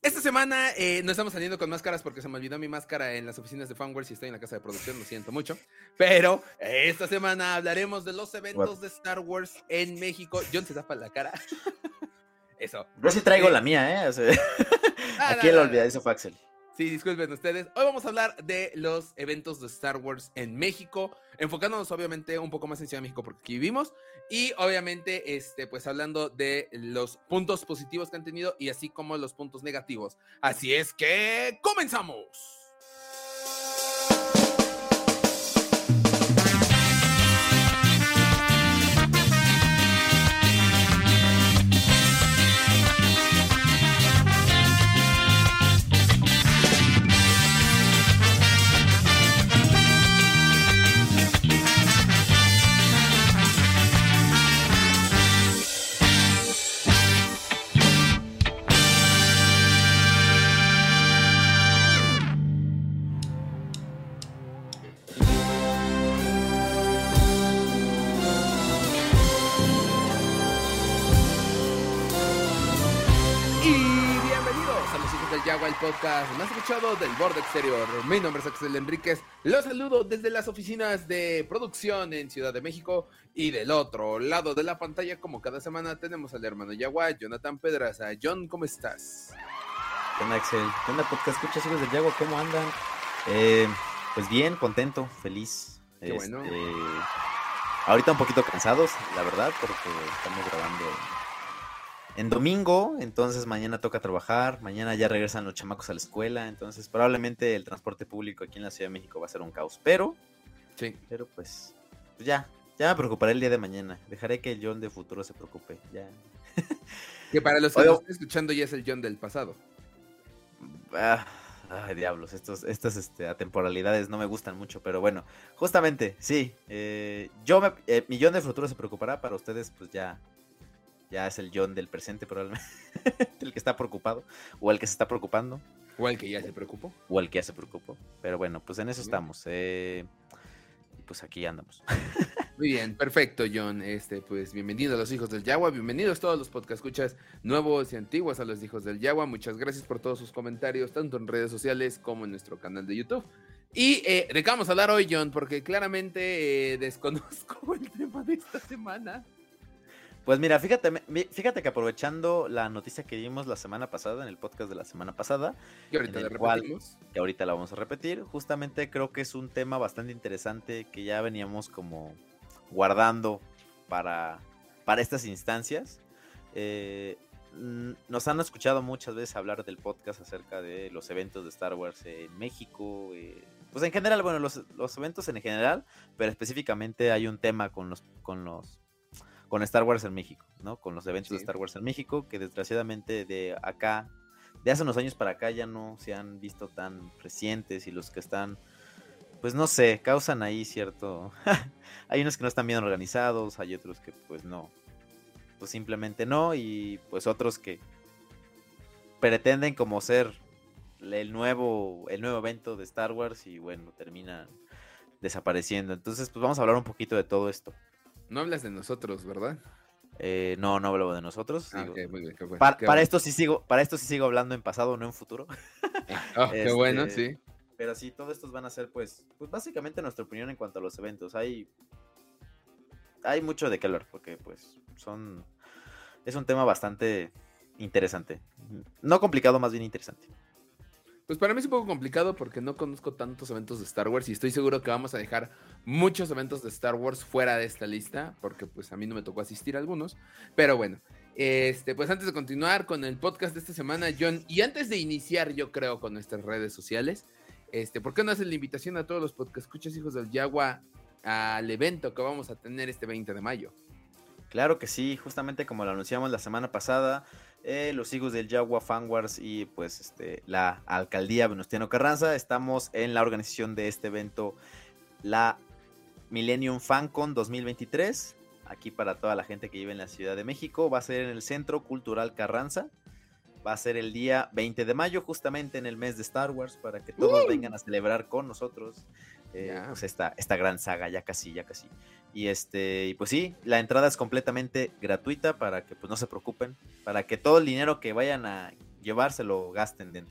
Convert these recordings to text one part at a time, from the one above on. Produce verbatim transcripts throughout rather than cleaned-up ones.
Esta semana eh, no estamos saliendo con máscaras porque se me olvidó mi máscara en las oficinas de Fanwares y estoy en la casa de producción, lo siento mucho. Pero eh, esta semana hablaremos de los eventos What? de Star Wars en México. John se tapa la cara. Eso. Yo sí traigo eh, la mía, ¿eh? O sea, ah, aquí lo olvidé, eso fue Axel. Sí, disculpen ustedes. Hoy vamos a hablar de los eventos de Star Wars en México, enfocándonos obviamente un poco más en Ciudad de México porque aquí vivimos y obviamente este, pues hablando de los puntos positivos que han tenido y así como los puntos negativos. Así es que ¡comenzamos! El podcast más escuchado del borde exterior. Mi nombre es Axel Enríquez. Los saludo desde las oficinas de producción en Ciudad de México. Y del otro lado de la pantalla, como cada semana, tenemos al hermano Yagua, Jonathan Pedraza. John, ¿cómo estás? ¿Qué onda, Axel? ¿Qué onda, podcast? ¿Escuchas, hijos del Yagua? ¿Cómo andan? Eh, pues bien, contento, feliz. Qué este, bueno. Ahorita un poquito cansados, la verdad, porque estamos grabando en domingo, entonces mañana toca trabajar, mañana ya regresan los chamacos a la escuela, entonces probablemente el transporte público aquí en la Ciudad de México va a ser un caos, pero, sí. pero pues, pues ya, ya me preocuparé el día de mañana, dejaré que el John de futuro se preocupe, ya. Que para los que Oye, lo están escuchando ya es el John del pasado. Ah, ay, diablos, estos, estas este, atemporalidades no me gustan mucho, pero bueno, justamente, sí, eh, yo me, eh, mi John del futuro se preocupará, para ustedes pues ya... Ya es el John del presente probablemente, el que está preocupado, o el que se está preocupando. O el que ya se preocupó. O el que ya se preocupó. Pero bueno, pues en eso estamos. Eh, y pues aquí andamos. Muy bien, perfecto, John. Este, pues bienvenidos a los hijos del Yagua, bienvenidos todos los podcast escuchas nuevos y antiguos a los hijos del Yagua. Muchas gracias por todos sus comentarios, tanto en redes sociales como en nuestro canal de YouTube. Y eh, de qué vamos a hablar hoy, John, porque claramente eh, desconozco el tema de esta semana. Pues mira, fíjate, fíjate que aprovechando la noticia que dimos la semana pasada, en el podcast de la semana pasada, y ahorita en la el cual, repetimos. que ahorita la vamos a repetir, justamente creo que es un tema bastante interesante que ya veníamos como guardando para, para estas instancias. Eh, nos han escuchado muchas veces hablar del podcast acerca de los eventos de Star Wars en México, eh, pues en general, bueno, los, los eventos en general, pero específicamente hay un tema con los... Con los con Star Wars en México, ¿no? Con los eventos sí. de Star Wars en México, que desgraciadamente de acá, de hace unos años para acá ya no se han visto tan recientes y los que están, pues no sé, causan ahí cierto... hay unos que no están bien organizados, hay otros que pues no, pues simplemente no, y pues otros que pretenden como ser el nuevo, el nuevo evento de Star Wars y bueno, terminan desapareciendo. Entonces pues vamos a hablar un poquito de todo esto. No hablas de nosotros, ¿verdad? Eh, no, no hablo de nosotros. Ah, digo, okay, muy bien, qué bueno, para, qué para bueno. esto sí sigo, para esto sí sigo hablando en pasado, no en futuro. Oh, este, qué bueno, sí. Pero sí, todos estos van a ser, pues, pues básicamente nuestra opinión en cuanto a los eventos. Hay, hay mucho de qué hablar, porque, pues, son, es un tema bastante interesante. No complicado, más bien interesante. Pues para mí es un poco complicado porque no conozco tantos eventos de Star Wars y estoy seguro que vamos a dejar muchos eventos de Star Wars fuera de esta lista porque pues a mí no me tocó asistir a algunos, pero bueno, este, pues antes de continuar con el podcast de esta semana, John, y antes de iniciar yo creo con nuestras redes sociales, este, ¿por qué no haces la invitación a todos los podcast escuchas hijos del Yagua al evento que vamos a tener este veinte de mayo? Claro que sí, justamente como lo anunciamos la semana pasada, eh, los hijos del Yagua, Fanwars y pues este, la alcaldía Venustiano Carranza, estamos en la organización de este evento, la Millennium FanCon dos mil veintitrés, aquí para toda la gente que vive en la Ciudad de México, va a ser en el Centro Cultural Carranza, va a ser el día veinte de mayo, justamente en el mes de Star Wars, para que todos uh. vengan a celebrar con nosotros eh, yeah. pues esta, esta gran saga, ya casi, ya casi. Y este, y pues sí, la entrada es completamente gratuita para que pues no se preocupen, para que todo el dinero que vayan a, llevar, se lo gasten dentro.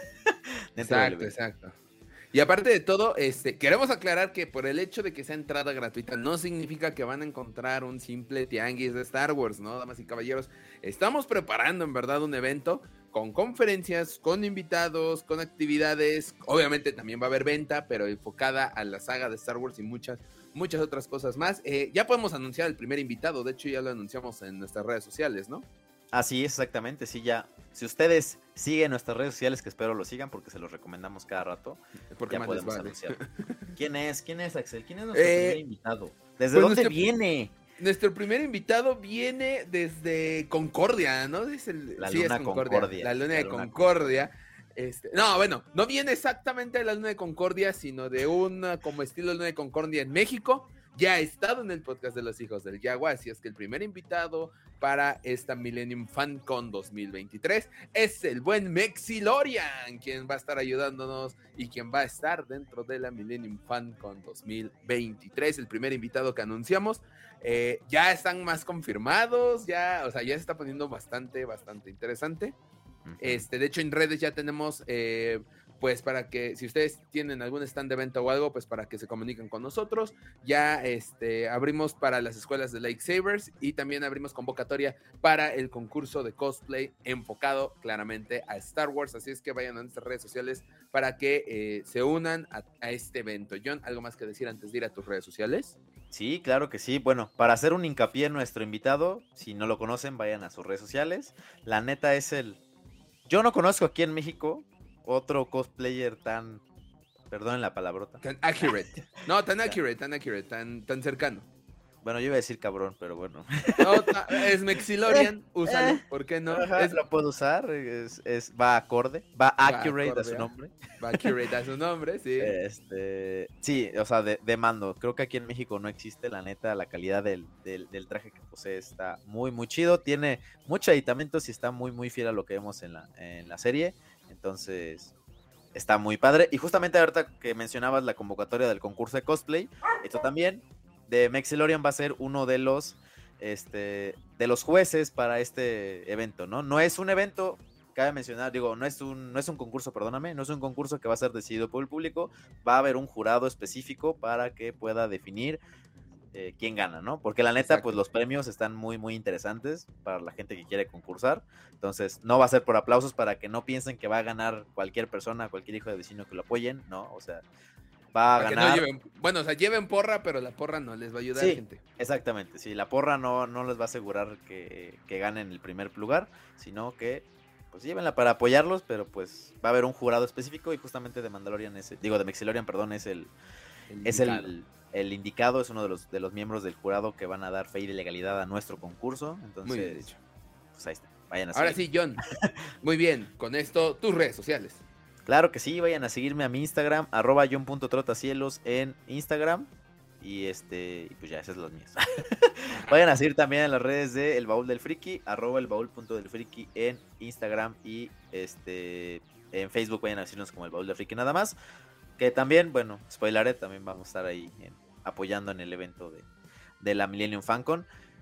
dentro Exacto, exacto. Y aparte de todo, este, queremos aclarar que por el hecho de que sea entrada gratuita no significa que van a encontrar un simple tianguis de Star Wars, ¿no, damas y caballeros? Estamos preparando en verdad un evento con conferencias, con invitados, con actividades. Obviamente también va a haber venta, pero enfocada a la saga de Star Wars y muchas, muchas otras cosas más. Eh, ya podemos anunciar el primer invitado, de hecho ya lo anunciamos en nuestras redes sociales, ¿no? Así es, exactamente, sí, ya. Si ustedes siguen nuestras redes sociales, que espero lo sigan porque se los recomendamos cada rato, porque ya más podemos les vale. anunciar. ¿Quién es? ¿Quién es, Axel? ¿Quién es nuestro Eh, primer invitado? ¿Desde pues dónde nuestro, viene? Nuestro primer invitado viene desde Concordia, ¿no? Es el, la sí, luna es Concordia, Concordia. La luna la de luna Concordia. Concordia. Este, no, bueno, no viene exactamente de la luna de Concordia, sino de una como estilo luna de Concordia en México. Ya ha estado en el podcast de los hijos del Yagua, así es que el primer invitado para esta Millennium FanCon dos mil veintitrés es el buen Mexilorian, quien va a estar ayudándonos y quien va a estar dentro de la Millennium FanCon dos mil veintitrés, el primer invitado que anunciamos. Eh, ya están más confirmados, ya, o sea, ya se está poniendo bastante, bastante interesante. Uh-huh. Este, de hecho, en redes ya tenemos, eh, pues para que, si ustedes tienen algún stand de venta o algo, pues para que se comuniquen con nosotros. Ya este, abrimos para las escuelas de Lightsabers y también abrimos convocatoria para el concurso de cosplay enfocado claramente a Star Wars. Así es que vayan a nuestras redes sociales para que eh, se unan a, a este evento. John, ¿algo más que decir antes de ir a tus redes sociales? Sí, claro que sí. Bueno, para hacer un hincapié en nuestro invitado, si no lo conocen, vayan a sus redes sociales. La neta es el... Yo no conozco aquí en México otro cosplayer tan... Perdonen la palabrota. Tan accurate. No, tan accurate, tan accurate, tan, tan cercano. Bueno, yo iba a decir cabrón, pero bueno. No, es Mexilorian, úsalo, ¿por qué no? Ajá, es... Lo puedo usar, es, es, va acorde, va accurate va a su nombre. Va accurate a su nombre, sí. Este, sí, o sea, de, de mando. Creo que aquí en México no existe, la neta, la calidad del, del, del traje que posee está muy, muy chido. Tiene muchos aditamentos y está muy, muy fiel a lo que vemos en la, en la serie. Entonces... está muy padre. Y justamente ahorita que mencionabas la convocatoria del concurso de cosplay, esto también, de Mexilorian va a ser uno de los, este, de los jueces para este evento, ¿no? No es un evento, cabe mencionar, digo, no es un, no es un concurso, perdóname, no es un concurso que va a ser decidido por el público, va a haber un jurado específico para que pueda definir Eh, quién gana, ¿no? Porque la neta, Exacto. pues los premios están muy, muy interesantes para la gente que quiere concursar. Entonces, no va a ser por aplausos para que no piensen que va a ganar cualquier persona, cualquier hijo de vecino que lo apoyen, ¿no? O sea, va a para ganar... Que no lleven, bueno, o sea, lleven porra, pero la porra no les va a ayudar, sí, gente. Exactamente, sí, la porra no, no les va a asegurar que, que ganen el primer lugar, sino que pues llévenla para apoyarlos, pero pues va a haber un jurado específico y justamente de Mandalorian, es, digo, de Mexilorian, perdón, es el... el es el El indicado, es uno de los, de los miembros del jurado que van a dar fe y de legalidad a nuestro concurso. Entonces, muy bien dicho. Pues ahí está, vayan a Ahora sí, John. Muy bien, con esto, tus redes sociales. Claro que sí, vayan a seguirme a mi Instagram, arroba john.trotacielos en Instagram. Y este, y pues ya, esas son las mías. Vayan a seguir también en las redes de El Baúl del Friki, arroba el baúl.delfriki en Instagram y este en Facebook vayan a decirnos como El Baúl del Friki nada más. Que también, bueno, spoileré, también vamos a estar ahí en, apoyando en el evento de, de la Millennium FanCon.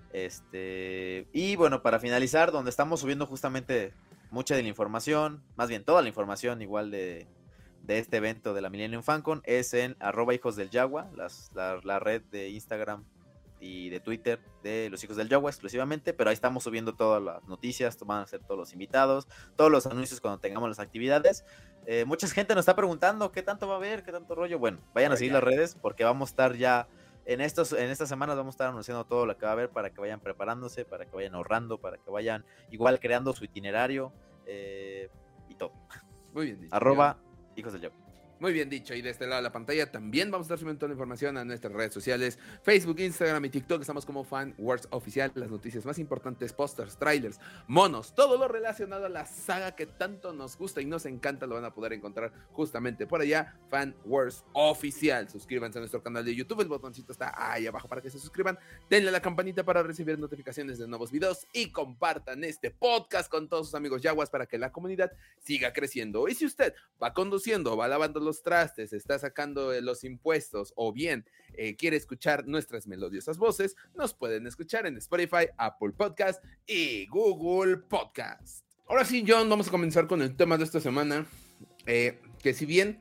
Este, y bueno, para finalizar, donde estamos subiendo justamente mucha de la información, más bien toda la información igual de, de este evento de la Millennium FanCon, es en arroba hijos del Yagua, las, la, la red de Instagram y de Twitter de los hijos del Yagua exclusivamente, pero ahí estamos subiendo todas las noticias, van a ser todos los invitados, todos los anuncios cuando tengamos las actividades. Eh, mucha gente nos está preguntando qué tanto va a haber, qué tanto rollo. Bueno, vayan a seguir las redes porque vamos a estar ya en estos, en estas semanas vamos a estar anunciando todo lo que va a haber para que vayan preparándose, para que vayan ahorrando, para que vayan igual creando su itinerario eh, y todo. Muy bien dicho. Arroba hijos del Yagua. Muy bien dicho, y de este lado de la pantalla también vamos a estar subiendo toda la información a nuestras redes sociales, Facebook, Instagram y TikTok. Estamos como Fan Wars Oficial, las noticias más importantes, pósters, trailers, monos, todo lo relacionado a la saga que tanto nos gusta y nos encanta lo van a poder encontrar justamente por allá, Fan Wars Oficial. Suscríbanse a nuestro canal de YouTube, el botoncito está ahí abajo para que se suscriban, denle a la campanita para recibir notificaciones de nuevos videos y compartan este podcast con todos sus amigos yaguas para que la comunidad siga creciendo. Y si usted va conduciendo, va lavando los trastes, está sacando los impuestos o bien eh, quiere escuchar nuestras melodiosas voces, nos pueden escuchar en Spotify, Apple Podcast y Google Podcast. Ahora sí, John, vamos a comenzar con el tema de esta semana. Eh, que si bien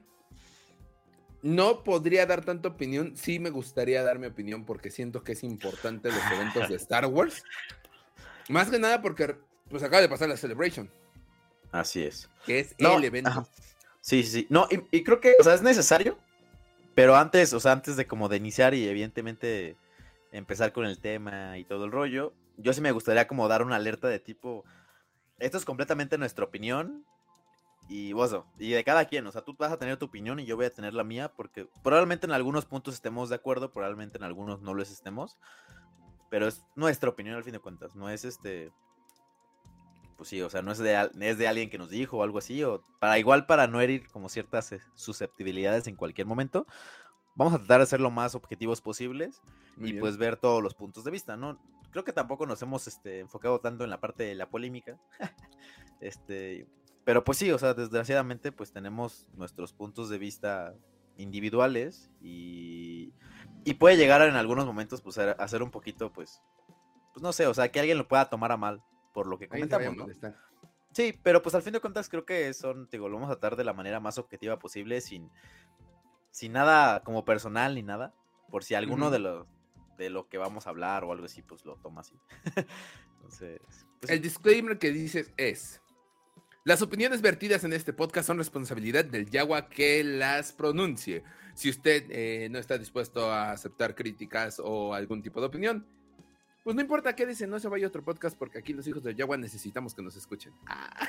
no podría dar tanta opinión, sí me gustaría dar mi opinión porque siento que es importante los eventos de Star Wars. Más que nada porque pues acaba de pasar la Celebration. Así es. Que es no, el evento. Ajá. Sí, sí, sí. No, y, y creo que, o sea, es necesario, pero antes, o sea, antes de como de iniciar y evidentemente empezar con el tema y todo el rollo, yo sí me gustaría como dar una alerta de tipo, esto es completamente nuestra opinión y vos, y de cada quien, o sea, tú vas a tener tu opinión y yo voy a tener la mía, porque probablemente en algunos puntos estemos de acuerdo, probablemente en algunos no los estemos, pero es nuestra opinión al fin de cuentas, no es este, pues sí, o sea, no es de, es de alguien que nos dijo o algo así, o para igual para no herir como ciertas susceptibilidades en cualquier momento, vamos a tratar de ser lo más objetivos posibles. Muy y bien. Pues ver todos los puntos de vista, ¿no? Creo que tampoco nos hemos este, enfocado tanto en la parte de la polémica, este... Pero pues sí, o sea, desgraciadamente pues tenemos nuestros puntos de vista individuales y, y puede llegar en algunos momentos pues a, a ser un poquito pues, pues no sé, o sea, que alguien lo pueda tomar a mal por lo que comentamos, ¿no? Sí, pero pues al fin de cuentas creo que son, digo, lo vamos a tratar de la manera más objetiva posible, sin, sin nada como personal ni nada, por si alguno uh-huh. de los de lo que vamos a hablar o algo así pues lo toma así. Entonces, pues, el sí. disclaimer que dices es: las opiniones vertidas en este podcast son responsabilidad del Yagua que las pronuncie. Si usted eh, no está dispuesto a aceptar críticas o algún tipo de opinión, pues no importa qué dice, no se vaya a otro podcast porque aquí los hijos del Yagua necesitamos que nos escuchen. Ah.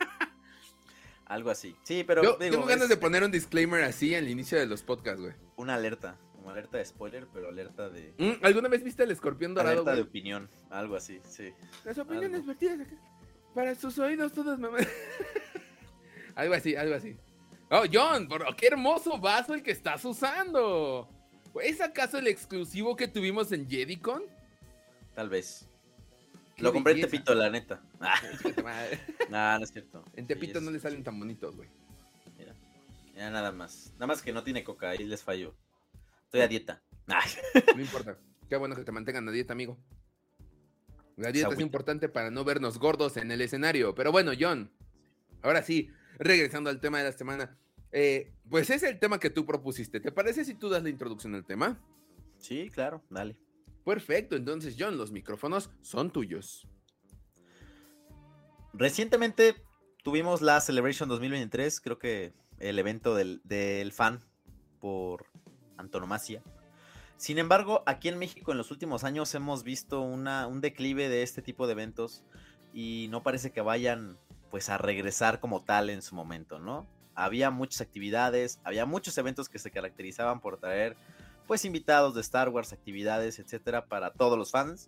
Algo así. Sí, pero yo digo, tengo ganas es... de poner un disclaimer así al inicio de los podcasts, güey. Una alerta, como alerta de spoiler, pero alerta de... ¿Mm? ¿Alguna vez viste el escorpión dorado, Alerta güey? de opinión, algo así, sí. Las opiniones algo. vertidas acá. Para sus oídos todas mamás. Algo así, algo así. Oh, John, bro, qué hermoso vaso el que estás usando. ¿Es acaso el exclusivo que tuvimos en JediCon? Tal vez. Lo compré belleza. En Tepito, la neta. Nah, no es cierto. En Tepito sí, no es... le salen tan bonitos, güey. Mira, mira, nada más. Nada más que no tiene coca, ahí les falló. Estoy a dieta. No importa. Qué bueno que te mantengan a dieta, amigo. La dieta es importante para no vernos gordos en el escenario. Pero bueno, John, ahora sí, regresando al tema de la semana. Eh, pues es el tema que tú propusiste. ¿Te parece si tú das la introducción al tema? Sí, claro, dale. Perfecto, entonces John, los micrófonos son tuyos. Recientemente tuvimos la Celebration dos mil veintitrés, creo que el evento del, del fan por antonomasia. Sin embargo, aquí en México en los últimos años hemos visto una, un declive de este tipo de eventos y no parece que vayan pues a regresar como tal en su momento, ¿no? Había muchas actividades, había muchos eventos que se caracterizaban por traer pues invitados de Star Wars, actividades, etcétera, para todos los fans.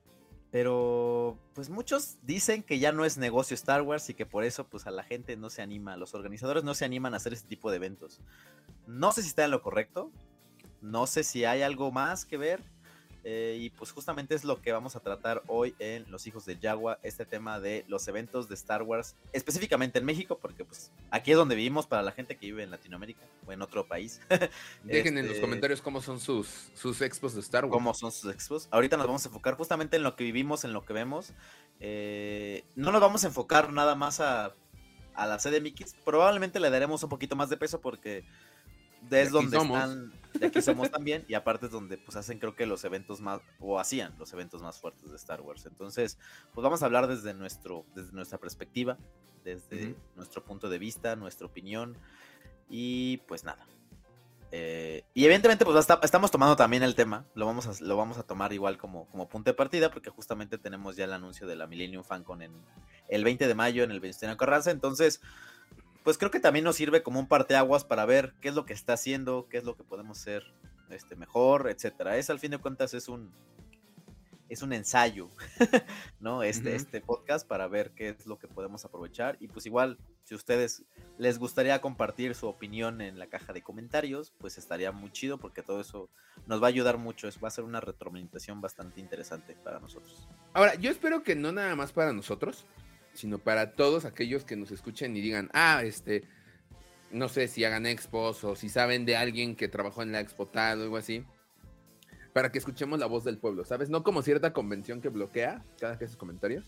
Pero pues muchos dicen que ya no es negocio Star Wars y que por eso pues a la gente no se anima, los organizadores no se animan a hacer este tipo de eventos. No sé si está en lo correcto. No sé si hay algo más que ver eh, y pues justamente es lo que vamos a tratar hoy en Los Hijos del Yagua, este tema de los eventos de Star Wars, específicamente en México, porque pues aquí es donde vivimos para la gente que vive en Latinoamérica o en otro país. Dejen este, en los comentarios cómo son sus, sus expos de Star Wars. Cómo son sus expos. Ahorita nos vamos a enfocar justamente en lo que vivimos, en lo que vemos. Eh, no nos vamos a enfocar nada más a, a la C D M X, probablemente le daremos un poquito más de peso porque... es donde somos. Están, de aquí somos también, y aparte es donde pues hacen creo que los eventos más, o hacían los eventos más fuertes de Star Wars. Entonces, pues vamos a hablar desde nuestro, desde nuestra perspectiva, desde uh-huh. nuestro punto de vista, nuestra opinión, y pues nada. Eh, y evidentemente pues hasta, estamos tomando también el tema, lo vamos a, lo vamos a tomar igual como, como punto de partida, porque justamente tenemos ya el anuncio de la Millennium FanCon en el veinte de mayo en el Venustiano Carranza. Entonces, pues creo que también nos sirve como un parteaguas para ver qué es lo que está haciendo, qué es lo que podemos hacer este, mejor, etcétera. Es al fin de cuentas es un es un ensayo, ¿no? Este, uh-huh. este podcast para ver qué es lo que podemos aprovechar. Y pues igual, si a ustedes les gustaría compartir su opinión en la caja de comentarios, pues estaría muy chido porque todo eso nos va a ayudar mucho. Es, va a ser una retroalimentación bastante interesante para nosotros. Ahora, yo espero que no nada más para nosotros, sino para todos aquellos que nos escuchen y digan, ah, este, no sé si hagan expos o si saben de alguien que trabajó en la expo tal o algo así, para que escuchemos la voz del pueblo, ¿sabes? No como cierta convención que bloquea cada que haces comentarios,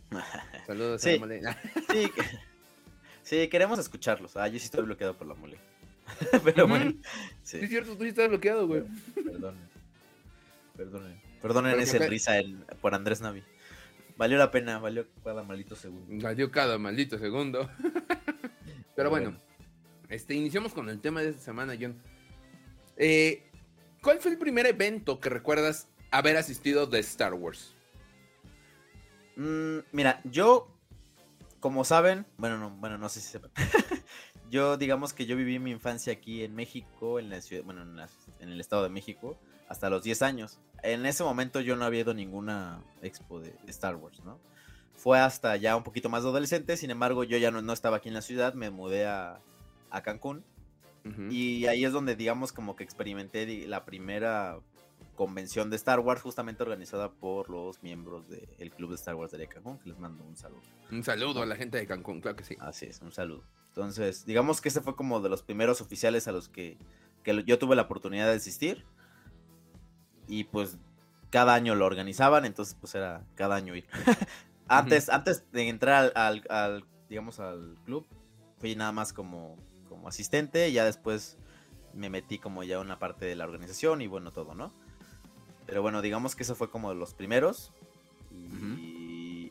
Saludos sí, a la mole. sí, sí, queremos escucharlos. Ah, yo sí estoy bloqueado por la mole. Pero bueno, sí. sí. Es cierto, tú sí estás bloqueado, güey. Perdonen. Perdonen. Perdonen Pero ese porque- risa el- por Andrés Navi. Valió la pena, valió cada maldito segundo. Valió cada maldito segundo. Pero bueno, este, iniciamos con el tema de esta semana, John. Eh, ¿Cuál fue el primer evento que recuerdas haber asistido de Star Wars? Mm, mira, yo, como saben, bueno, no, bueno, no sé si sepan. Yo, digamos que yo viví mi infancia aquí en México, en la ciudad, bueno, en, la- en el Estado de México, hasta los diez años. En ese momento yo no había ido a ninguna expo de, de Star Wars, ¿no? Fue hasta ya un poquito más de adolescente, sin embargo, yo ya no, no estaba aquí en la ciudad, me mudé a, a Cancún. Ujú. Y ahí es donde, digamos, como que experimenté di- la primera convención de Star Wars, justamente organizada por los miembros del Club de Star Wars de Cancún, que les mando un saludo. Un saludo a la gente de Cancún, claro que sí. Así es, un saludo. Entonces, digamos que este fue como de los primeros oficiales a los que, que lo- yo tuve la oportunidad de asistir. Y pues cada año lo organizaban, entonces pues era cada año ir. antes, antes de entrar al, al- al, digamos, al club, fui nada más como, como asistente y ya después me metí como ya una parte de la organización y bueno, todo, ¿no? Pero bueno, digamos que eso fue como de los primeros. Y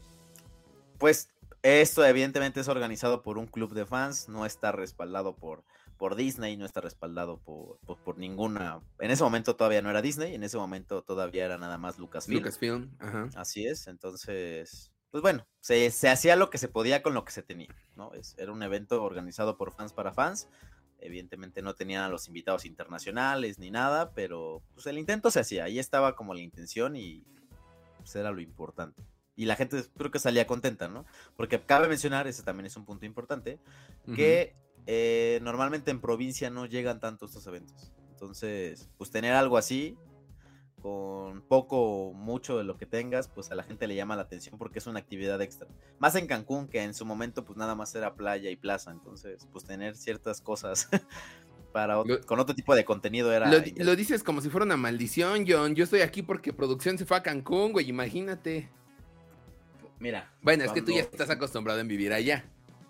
pues esto evidentemente es organizado por un club de fans, no está respaldado por, por Disney, no está respaldado por, por, por ninguna... En ese momento todavía no era Disney, en ese momento todavía era nada más Lucasfilm. Lucasfilm, ajá. Así es, entonces, pues bueno, se, se hacía lo que se podía con lo que se tenía, ¿no? Es, era un evento organizado por fans para fans. Evidentemente no tenían a los invitados internacionales ni nada, pero pues el intento se hacía, ahí estaba como la intención y pues era lo importante. Y la gente creo que salía contenta, ¿no? Porque cabe mencionar, ese también es un punto importante, que eh, normalmente en provincia no llegan tanto estos eventos. Entonces, pues tener algo así, con poco o mucho de lo que tengas, pues a la gente le llama la atención porque es una actividad extra. Más en Cancún, que en su momento pues nada más era playa y plaza. Entonces, pues tener ciertas cosas para otro, Lo- con otro tipo de contenido era... Lo, di- lo dices como si fuera una maldición, John. Yo estoy aquí porque producción se fue a Cancún, güey, imagínate. Mira. Bueno, es que tú cuando- ya estás acostumbrado en vivir allá.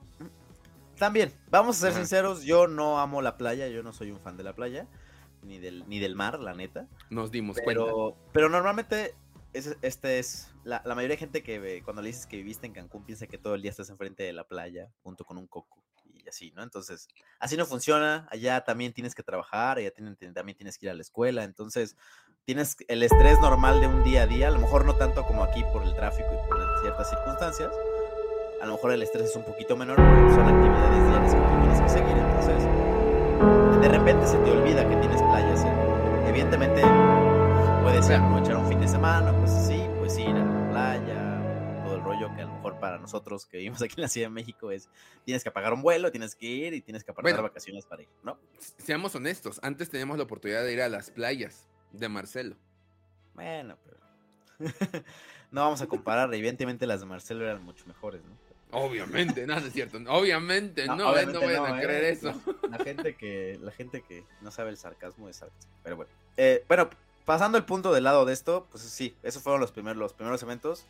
También, vamos a ser Ajá. sinceros, yo no amo la playa, yo no soy un fan de la playa, ni del, ni del mar, la neta. Nos dimos cuenta. Pero, pero normalmente, es, este es, la, la mayoría de gente que ve, cuando le dices que viviste en Cancún, piensa que todo el día estás enfrente de la playa, junto con un coco, y así, ¿no? Entonces, así no funciona, allá también tienes que trabajar, allá tienen- también tienes que ir a la escuela, entonces, tienes el estrés normal de un día a día, a lo mejor no tanto como aquí por el tráfico y por ciertas circunstancias, a lo mejor el estrés es un poquito menor, pero son actividades diarias que tú tienes que seguir, entonces de repente se te olvida que tienes playas. ¿eh? Evidentemente puedes ir a aprovechar un fin de semana, pues sí, pues ir a la playa, todo el rollo que a lo mejor para nosotros que vivimos aquí en la Ciudad de México es, tienes que pagar un vuelo, tienes que ir y tienes que apartar Bueno. vacaciones para ir, ¿no? Seamos honestos, antes teníamos la oportunidad de ir a las playas de Marcelo. Bueno, pero no vamos a comparar, evidentemente las de Marcelo eran mucho mejores, ¿no? Obviamente, no, no es cierto. Obviamente no, No, eh, obviamente no vayan no, a ¿eh? creer eso. La gente que, la gente que no sabe el sarcasmo es sarcasmo. Pero bueno. Eh, bueno, pasando el punto del lado de esto, pues sí, esos fueron los primeros, los primeros eventos.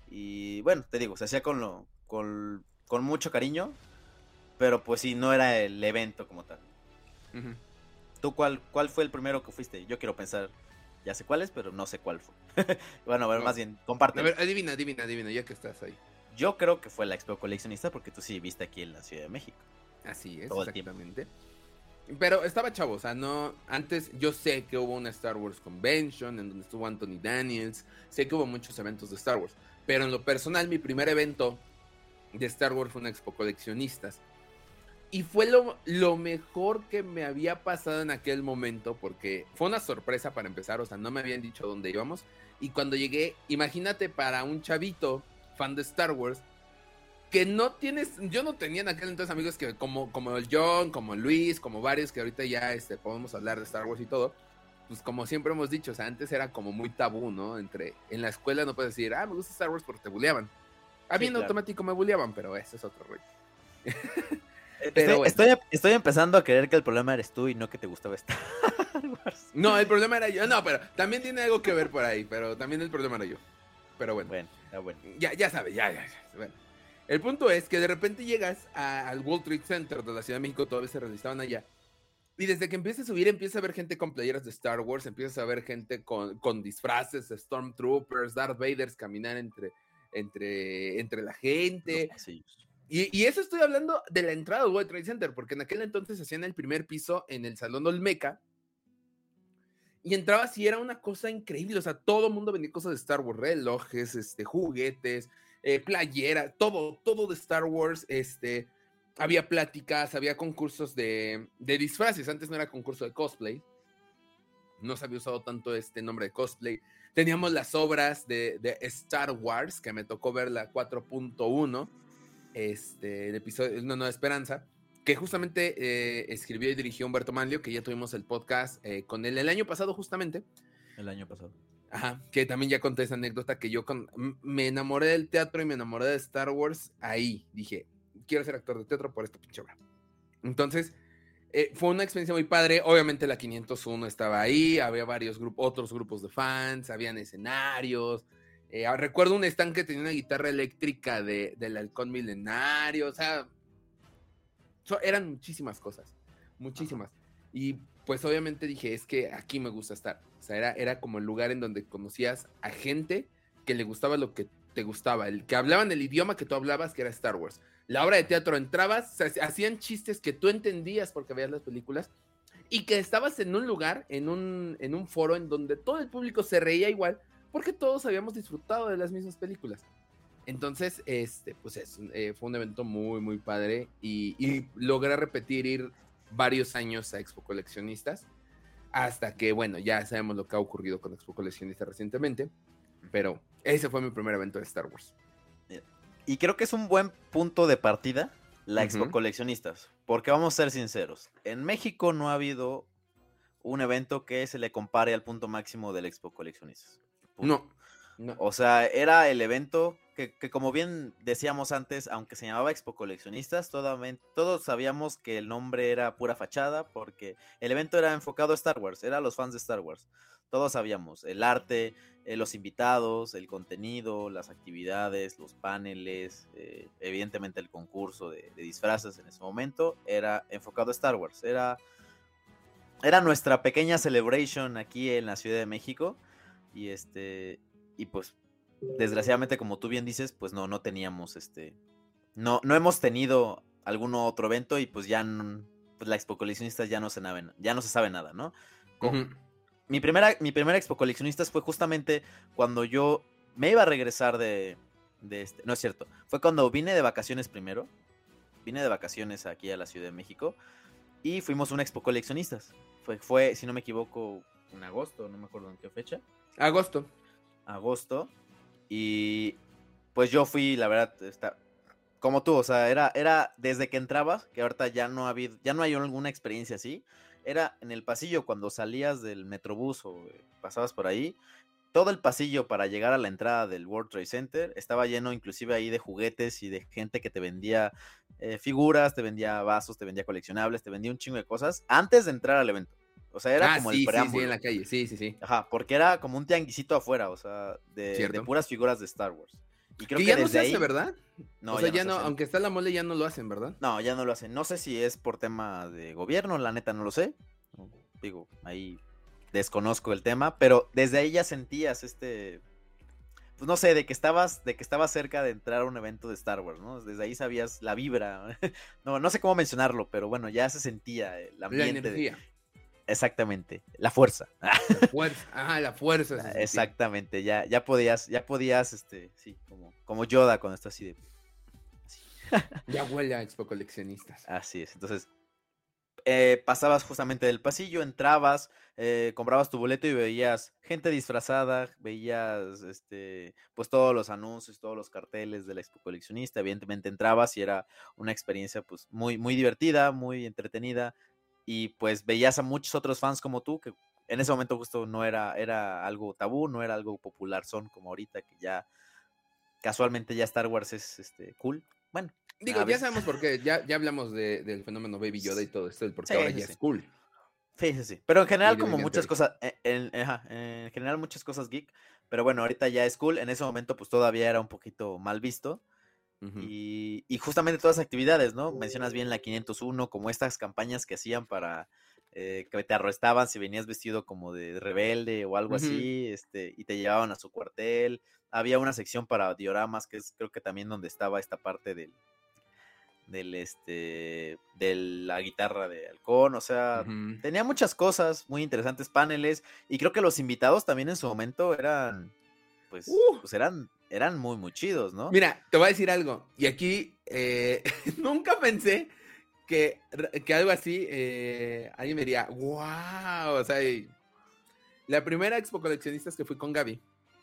Y bueno, te digo, se hacía con lo, con, con mucho cariño. Pero pues sí, no era el evento como tal. Ujú. ¿Tú cuál, cuál fue el primero que fuiste? Yo quiero pensar, ya sé cuál es, pero no sé cuál fue. Bueno, a ver, No. más bien, A compártelo. ver, adivina, adivina, adivina, ya que estás ahí. Yo creo que fue la Expo Coleccionista porque tú sí viste aquí en la Ciudad de México. Así es, Todo el tiempo. exactamente. Pero estaba chavo, o sea, no. Antes yo sé que hubo una Star Wars Convention en donde estuvo Anthony Daniels. Sé que hubo muchos eventos de Star Wars. Pero en lo personal, mi primer evento de Star Wars fue una Expo Coleccionistas. Y fue lo, lo mejor que me había pasado en aquel momento, porque fue una sorpresa para empezar, o sea, no me habían dicho dónde íbamos. Y cuando llegué, imagínate para un chavito, fan de Star Wars, que no tienes, yo no tenía en aquel entonces amigos que como, como el John, como el Luis, como varios que ahorita ya este, podemos hablar de Star Wars y todo. Pues como siempre hemos dicho, o sea, antes era como muy tabú, ¿no? Entre, en la escuela no puedes decir, ah, me gusta Star Wars porque te buleaban. A mí Sí, en claro. automático me buleaban, pero ese es otro rollo. Estoy, Pero bueno. estoy, estoy empezando a creer que el problema eres tú y no que te gustaba Star Wars. No, el problema era yo. No, pero también tiene algo que ver por ahí, pero también el problema era yo. Pero bueno. Bueno, ya bueno. Ya, ya sabes, ya, ya, ya. Bueno. El punto es que de repente llegas a, al World Trade Center de la Ciudad de México, todavía se realizaban allá. Y desde que empieza a subir, empieza a ver gente con playeras de Star Wars, empieza a ver gente con, con disfraces, Stormtroopers, Darth Vader caminar entre, entre, entre la gente. Y, y eso estoy hablando de la entrada del World Trade Center, porque en aquel entonces hacían el primer piso en el Salón Olmeca. Y entrabas y era una cosa increíble, o sea, todo el mundo vendía cosas de Star Wars, relojes, este, juguetes, eh, playera, todo, todo de Star Wars, este, había pláticas, había concursos de, de disfraces, antes no era concurso de cosplay, no se había usado tanto este nombre de cosplay, teníamos las obras de, de Star Wars, que me tocó ver la cuatro punto uno, este, el episodio, Una Nueva Esperanza, que justamente eh, escribió y dirigió Humberto Manlio, que ya tuvimos el podcast eh, con él el año pasado justamente. El año pasado. Ajá, que también ya conté esa anécdota que yo con, me enamoré del teatro y me enamoré de Star Wars ahí. Dije, quiero ser actor de teatro por esta pinche obra. Entonces, eh, fue una experiencia muy padre. Obviamente la quinientos uno estaba ahí, había varios grupos, otros grupos de fans, habían escenarios. Eh, recuerdo un stand que tenía una guitarra eléctrica de, del Halcón Milenario, o sea... So, eran muchísimas cosas, muchísimas. Y pues obviamente dije, es que aquí me gusta estar. O sea, era, era como el lugar en donde conocías a gente que le gustaba lo que te gustaba, el que hablaban el idioma que tú hablabas, que era Star Wars. La obra de teatro, entrabas, se hacían chistes que tú entendías porque veías las películas y que estabas en un lugar, en un, en un foro en donde todo el público se reía igual porque todos habíamos disfrutado de las mismas películas. Entonces, este, pues es, eh, fue un evento muy, muy padre y, y logré repetir ir varios años a Expo Coleccionistas hasta que, bueno, ya sabemos lo que ha ocurrido con Expo Coleccionistas recientemente, pero ese fue mi primer evento de Star Wars. Y creo que es un buen punto de partida la Expo uh-huh. Coleccionistas, porque vamos a ser sinceros, en México no ha habido un evento que se le compare al punto máximo del Expo Coleccionistas. Punto. No. No. O sea, era el evento que, que, como bien decíamos antes, aunque se llamaba Expo Coleccionistas, todo, todos sabíamos que el nombre era pura fachada, porque el evento era enfocado a Star Wars, era a los fans de Star Wars. Todos sabíamos, el arte, eh, los invitados, el contenido, las actividades, los paneles, eh, evidentemente el concurso de, de disfraces en ese momento, era enfocado a Star Wars. Era, era nuestra pequeña celebration aquí en la Ciudad de México, y este... Y pues, desgraciadamente, como tú bien dices, pues no, no teníamos este... No, no hemos tenido algún otro evento y pues ya no, pues la Expo Coleccionistas ya no se sabe, ya no se sabe nada, ¿no? Como, uh-huh. mi, primera, mi primera Expo Coleccionistas fue justamente cuando yo me iba a regresar de, de este... No es cierto, fue cuando vine de vacaciones primero. Vine de vacaciones aquí a la Ciudad de México y fuimos a una Expo Coleccionistas. Fue, fue, si no me equivoco, en agosto, no me acuerdo en qué fecha. Agosto. agosto y pues yo fui, la verdad, está, como tú, o sea, era, era desde que entrabas, que ahorita ya no ha habido, ya no hay alguna experiencia así, era en el pasillo cuando salías del Metrobús o eh, pasabas por ahí, todo el pasillo para llegar a la entrada del World Trade Center estaba lleno inclusive ahí de juguetes y de gente que te vendía eh, figuras, te vendía vasos, te vendía coleccionables, te vendía un chingo de cosas antes de entrar al evento. O sea, era ah, como sí, el preámbulo. Sí, sí, en la calle, sí, sí, sí. Ajá, porque era como un tianguisito afuera, o sea, de, de puras figuras de Star Wars. Y creo que, que ya desde no se ahí... hace, ¿verdad? No, o sea, ya, ya no, no, aunque está la mole, ya no lo hacen, ¿verdad? No, ya no lo hacen. No sé si es por tema de gobierno, la neta no lo sé. Digo, ahí desconozco el tema, pero desde ahí ya sentías este... Pues no sé, de que estabas, de que estabas cerca de entrar a un evento de Star Wars, ¿no? Desde ahí sabías la vibra. no, no sé cómo mencionarlo, pero bueno, ya se sentía el ambiente. La energía. De... Exactamente, la fuerza. La fuerza, ajá, la fuerza. Exactamente, ya, ya podías, ya podías, este, sí, como, como Yoda cuando está así de... Así. Ya huele a Expo Coleccionistas. Así es, entonces, eh, pasabas justamente del pasillo, entrabas, eh, comprabas tu boleto y veías gente disfrazada, veías, este, pues todos los anuncios, todos los carteles de la Expo Coleccionista, evidentemente entrabas y era una experiencia, pues, muy, muy divertida, muy entretenida. Y pues veías a muchos otros fans como tú, que en ese momento justo no era, era algo tabú, no era algo popular, son como ahorita que ya casualmente ya Star Wars es este, cool. Bueno. Digo, ya sabemos por qué, ya, ya hablamos de, del fenómeno Baby Yoda y todo esto, porque sí, ahora ya sí. es cool. Sí, sí, sí. Pero en y general, The como Big Bang muchas Theory. cosas, en, en- ajá, en general muchas cosas geek, pero bueno, ahorita ya es cool. En ese momento, pues todavía era un poquito mal visto. Ujú. Y, y justamente todas las actividades, ¿no? Mencionas bien la quinientos uno, como estas campañas que hacían para eh, que te arrestaban si venías vestido como de rebelde o algo Ujú. así, este, y te llevaban a su cuartel. Había una sección para dioramas, que es creo que también donde estaba esta parte del, del este, de la guitarra de Halcón, o sea, Ujú. tenía muchas cosas muy interesantes, paneles, y creo que los invitados también en su momento eran, pues, Uh, pues eran, eran muy, muy chidos, ¿no? Mira, te voy a decir algo. Y aquí eh, nunca pensé que, que algo así, eh, alguien me diría, wow. O sea, y la primera expo coleccionistas que fui con Gaby,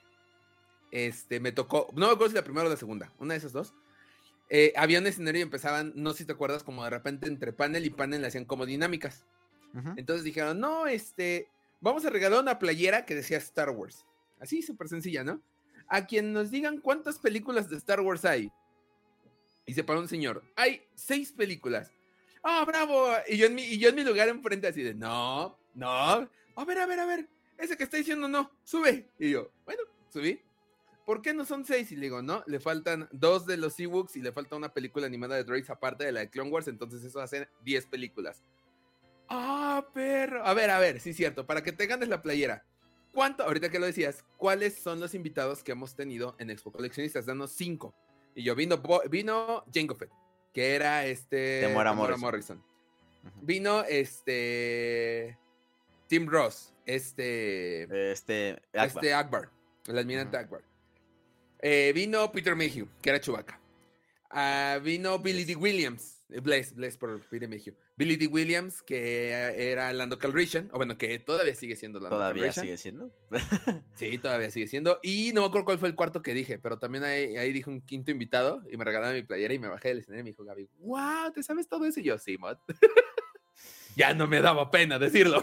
este, me tocó, no me acuerdo si la primera o la segunda, una de esas dos. Eh, había un escenario y empezaban, no sé si te acuerdas, como de repente entre panel y panel le hacían como dinámicas. Ujú. Entonces dijeron, no, este, vamos a regalar una playera que decía Star Wars. Así, súper sencilla, ¿no? A quien nos digan cuántas películas de Star Wars hay. Y se paró un señor, hay seis películas. ¡Ah, oh, bravo! Y yo, en mi, y yo en mi lugar enfrente así de, no, no. A ver, a ver, a ver. Ese que está diciendo no, sube. Y yo, bueno, subí. ¿Por qué no son seis? Y le digo, no, le faltan dos de los Ewoks y le falta una película animada de Droids aparte de la de Clone Wars, entonces eso hace diez películas. Ah, perro. A ver, a ver, sí es cierto, para que te ganes la playera. ¿Cuánto, ahorita que lo decías, cuáles son los invitados que hemos tenido en Expo Coleccionistas? Danos cinco. Y yo vino, vino Jango Fett, que era este Temora Temora Morrison. Morrison. Ujú. Vino este Tim Ross, este Este, Akbar. este Akbar, el almirante Ujú. Akbar. Eh, vino Peter Mayhew, que era Chewbacca. Uh, vino Billy Yes. D. Williams, Bless, Bless por Peter Mayhew. Billy D. Williams, que era Lando Calrissian, o bueno, que todavía sigue siendo Lando Todavía Calrissian. sigue siendo. Sí, todavía sigue siendo. Y no me acuerdo cuál fue el cuarto que dije, pero también ahí, ahí dije un quinto invitado y me regalaron mi playera y me bajé del escenario y me dijo Gaby, wow, ¿te sabes todo eso? Y yo, sí, mod. Ya no me daba pena decirlo.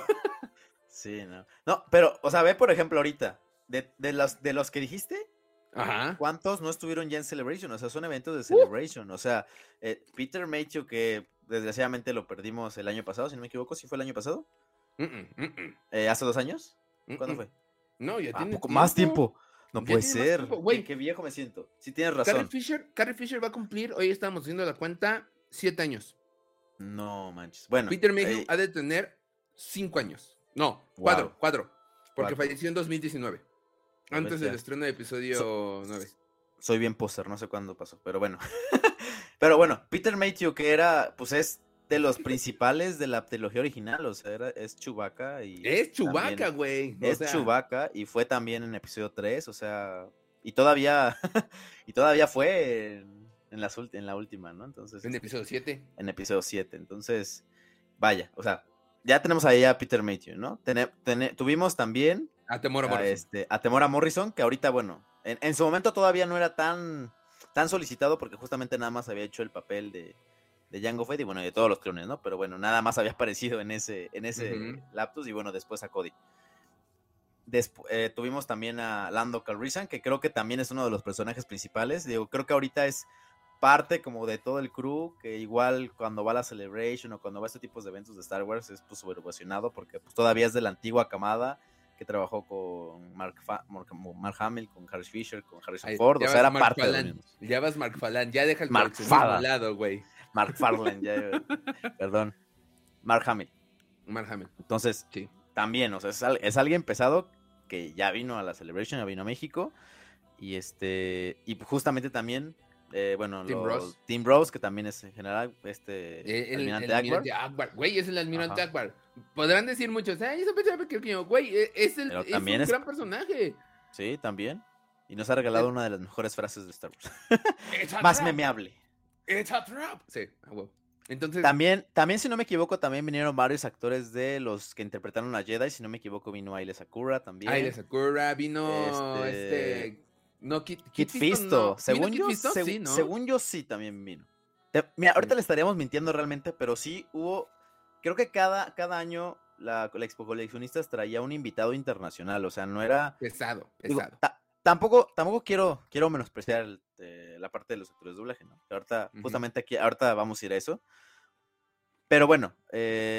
Sí, no. No, pero, o sea, ve por ejemplo ahorita, de, de los, de los que dijiste, Ajá. ¿cuántos no estuvieron ya en Celebration? O sea, son eventos de Uh. Celebration. O sea, eh, Peter Mayhew, que desgraciadamente lo perdimos el año pasado, si no me equivoco, ¿sí fue el año pasado? Mm -mm, mm -mm. Eh, ¿Hace dos años? Mm ¿Cuándo -mm. fue? No, ya ¿A tiene poco más tiempo. tiempo? No Ya puede tiene más ser. tiempo. Qué, Güey, qué viejo me siento. Sí tienes Carrie razón. Fisher, Carrie Fisher va a cumplir, hoy estamos haciendo la cuenta, siete años. No manches. Bueno. Peter Mayhew Eh, ha de tener cinco años. No, cuatro, wow. cuatro. Porque Cuatro. falleció en dos mil diecinueve. Ya ves, Antes del ya. estreno de So- episodio nueve. soy bien póster, no sé cuándo pasó, pero bueno. Pero bueno, Peter Mayhew, que era, pues es de los principales de la trilogía original, o sea, era, es Chewbacca y Es Chewbacca, también güey. O es sea, Chewbacca y fue también en episodio tres, o sea, y todavía, y todavía fue en, en, las ulti- en la última, ¿no? Entonces, en este, episodio siete. en episodio siete, entonces, vaya, o sea, ya tenemos ahí a Peter Mayhew, ¿no? Tene- tene- tuvimos también A Temora a, Morrison. este, a Temora Morrison, que ahorita, bueno, en, en su momento todavía no era tan, tan solicitado porque justamente nada más había hecho el papel de, de Jango Fett y bueno, de todos los clones, ¿no? Pero bueno, nada más había aparecido en ese, en ese Ujú. lapsus y bueno, después a Cody. Despu- eh, tuvimos también a Lando Calrissian, que creo que también es uno de los personajes principales. Digo, creo que ahorita es parte como de todo el crew, que igual cuando va a la Celebration o cuando va a este tipo de eventos de Star Wars es pues súper ovacionado porque pues, todavía es de la antigua camada que trabajó con Mark, Fa- Mark, Mark Hamill, con Harry Fisher, con Harrison Ay, Ford, ya o sea, vas era Mark parte de los Falan. mismos. Ya vas Mark Falan. Ya deja el Mark coleccionismo Fada. al lado, güey. Mark Farland, ya, perdón, Mark Hamill. Mark Hamill. Entonces, Sí. también, o sea, es, al- es alguien pesado que ya vino a la Celebration, ya vino a México. Y este, y justamente también, eh, bueno, Tim los Ross. Tim Rose, que también es en general este El, el, almirante el Akbar. almirante Akbar. Güey, es el almirante Ajá. Akbar. Podrán decir muchos, ay, ese personaje que yo, güey, e- es, el, Pero es también un es, gran personaje. sí, también. Y nos ha regalado una de las mejores frases de Star Wars. It's a Más trap. memeable. It's a trap. Sí, a huevo. Entonces, También, también, si no me equivoco, también vinieron varios actores de los que interpretaron a Jedi. Si no me equivoco, vino Aile Sakura también. Aile Sakura, vino Este, este. No, Kit, Kit Kit Fisto, Fisto. no. ¿Vino Según Kit yo, Fisto? seg- Sí, ¿no? según yo sí también vino. Te- mira, ahorita le estaríamos mintiendo realmente, pero sí hubo. Creo que cada, cada año la, la Expo Coleccionistas traía un invitado internacional. O sea, no era. Pesado, Digo, pesado. ta- tampoco, tampoco quiero, quiero menospreciar el, eh, la parte de los actores de doblaje, ¿no? Que ahorita, Ujú. justamente aquí, ahorita vamos a ir a eso. Pero bueno, eh,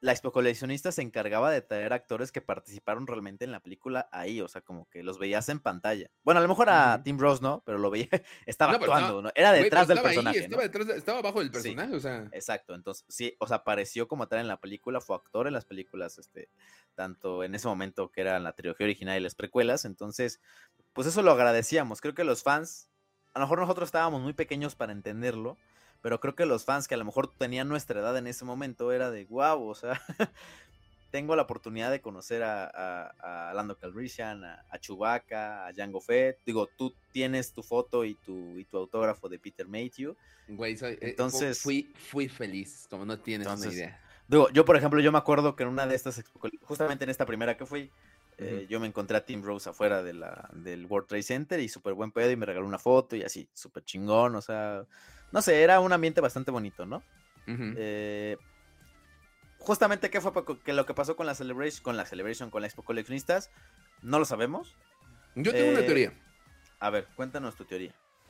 la Expo Coleccionista se encargaba de traer actores que participaron realmente en la película ahí, o sea, como que los veías en pantalla. Bueno, a lo mejor a Ujú. Tim Ross no, pero lo veía, estaba No, pero actuando, estaba, ¿no? Era güey, pero detrás del estaba ahí, personaje, estaba ¿no? detrás, de- estaba abajo del Sí, personaje, o sea. exacto. Entonces, sí, o sea, apareció como tal en la película, fue actor en las películas, este, tanto en ese momento que era la trilogía original y las precuelas. Entonces, pues eso lo agradecíamos. Creo que los fans, a lo mejor nosotros estábamos muy pequeños para entenderlo, pero creo que los fans que a lo mejor tenían nuestra edad en ese momento era de wow, o sea, tengo la oportunidad de conocer a, a, a Lando Calrissian, a, a Chewbacca, a Jango Fett. Digo, tú tienes tu foto y tu, y tu autógrafo de Peter Mayhew. Güey, soy, eh, fu- Entonces, fui, fui feliz, como no tienes una entonces, idea. digo, yo por ejemplo, yo me acuerdo que en una de estas, expo- justamente en esta primera que fui, eh, Ujú. yo me encontré a Tim Rose afuera de la, del World Trade Center y súper buen pedo y me regaló una foto y así, súper chingón, o sea, no sé, era un ambiente bastante bonito, ¿no? Ujú. Eh, justamente qué fue po- que lo que pasó con la Celebration, con la Celebration, con la Expo Coleccionistas, no lo sabemos. Yo tengo una Eh, teoría. a ver, cuéntanos tu teoría.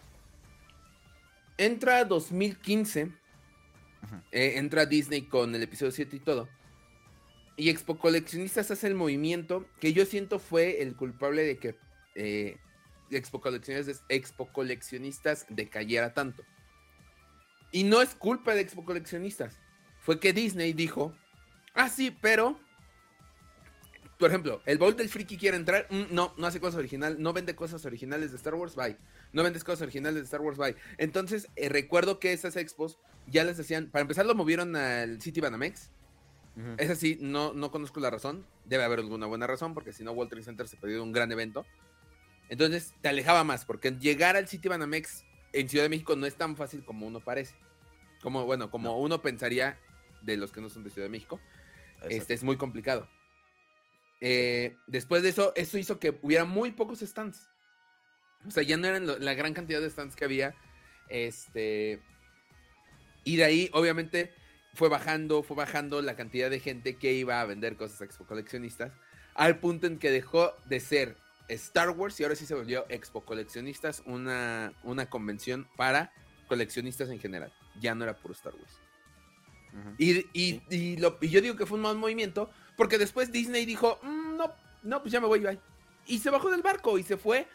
Entra dos mil quince, Ujú. eh, entra Disney con el episodio siete y todo. Y Expo Coleccionistas hace el movimiento que yo siento fue el culpable de que eh, Expo Coleccionistas, Expo Coleccionistas decayera tanto. Y no es culpa de Expo Coleccionistas. Fue que Disney dijo, ah, sí, pero, por ejemplo, el Vault del Friki quiere entrar, mm, no, no hace cosas originales, no vende cosas originales de Star Wars, bye. No vendes cosas originales de Star Wars, bye. Entonces, eh, recuerdo que esas expos ya les decían, para empezar lo movieron al City Banamex. Ujú. Es así, no, no conozco la razón. Debe haber alguna buena razón, porque si no, World Trade Center se perdió un gran evento. Entonces, te alejaba más, porque llegar al City Banamex en Ciudad de México no es tan fácil como uno parece. Como, bueno, como No. uno pensaría de los que no son de Ciudad de México. Exacto. Este es muy complicado. Eh, después de eso, eso hizo que hubiera muy pocos stands. O sea, ya no eran lo, la gran cantidad de stands que había. Este. Y de ahí, obviamente, fue bajando, fue bajando la cantidad de gente que iba a vender cosas a Expo Coleccionistas. Al punto en que dejó de ser Star Wars y ahora sí se volvió Expo Coleccionistas, una, una convención para coleccionistas en general. Ya no era puro Star Wars. Ujú. Y, y, Sí. y, lo, y yo digo que fue un mal movimiento, porque después Disney dijo, mmm, no, no, pues ya me voy, bye. Y se bajó del barco y se fue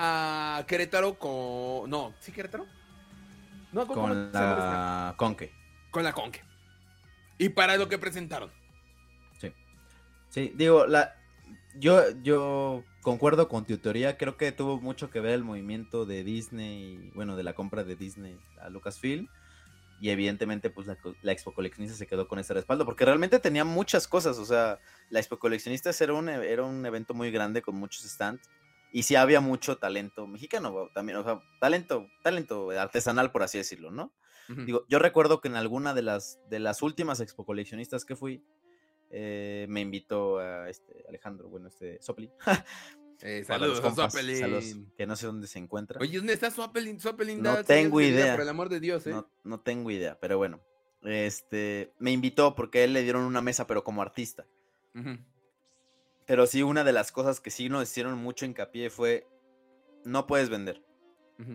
a Querétaro con... No, ¿sí Querétaro? No, ¿cómo, cómo Con se llama esta? la Conque. Con la Conque. Y para lo que presentaron. Sí. Sí, digo, la yo yo concuerdo con tu teoría, creo que tuvo mucho que ver el movimiento de Disney, bueno, de la compra de Disney a Lucasfilm y evidentemente pues la, co- la Expo Coleccionista se quedó con ese respaldo porque realmente tenía muchas cosas, o sea, la Expo Coleccionistas era un e- era un evento muy grande con muchos stands y sí había mucho talento mexicano también, o sea, talento talento artesanal por así decirlo, ¿no? Ujú. Digo, yo recuerdo que en alguna de las de las últimas Expo Coleccionistas que fui eh, me invitó a este Alejandro, bueno, este Sopli, Eh, para los saludos a compas, saludos, Sopelin. que no sé dónde se encuentra. Oye, ¿dónde está Sopelin? Sopelin No da señales tengo de vida, por idea, el amor de Dios, ¿eh? no, no tengo idea, pero bueno, este, me invitó porque a él le dieron una mesa, pero como artista. Ujú. Pero sí, una de las cosas que sí nos hicieron mucho hincapié fue, no puedes vender. Ujú.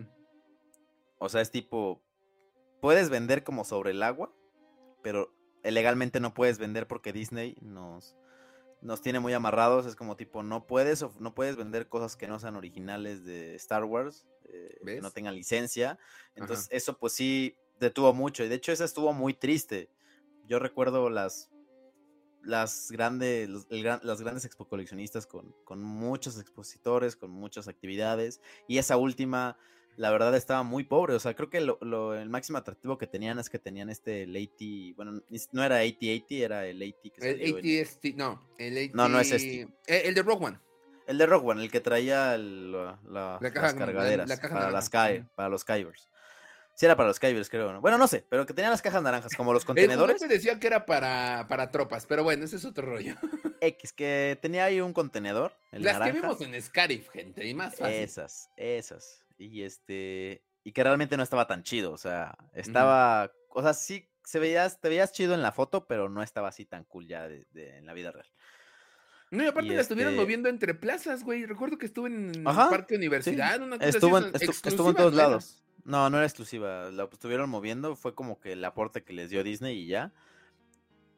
O sea, es tipo, puedes vender como sobre el agua, pero legalmente no puedes vender porque Disney nos, nos tiene muy amarrados. Es como tipo, no puedes, of- no puedes vender cosas que no sean originales de Star Wars, eh, que no ¿Ves? tengan licencia. Entonces, Ajá. eso pues sí detuvo mucho. Y de hecho, esa estuvo muy triste. Yo recuerdo las, las, grandes, los- el gran- las grandes expo coleccionistas con, con muchos expositores, con muchas actividades. Y esa última, la verdad, estaba muy pobre. O sea, creo que lo, lo- el máximo atractivo que tenían es que tenían este, el ochenta, bueno, ni s- no era ochenta ochenta, era el ochenta que El salió en... A T S T, no, el No, no es A T... este. eh, el de Rogue One. El de Rogue One, el que traía el- la- la- La caja, las la, la cargaderas caja para naranja. las Kai, Ujú. para los Kybers. Sí era para los Kybers, creo, ¿no? Bueno, no sé, pero que tenían las cajas naranjas, como los El juguete contenedores. decía que era para, para tropas, pero bueno, ese es otro rollo. X, que tenía ahí un contenedor, el Las que naranja. vimos en Scarif, gente, y más fácil. Esas, esas. Y este, y que realmente no estaba tan chido, o sea, Ujú. estaba, o sea, sí se veías, te veías chido en la foto, pero no estaba así tan cool ya de- de- en la vida real. No, y aparte Y la estuvieron este, moviendo entre plazas, güey. Recuerdo que estuve en el ajá, Parque sí, Universidad, una cosa así, estuvo o en, sea, estu- estuvo en exclusiva todos no era. lados. No, no era exclusiva, la estuvieron moviendo, fue como que el aporte que les dio Disney y ya.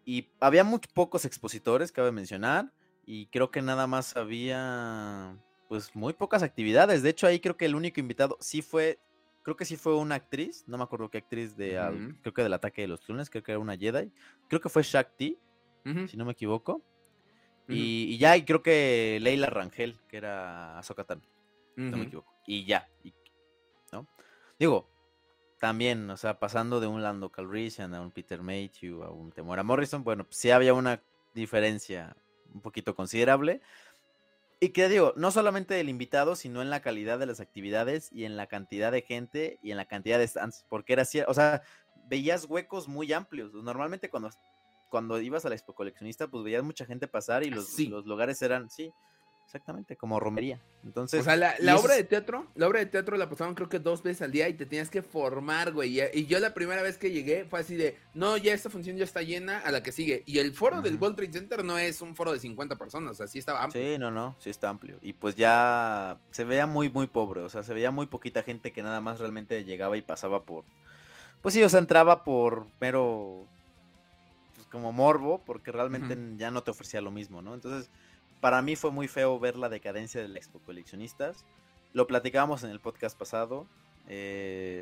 y había muy pocos expositores, cabe mencionar, y creo que nada más había, pues, muy pocas actividades. De hecho, ahí creo que el único invitado sí fue, creo que sí fue una actriz, no me acuerdo qué actriz de, al- Ujú, creo que del Ataque de los Clones, creo que era una Jedi, creo que fue Shakti, ujú, si no me equivoco, ujú, y, y ya, y creo que Leila Rangel, que era Ahsoka Tano, si no me ujú. equivoco, y ya, y- ¿no? Digo, también, o sea, pasando de un Lando Calrissian a un Peter Mayhew, a un Temuera Morrison, bueno, pues sí había una diferencia un poquito considerable. Y que digo, no solamente del invitado, sino en la calidad de las actividades y en la cantidad de gente y en la cantidad de stands, porque era así, o sea, veías huecos muy amplios. Normalmente cuando, cuando ibas a la Expo Coleccionista, pues veías mucha gente pasar y los, Sí. los lugares eran, sí, exactamente, como romería. O Entonces, sea, la, y la eso obra es, de teatro, la obra de teatro la pasaban creo que dos veces al día y te tenías que formar, güey. Y, y yo la primera vez que llegué fue así de, no, ya esta función ya está llena, a la que sigue. Y el foro del ujú. World Trade Center no es un foro de cincuenta personas, así estaba amplio. Sí, no, no, sí está amplio. Y pues ya se veía muy, muy pobre, o sea, se veía muy poquita gente que nada más realmente llegaba y pasaba por, pues sí, o sea, entraba por mero, pues como morbo, porque realmente Ujú. n- ya no te ofrecía lo mismo, ¿no? Entonces, para mí fue muy feo ver la decadencia del Expo Coleccionistas. Lo platicábamos en el podcast pasado. eh,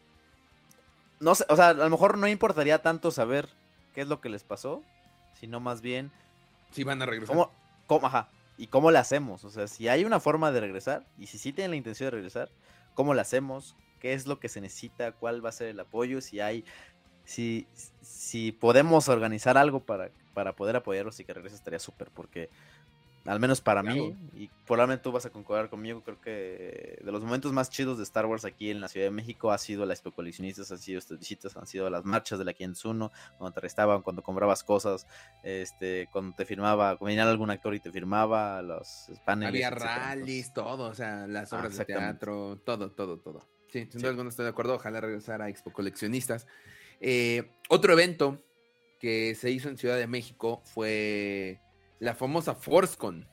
no sé, o sea, a lo mejor no importaría tanto saber qué es lo que les pasó, sino más bien Sí van a regresar. ¿Cómo, cómo, ajá, y cómo le hacemos? O sea, si hay una forma de regresar, y si sí tienen la intención de regresar, ¿cómo la hacemos? ¿Qué es lo que se necesita? ¿Cuál va a ser el apoyo? Si hay, si, si podemos organizar algo para, para poder apoyarlos y que regrese estaría súper, porque al menos para Claro. mí, y probablemente tú vas a concordar conmigo, creo que de los momentos más chidos de Star Wars aquí en la Ciudad de México ha sido las Expo Coleccionistas, han sido estas visitas, han sido las marchas de la Kienzuno, cuando te arrestaban, cuando comprabas cosas, este, cuando te firmaba, cuando venía algún actor y te firmaba, los paneles, Había etcétera. Entonces, rallies, todo, o sea, las ah, obras de exactamente. teatro, todo, todo, todo. Sí, sin duda Sí. alguna estoy de acuerdo. Ojalá regresar a Expo Coleccionistas. Eh, otro evento que se hizo en Ciudad de México fue la famosa ForceCon.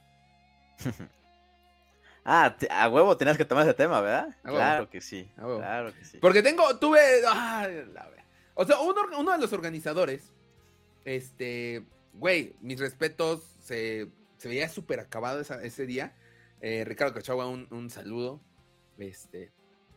Ah, te- a huevo tenías que tomar ese tema, ¿verdad? A huevo, Claro que sí, a huevo. claro que sí. Porque tengo, tuve, ah, la ver- o sea, uno, uno de los organizadores, este, güey, mis respetos, se, se veía súper acabado esa- ese día. Eh, Ricardo Cachagua, un, un saludo. Este,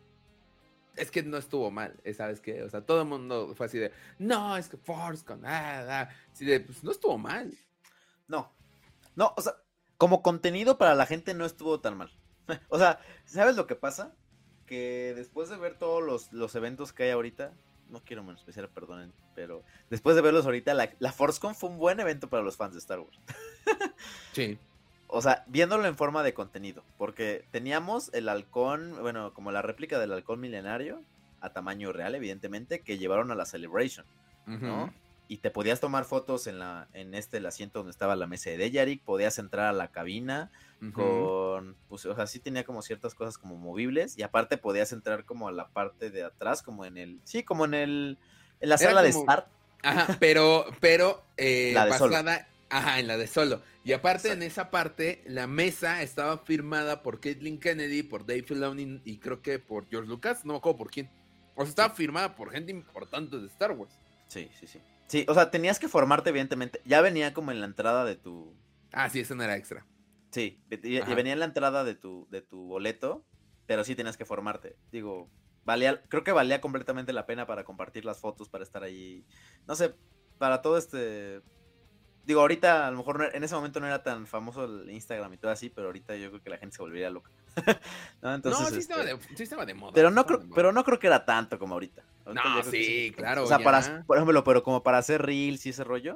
es que no estuvo mal, ¿eh? ¿Sabes qué? O sea, todo el mundo fue así de, no, es que ForceCon, ah, ah. Así de, pues no estuvo mal. No, no, o sea, como contenido para la gente no estuvo tan mal. O sea, ¿sabes lo que pasa? Que después de ver todos los, los eventos que hay ahorita, no quiero menospreciar, perdonen, pero después de verlos ahorita, la, la ForceCon fue un buen evento para los fans de Star Wars. Sí. O sea, viéndolo en forma de contenido, porque teníamos el halcón, bueno, como la réplica del halcón milenario, a tamaño real, evidentemente, que llevaron a la Celebration, Ujú. ¿no? Y te podías tomar fotos en la en este el asiento donde estaba la mesa de Dejarik, podías entrar a la cabina Ujú. con, pues, o sea, sí tenía como ciertas cosas como movibles y aparte podías entrar como a la parte de atrás, como en el, sí, como en el, en la Era sala de como, estar, ajá, pero, pero eh, la de solo. basada, ajá, en la de Solo. Y aparte, en Exacto. esa parte, la mesa estaba firmada por Caitlin Kennedy, por Dave Filoni y creo que por George Lucas, no me acuerdo por quién. O sea, Sí, estaba firmada por gente importante de Star Wars. sí, sí, sí. Sí, o sea, tenías que formarte, evidentemente. Ya venía como en la entrada de tu. Ah, sí, esa no era extra. Sí, y y Ajá. venía en la entrada de tu, de tu boleto, pero sí tenías que formarte. Digo, valía, creo que valía completamente la pena para compartir las fotos, para estar ahí. No sé, para todo este. Digo, ahorita a lo mejor no- en ese momento no era tan famoso el Instagram y todo así, pero ahorita yo creo que la gente se volvería loca. ¿No? No, Entonces, sí estaba este. de, sí estaba de moda. Pero Sí no estaba creo, de moda. pero no creo que era tanto como ahorita. Ahorita No, yo creo que sí. sí, O claro, sea, para, ya. por ejemplo, pero como para hacer reels y ese rollo,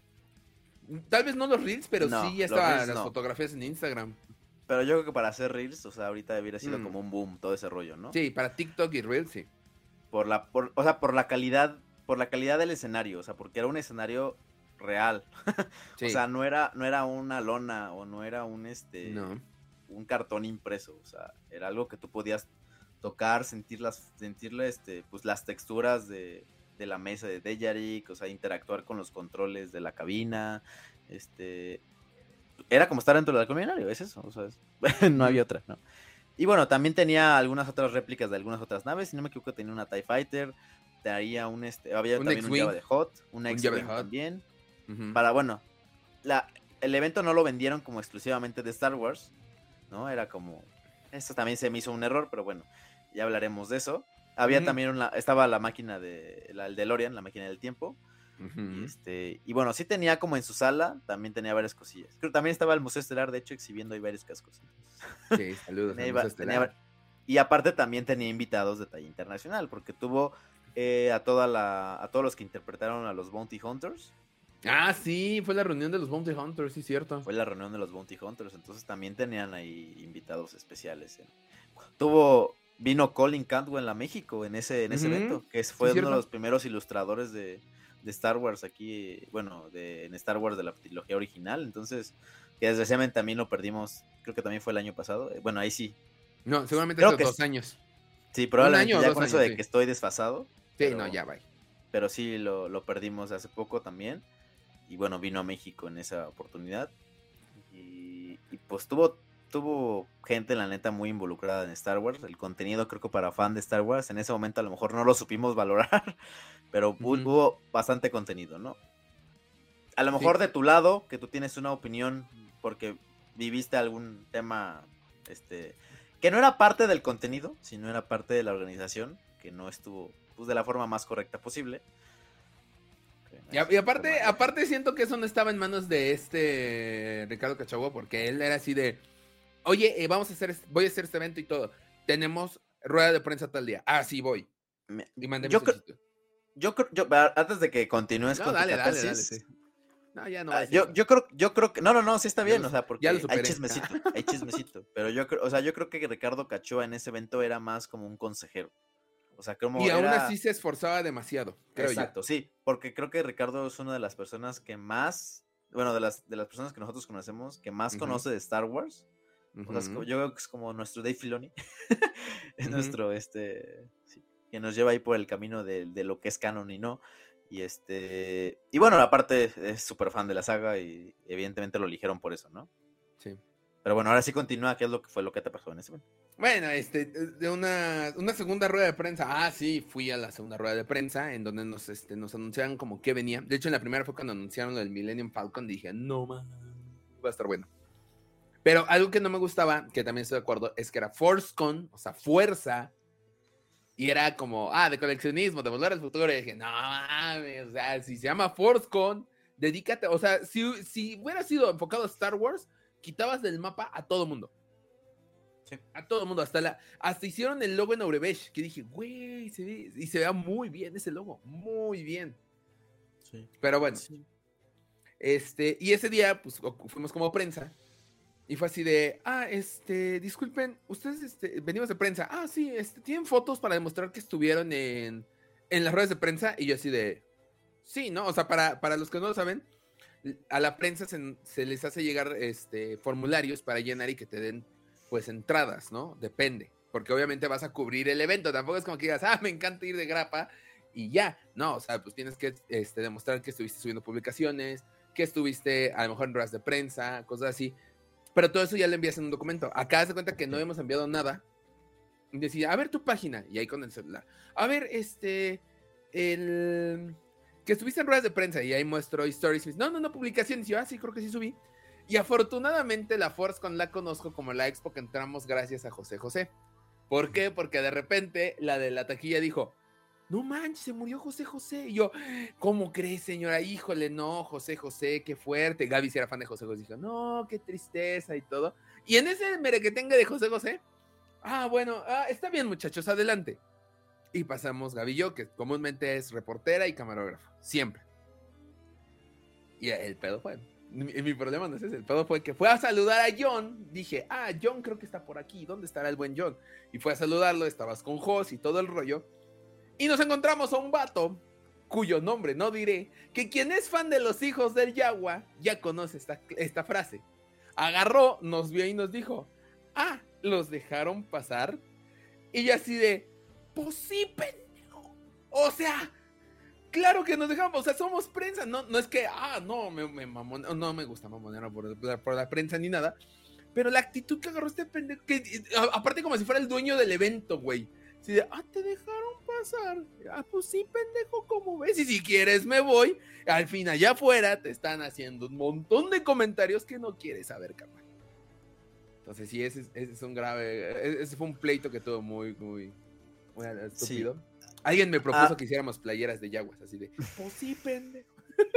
Tal vez no los reels, pero sí no, ya los estaban reels las no. fotografías en Instagram. Pero yo creo que para hacer reels, o sea, ahorita hubiera sido Mm. como un boom todo ese rollo, ¿no? Sí, para TikTok y reels, sí. Por la, por, o sea, por la calidad, por la calidad del escenario, o sea, porque era un escenario real. O Sí, sea, no era, no era una lona o no era un este no. un cartón impreso, o sea, era algo que tú podías tocar, sentir las, sentirle este, pues las texturas de, de la mesa de Dejarik, o sea, interactuar con los controles de la cabina, este, era como estar dentro del halcón milenario, es eso, o sea, es- no Ujú. había otra, ¿no? Y bueno, también tenía algunas otras réplicas de algunas otras naves, si no me equivoco tenía una TIE Fighter, traía un, este, había Un también un X-Wing, Java de Hot, una un Jabba the X-Wing Hutt. también, Uh-huh. Para, bueno, la, el evento no lo vendieron como exclusivamente de Star Wars, ¿no? Era como, esto también se me hizo un error, pero bueno, ya hablaremos de eso. Había uh-huh. también una, estaba la máquina de, la, el DeLorean, la máquina del tiempo. Uh-huh. Y, este, y bueno, sí tenía como en su sala, también tenía varias cosillas. Creo que también estaba el Museo Estelar, de hecho, exhibiendo ahí varios cascos. Sí, saludos tenía, al Museo tenía, y aparte también tenía invitados de talla internacional, porque tuvo eh, a toda la, a todos los que interpretaron a los Bounty Hunters. Ah, sí, fue la reunión de los Bounty Hunters, sí, cierto. Fue la reunión de los Bounty Hunters, entonces también tenían ahí invitados especiales. ¿eh? Tuvo, vino Colin Cantwell a México en ese, en ese uh-huh. evento, que fue sí, uno de los primeros ilustradores de, de Star Wars aquí, bueno, de, en Star Wars de la trilogía original, entonces, que desgraciadamente también lo perdimos, creo que también fue el año pasado, bueno, ahí sí. No, seguramente hace dos años. Sí, probablemente ya con años, eso de sí. que estoy desfasado. Sí, pero, no, ya va. Pero sí, lo, lo perdimos hace poco también. Y bueno, vino a México en esa oportunidad. Y, y pues tuvo, tuvo gente, la neta, muy involucrada en Star Wars. El contenido, creo que para fan de Star Wars, en ese momento a lo mejor no lo supimos valorar. Pero uh-huh. hubo bastante contenido, ¿no? A lo mejor sí. de tu lado, que tú tienes una opinión porque viviste algún tema este que no era parte del contenido, sino era parte de la organización, que no estuvo pues, de la forma más correcta posible. Y, a, y aparte, aparte siento que eso no estaba en manos de este Ricardo Cachagua, porque él era así de, oye, eh, vamos a hacer, voy a hacer este evento y todo. Tenemos rueda de prensa tal día. Ah, sí, voy. Me, y mandé yo, creo, yo creo, yo antes de que continúes no, con dale, tu dale, dale, sí. No, ya no. Uh, yo, yo creo, yo creo que, no, no, no, sí está bien, lo, o sea, porque hay chismecito, hay chismecito, pero yo creo, o sea, yo creo que Ricardo Cachagua en ese evento era más como un consejero. O sea, como y era... aún así se esforzaba demasiado, creo Exacto, yo. sí, porque creo que Ricardo es una de las personas que más, bueno, de las, de las personas que nosotros conocemos, que más uh-huh. conoce de Star Wars. Uh-huh. O sea, es como, yo creo que es como nuestro Dave Filoni. es uh-huh. nuestro, este, sí, que nos lleva ahí por el camino de, de lo que es canon y no. Y este, y bueno, aparte es súper fan de la saga y evidentemente lo eligieron por eso, ¿no? Sí. Pero bueno, ahora sí continúa, ¿qué es lo que fue lo que te pasó en ese momento? Bueno, este, de una, una segunda rueda de prensa. Ah, sí, fui a la segunda rueda de prensa en donde nos, este, nos anunciaron como que venía. De hecho, en la primera fue cuando anunciaron lo del Millennium Falcon. Dije, no, man, va a estar bueno. Pero algo que no me gustaba, que también estoy de acuerdo, es que era ForceCon, o sea, fuerza. Y era como, ah, de coleccionismo, de volver al futuro. Y dije, no, mames, o sea, si se llama ForceCon, dedícate, o sea, si, si hubiera sido enfocado a Star Wars, quitabas del mapa a todo mundo. Sí. A todo mundo, hasta la, hasta hicieron el logo en Aurebesh, que dije, güey, se ve, y se vea muy bien ese logo, muy bien. Sí. Pero bueno, sí. este, y ese día, pues, fuimos como prensa, y fue así de, ah, este, disculpen, ustedes, este, venimos de prensa, ah, sí, este, ¿tienen fotos para demostrar que estuvieron en, en las ruedas de prensa? Y yo así de, sí, ¿no? O sea, para, para los que no lo saben, a la prensa se, se les hace llegar, este, formularios para llenar y que te den pues entradas, ¿no? Depende, porque obviamente vas a cubrir el evento, tampoco es como que digas, ah, me encanta ir de grapa y ya, no, o sea, pues tienes que este, demostrar que estuviste subiendo publicaciones, que estuviste a lo mejor en ruedas de prensa, cosas así, pero todo eso ya lo envías en un documento. Acá haz de cuenta que no hemos enviado nada, y decía, a ver tu página, y ahí con el celular, a ver, este, el, que estuviste en ruedas de prensa, y ahí muestro stories, no, no, no, publicaciones, y yo, ah, sí, creo que sí subí. Y afortunadamente la ForceCon la conozco como la expo que entramos gracias a José José. ¿Por qué? Porque de repente la de la taquilla dijo, no manches, se murió José José. Y yo, ¿cómo crees, señora? Híjole, no, José José, qué fuerte. Gaby si era fan de José José, dijo, no, qué tristeza y todo. Y en ese merequetengue de José José, ah, bueno, ah, está bien, muchachos, adelante. Y pasamos Gaby y yo, que comúnmente es reportera y camarógrafo, siempre. Y el pedo fue... Mi, mi problema no es ese, el pedo fue que fue a saludar a John, dije, ah, John creo que está por aquí, ¿dónde estará el buen John? Y fue a saludarlo, estabas con Jos y todo el rollo, y nos encontramos a un vato, cuyo nombre no diré, que quien es fan de los hijos del Yagua, ya conoce esta, esta frase, agarró, nos vio y nos dijo, ah, ¿los dejaron pasar? Y yo así de, pues sí, pendejo, o sea... Claro que nos dejamos, o sea, somos prensa, no, no es que, ah, no, me, me mamon, no me gusta mamonear por, por la prensa ni nada, pero la actitud que agarró este pendejo, que, aparte como si fuera el dueño del evento, güey, así de, ah, te dejaron pasar. Ah, pues sí, pendejo, ¿cómo ves? Y si quieres me voy. Al fin, allá afuera te están haciendo un montón de comentarios que no quieres saber, carnal. Entonces sí, ese, ese es un grave, ese fue un pleito que tuvo muy, muy, muy estúpido. Sí. Alguien me propuso ah. que hiciéramos playeras de Yaguas, así de, pues sí, pendejo.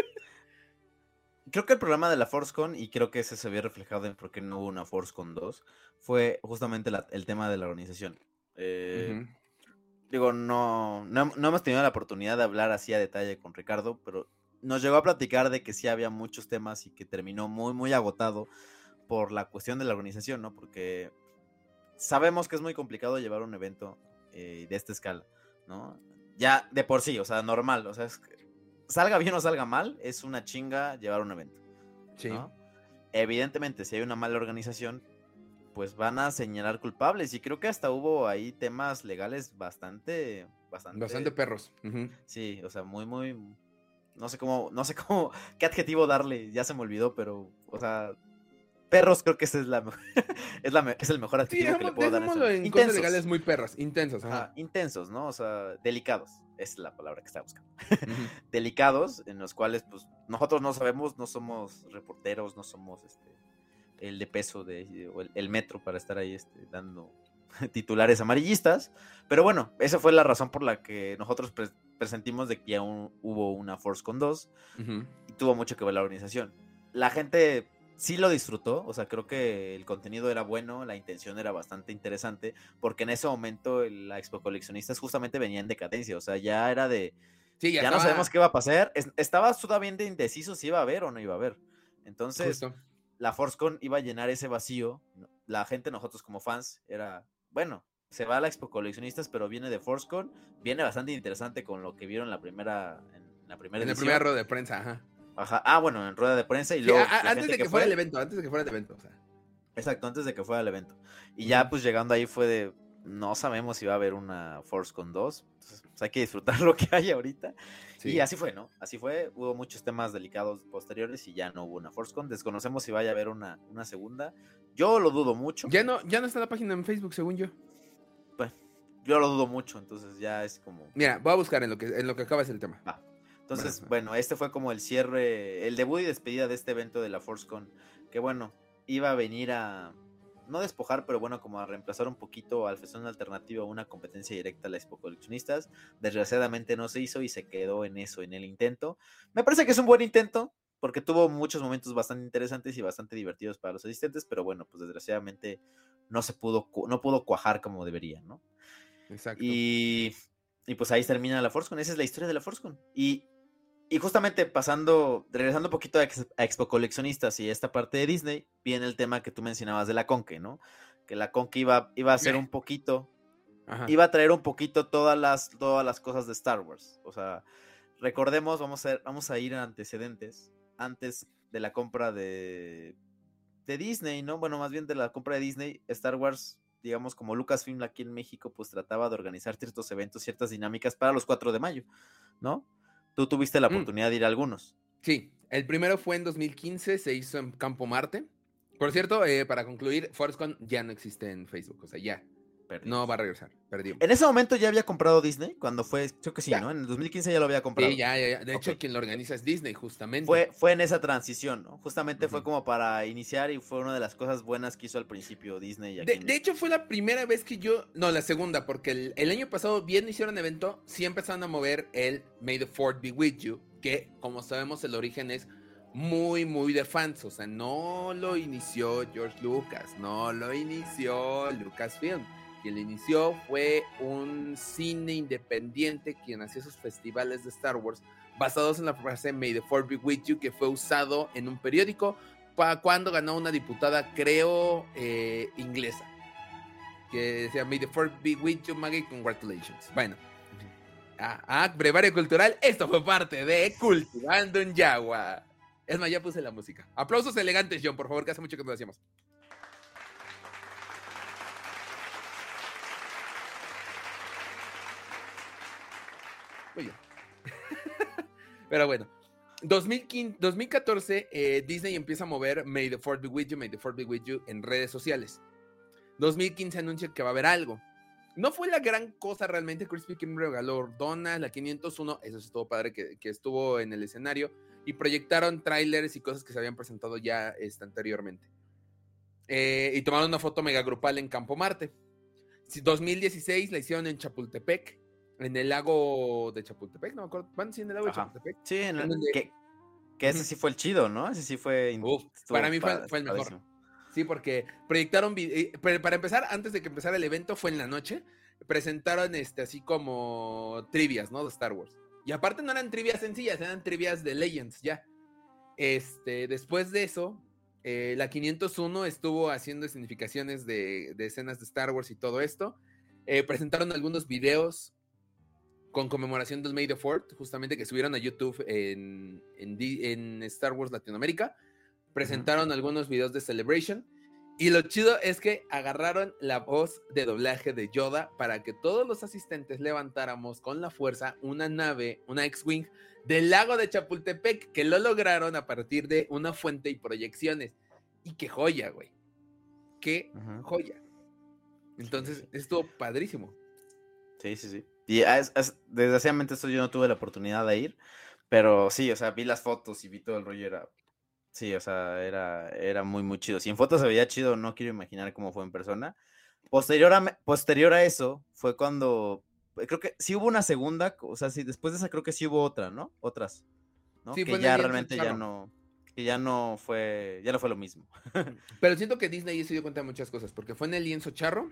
Creo que el problema de la ForceCon, y creo que ese se vio reflejado en por qué no hubo una ForceCon dos, fue justamente la, el tema de la organización. Eh, uh-huh. Digo, no, no, no hemos tenido la oportunidad de hablar así a detalle con Ricardo, pero nos llegó a platicar de que sí había muchos temas y que terminó muy, muy agotado por la cuestión de la organización, ¿no? Porque sabemos que es muy complicado llevar un evento eh, de esta escala, ¿no? Ya de por sí, o sea, normal, o sea, es que salga bien o salga mal, es una chinga llevar un evento, sí. ¿no? Evidentemente, si hay una mala organización, pues van a señalar culpables, y creo que hasta hubo ahí temas legales bastante... Bastante, bastante perros. Uh-huh. Sí, o sea, muy, muy... No sé cómo, no sé cómo, qué adjetivo darle, ya se me olvidó, pero, o sea... Perros, creo que ese es la es la es el mejor adjetivo sí, que le puedo dar. Eso. En intensos. Cosas legales muy perros, intensos. Ajá. Ajá, intensos, ¿no? O sea, delicados, es la palabra que estaba buscando. Uh-huh. Delicados, en los cuales, pues, nosotros no sabemos, no somos reporteros, no somos este el de peso de, o el, el metro para estar ahí este, dando titulares amarillistas. Pero bueno, esa fue la razón por la que nosotros pre- presentimos de que ya un, hubo una ForceCon dos uh-huh. y tuvo mucho que ver la organización. La gente sí lo disfrutó, o sea, creo que el contenido era bueno, la intención era bastante interesante, porque en ese momento el, la Expo Coleccionistas justamente venía en decadencia, o sea, ya era de, sí, ya, ya no sabemos qué va a pasar, es, estaba todavía indeciso si iba a haber o no iba a haber, entonces Justo. La ForceCon iba a llenar ese vacío, la gente, nosotros como fans, era, bueno, se va a la Expo Coleccionistas, pero viene de ForceCon, viene bastante interesante con lo que vieron en la primera, en la primera en edición. el primer rueda de prensa, ajá. Ajá. Ah, bueno, en rueda de prensa y sí, luego... A, antes de que, que fuera fue... el evento, antes de que fuera el evento, o sea. Exacto, antes de que fuera el evento. Y uh-huh. ya pues llegando ahí fue de, no sabemos si va a haber una ForceCon dos, entonces pues, hay que disfrutar lo que hay ahorita. Sí. Y así fue, ¿no? Así fue, hubo muchos temas delicados posteriores y ya no hubo una ForceCon. Desconocemos si vaya a haber una, una segunda. Yo lo dudo mucho. Ya no, ya no está la página en Facebook, según yo. Pues, yo lo dudo mucho, entonces ya es como... Mira, voy a buscar en lo que, en lo que acaba es el tema. Va. Entonces, bueno, este fue como el cierre, el debut y despedida de este evento de la ForceCon, que bueno, iba a venir a, no despojar, pero bueno, como a reemplazar un poquito al Festón Alternativo a una competencia directa a la Expo Coleccionistas. Desgraciadamente no se hizo y se quedó en eso, en el intento. Me parece que es un buen intento, porque tuvo muchos momentos bastante interesantes y bastante divertidos para los asistentes, pero bueno, pues desgraciadamente no se pudo, no pudo cuajar como debería, ¿no? Exacto. Y, y pues ahí termina la ForceCon, esa es la historia de la ForceCon. Y Y justamente pasando, regresando un poquito a, Ex, a Expo Coleccionistas y esta parte de Disney, viene el tema que tú mencionabas de la Conque, ¿no? Que la Conque iba, iba a hacer un poquito, Ajá. iba a traer un poquito todas las, todas las cosas de Star Wars. O sea, recordemos, vamos a, vamos a ir a antecedentes, antes de la compra de, de Disney, ¿no? Bueno, más bien de la compra de Disney, Star Wars, digamos como Lucasfilm aquí en México, pues trataba de organizar ciertos eventos, ciertas dinámicas para los cuatro de mayo, ¿no? Tú tuviste la oportunidad mm. de ir a algunos. Sí, el primero fue en dos mil quince, se hizo en Campo Marte. Por cierto, eh, para concluir, ForceCon ya no existe en Facebook, o sea, ya. Perdimos. No va a regresar, perdimos. ¿En ese momento ya había comprado Disney? Cuando fue, creo que sí, ya. ¿no? En el dos mil quince ya lo había comprado. Sí, ya, ya, ya. De okay. hecho, quien lo organiza es Disney, justamente. Fue, fue en esa transición, ¿no? Justamente uh-huh. fue como para iniciar y fue una de las cosas buenas que hizo al principio Disney. Aquí de, de hecho, fue la primera vez que yo, no, la segunda, porque el, el año pasado bien hicieron evento, sí empezaron a mover el May the Fourth Be With You, que como sabemos el origen es muy, muy de fans, o sea, no lo inició George Lucas, no lo inició Lucasfilm. Quien lo inició fue un cine independiente quien hacía sus festivales de Star Wars basados en la frase May the Fourth Be With You, que fue usado en un periódico para cuando ganó una diputada, creo, eh, inglesa, que decía May the Fourth Be With You, Maggie, congratulations. Bueno, ah, ah, brevario cultural, esto fue parte de Cultivando un Yagua. Es más, ya puse la música. Aplausos elegantes, John, por favor, que hace mucho que no lo hacíamos. Muy bien. Pero bueno, dos mil quince, dos mil catorce eh, Disney empieza a mover May the Fourth Be With You, May the Fourth Be With You en redes sociales. dos mil quince anuncia que va a haber algo. no fue la gran cosa realmente. Krispy Kreme regaló donas, la quinientos uno, eso estuvo padre que, que estuvo en el escenario, y proyectaron trailers y cosas que se habían presentado ya este, anteriormente. Eh, y tomaron una foto mega grupal en Campo Marte. dos mil dieciséis la hicieron en Chapultepec, en el lago de Chapultepec, no me acuerdo, ¿van sí en el lago Ajá. de Chapultepec? Sí, en el, En donde... que, que ese sí fue el chido, ¿no? Ese sí fue... Uf, para mí fue, fue el mejor. Padrísimo. Sí, porque proyectaron, para empezar, antes de que empezara el evento, fue en la noche, presentaron este así como trivias, ¿no? De Star Wars. Y aparte no eran trivias sencillas, eran trivias de Legends, ya. Este, después de eso, eh, la quinientos uno estuvo haciendo significaciones de, de escenas de Star Wars y todo esto. Eh, presentaron algunos videos con conmemoración del May the fourth, justamente que subieron a YouTube en, en, en Star Wars Latinoamérica. Presentaron uh-huh. algunos videos de Celebration. Y lo chido es que agarraron la voz de doblaje de Yoda para que todos los asistentes levantáramos con la fuerza una nave, una X-Wing del lago de Chapultepec, que lo lograron a partir de una fuente y proyecciones. Y qué joya, güey. Qué uh-huh. joya. Entonces, sí. estuvo padrísimo. Sí, sí, sí. Y es, es, desgraciadamente esto yo no tuve la oportunidad de ir, pero sí, o sea, vi las fotos y vi todo el rollo, era... Sí, o sea, era, era muy, muy chido. Si en fotos se veía chido, no quiero imaginar cómo fue en persona. Posterior a, posterior a eso, fue cuando, creo que sí hubo una segunda, o sea, sí, después de esa creo que sí hubo otra, ¿no? Otras, ¿no? Sí, que ya realmente ya no, que ya no fue, ya no fue lo mismo. Pero siento que Disney se dio cuenta de muchas cosas, porque fue en el lienzo charro,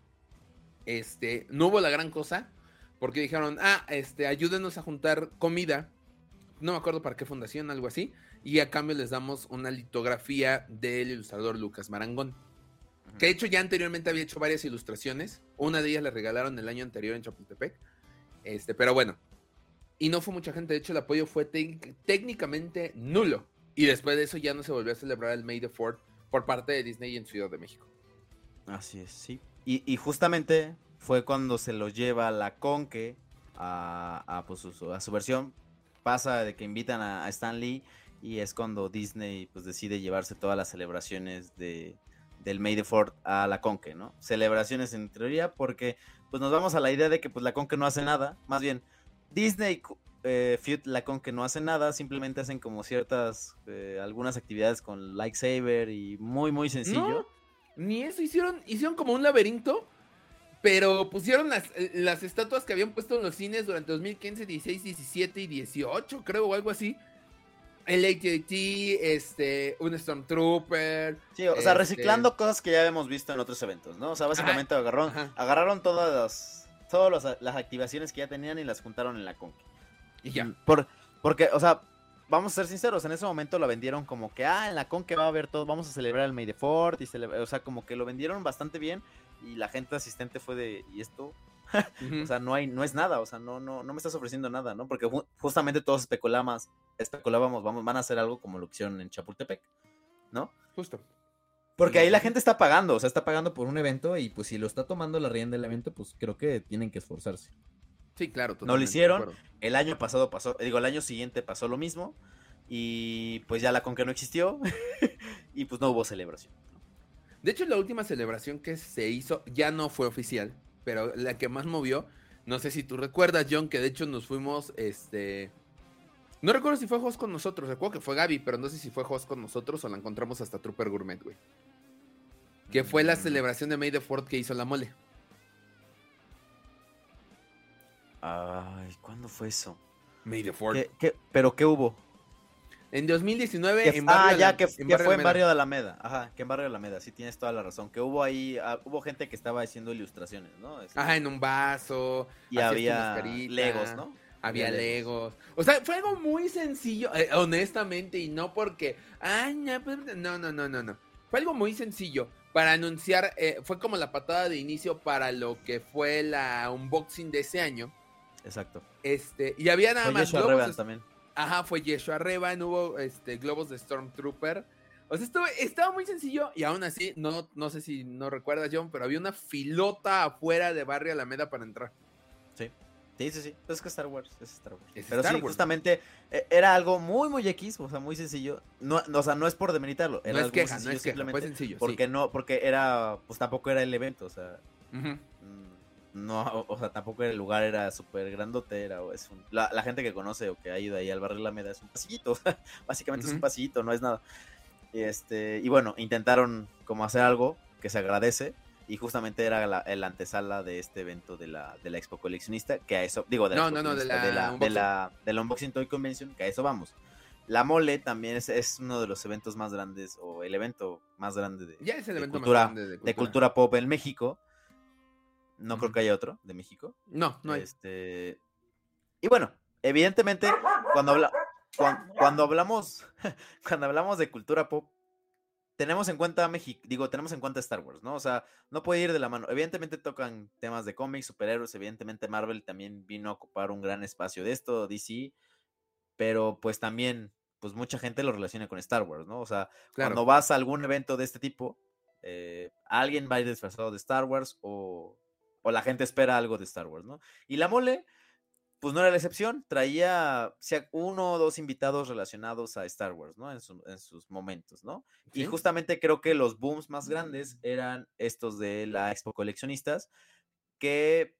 este, no hubo la gran cosa, porque dijeron, ah, este, ayúdenos a juntar comida, no me acuerdo para qué fundación, algo así, y a cambio les damos una litografía del ilustrador Lucas Marangón, uh-huh. que de hecho ya anteriormente había hecho varias ilustraciones, una de ellas le regalaron el año anterior en Chapultepec, este, pero bueno, y no fue mucha gente, de hecho el apoyo fue te- técnicamente nulo, y después de eso ya no se volvió a celebrar el May the fourth por parte de Disney en Ciudad de México. Así es, sí. Y, y justamente fue cuando se lo lleva la Conque a, a, pues, su, a su versión, pasa de que invitan a, a Stan Lee, y es cuando Disney pues decide llevarse todas las celebraciones de, del May the fourth a la Conque, ¿no? Celebraciones en teoría porque pues nos vamos a la idea de que pues la Conque no hace nada, más bien Disney, eh, Feud, la Conque no hace nada, simplemente hacen como ciertas, eh, algunas actividades con lightsaber y muy muy sencillo. No, ni eso, hicieron, hicieron como un laberinto, pero pusieron las, las estatuas que habían puesto en los cines durante dos mil quince, dieciséis, diecisiete y dieciocho, creo, o algo así. El A T A T, este, un Stormtrooper. Sí, o sea, este... reciclando cosas que ya habíamos visto en otros eventos, ¿no? O sea, básicamente ajá, agarraron, ajá. agarraron todas las, todas las activaciones que ya tenían y las juntaron en la Conque. Y ya. Por, porque, o sea, vamos a ser sinceros, en ese momento lo vendieron como que, ah, en la Conque va a haber todo, vamos a celebrar el May the fourth, y celebra, o sea, como que lo vendieron bastante bien, y la gente asistente fue de, ¿y esto? Uh-huh. O sea, no hay, no es nada, o sea, no, no, no me estás ofreciendo nada, ¿no? Porque ju- justamente todos especulábamos, especulábamos, vamos, van a hacer algo como lo que hicieron en Chapultepec, ¿no? Justo. Porque ahí la gente está pagando, o sea, está pagando por un evento, y pues si lo está tomando la rienda del evento, pues creo que tienen que esforzarse. Sí, claro. No lo hicieron, el año pasado pasó, digo, el año siguiente pasó lo mismo, y pues ya la Conque no existió, y pues no hubo celebración. De hecho, la última celebración que se hizo ya no fue oficial, pero la que más movió, no sé si tú recuerdas, John, que de hecho nos fuimos, este... No recuerdo si fue host con nosotros, recuerdo que fue Gaby, pero no sé si fue host con nosotros o la encontramos hasta Trooper Gourmet, güey. Que fue la celebración de May the fourth que hizo la mole. Ay, ¿cuándo fue eso? May the fourth. ¿Qué, qué, ¿Pero qué hubo? En dos mil diecinueve que, en Barrio Ah, ya, la, que, en que fue en Barrio de Alameda. Ajá, que en Barrio de Alameda, sí tienes toda la razón. Que hubo ahí, uh, hubo gente que estaba haciendo ilustraciones, ¿no? Este, Ajá, en un vaso. Y había Legos, ¿no? Había, había Legos. Legos. O sea, fue algo muy sencillo, eh, honestamente, y no porque... Ay, no, no, no, no, no, no. Fue algo muy sencillo para anunciar, eh, fue como la patada de inicio para lo que fue la unboxing de ese año. Exacto. Este, y había nada fue más globos. Revan, de... también. Ajá, fue Yeshua Revan, hubo este, globos de Stormtrooper. O sea, estuvo, estaba muy sencillo y aún así, no, no sé si no recuerdas, John, pero había una filota afuera de Barrio Alameda para entrar. Sí, sí, sí, sí. Es que Star Wars, es Star Wars. Es pero Star sí, Wars. Justamente era algo muy, muy X, o sea, muy sencillo. No, o sea, no es por demeritarlo. Era no es algo queja, sencillo, no es queja, fue sencillo. Porque sí. no, porque era, pues tampoco era el evento, o sea. Uh-huh. no, o, o sea, tampoco el lugar era súper grandote, era, es un, la, la gente que conoce o que ha ido ahí al barrio Alameda es un pasillito, básicamente uh-huh. es un pasillito, no es nada. Y, este, y bueno, intentaron como hacer algo que se agradece, y justamente era la, la antesala de este evento de la, de la Expo Coleccionista, que a eso, digo, de la, no, no, no, de la, de la, de la, de la Unboxing Toy Convention, que a eso vamos. La Mole también es, es uno de los eventos más grandes, o el evento más grande de, ya es el de, evento cultura, más grande de, cultura. de cultura pop en México. No uh-huh. creo que haya otro de México. No, no hay. Este... Y bueno, evidentemente, cuando, habla... cuando, cuando hablamos cuando hablamos de cultura pop, tenemos en cuenta México, digo, tenemos en cuenta Star Wars, ¿no? O sea, no puede ir de la mano. Evidentemente tocan temas de cómics, superhéroes, evidentemente Marvel también vino a ocupar un gran espacio de esto, D C, pero pues también, pues mucha gente lo relaciona con Star Wars, ¿no? O sea, claro. Cuando vas a algún evento de este tipo, eh, alguien va a ir disfrazado de Star Wars o, o la gente espera algo de Star Wars, ¿no? Y la Mole, pues no era la excepción, traía o sea, uno o dos invitados relacionados a Star Wars, ¿no? En, su, en sus momentos, ¿no? ¿Sí? Y justamente creo que los booms más grandes eran estos de la Expo Coleccionistas, que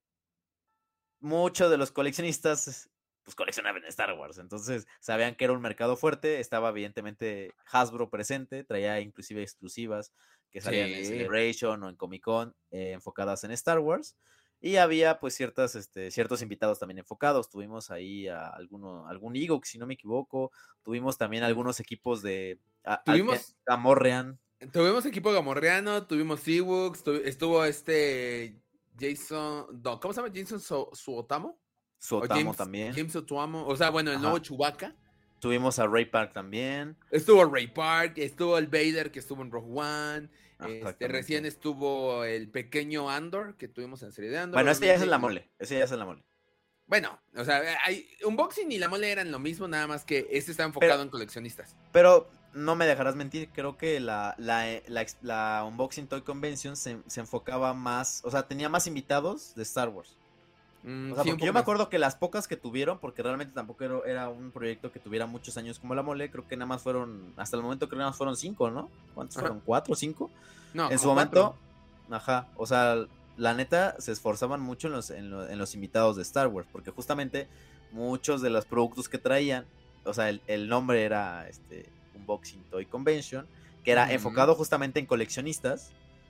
muchos de los coleccionistas pues coleccionaban Star Wars, entonces sabían que era un mercado fuerte, estaba evidentemente Hasbro presente, traía inclusive exclusivas que salían sí. en Celebration o en Comic Con eh, enfocadas en Star Wars, y había pues ciertas, este, ciertos invitados también enfocados, tuvimos ahí a alguno, algún Egox, si no me equivoco, tuvimos también algunos equipos de a, tuvimos Gamorrean. Tuvimos equipo gamorreano, tuvimos Ewoks, tu, estuvo este Jason, no, ¿cómo se llama? Jason so, Suotamo. Suotamo James, también. James Suotamo, o sea, bueno, el Ajá. nuevo Chewbacca. Tuvimos a Ray Park también. Estuvo Ray Park, estuvo el Vader que estuvo en Rogue One. Este, recién estuvo el pequeño Andor que tuvimos en la serie de Andor. Bueno, ese ya es en la mole, ese ya es en la mole. Bueno, o sea, hay, Unboxing y la mole eran lo mismo, nada más que este está enfocado pero, en coleccionistas. Pero no me dejarás mentir, creo que la, la, la, la Unboxing Toy Convention se, se enfocaba más, o sea, tenía más invitados de Star Wars. Mm, o sea, sí, porque yo me acuerdo que las pocas que tuvieron, porque realmente tampoco era, era un proyecto que tuviera muchos años como la mole, creo que nada más fueron, hasta el momento creo que nada más fueron cinco, ¿no? ¿Cuántos ajá. fueron? ¿Cuatro o cinco? No, en su momento, cuatro. Ajá, o sea, la neta se esforzaban mucho en los, en, lo, en los invitados de Star Wars, porque justamente muchos de los productos que traían, o sea, el, el nombre era este Unboxing Toy Convention, que era mm. enfocado justamente en coleccionistas,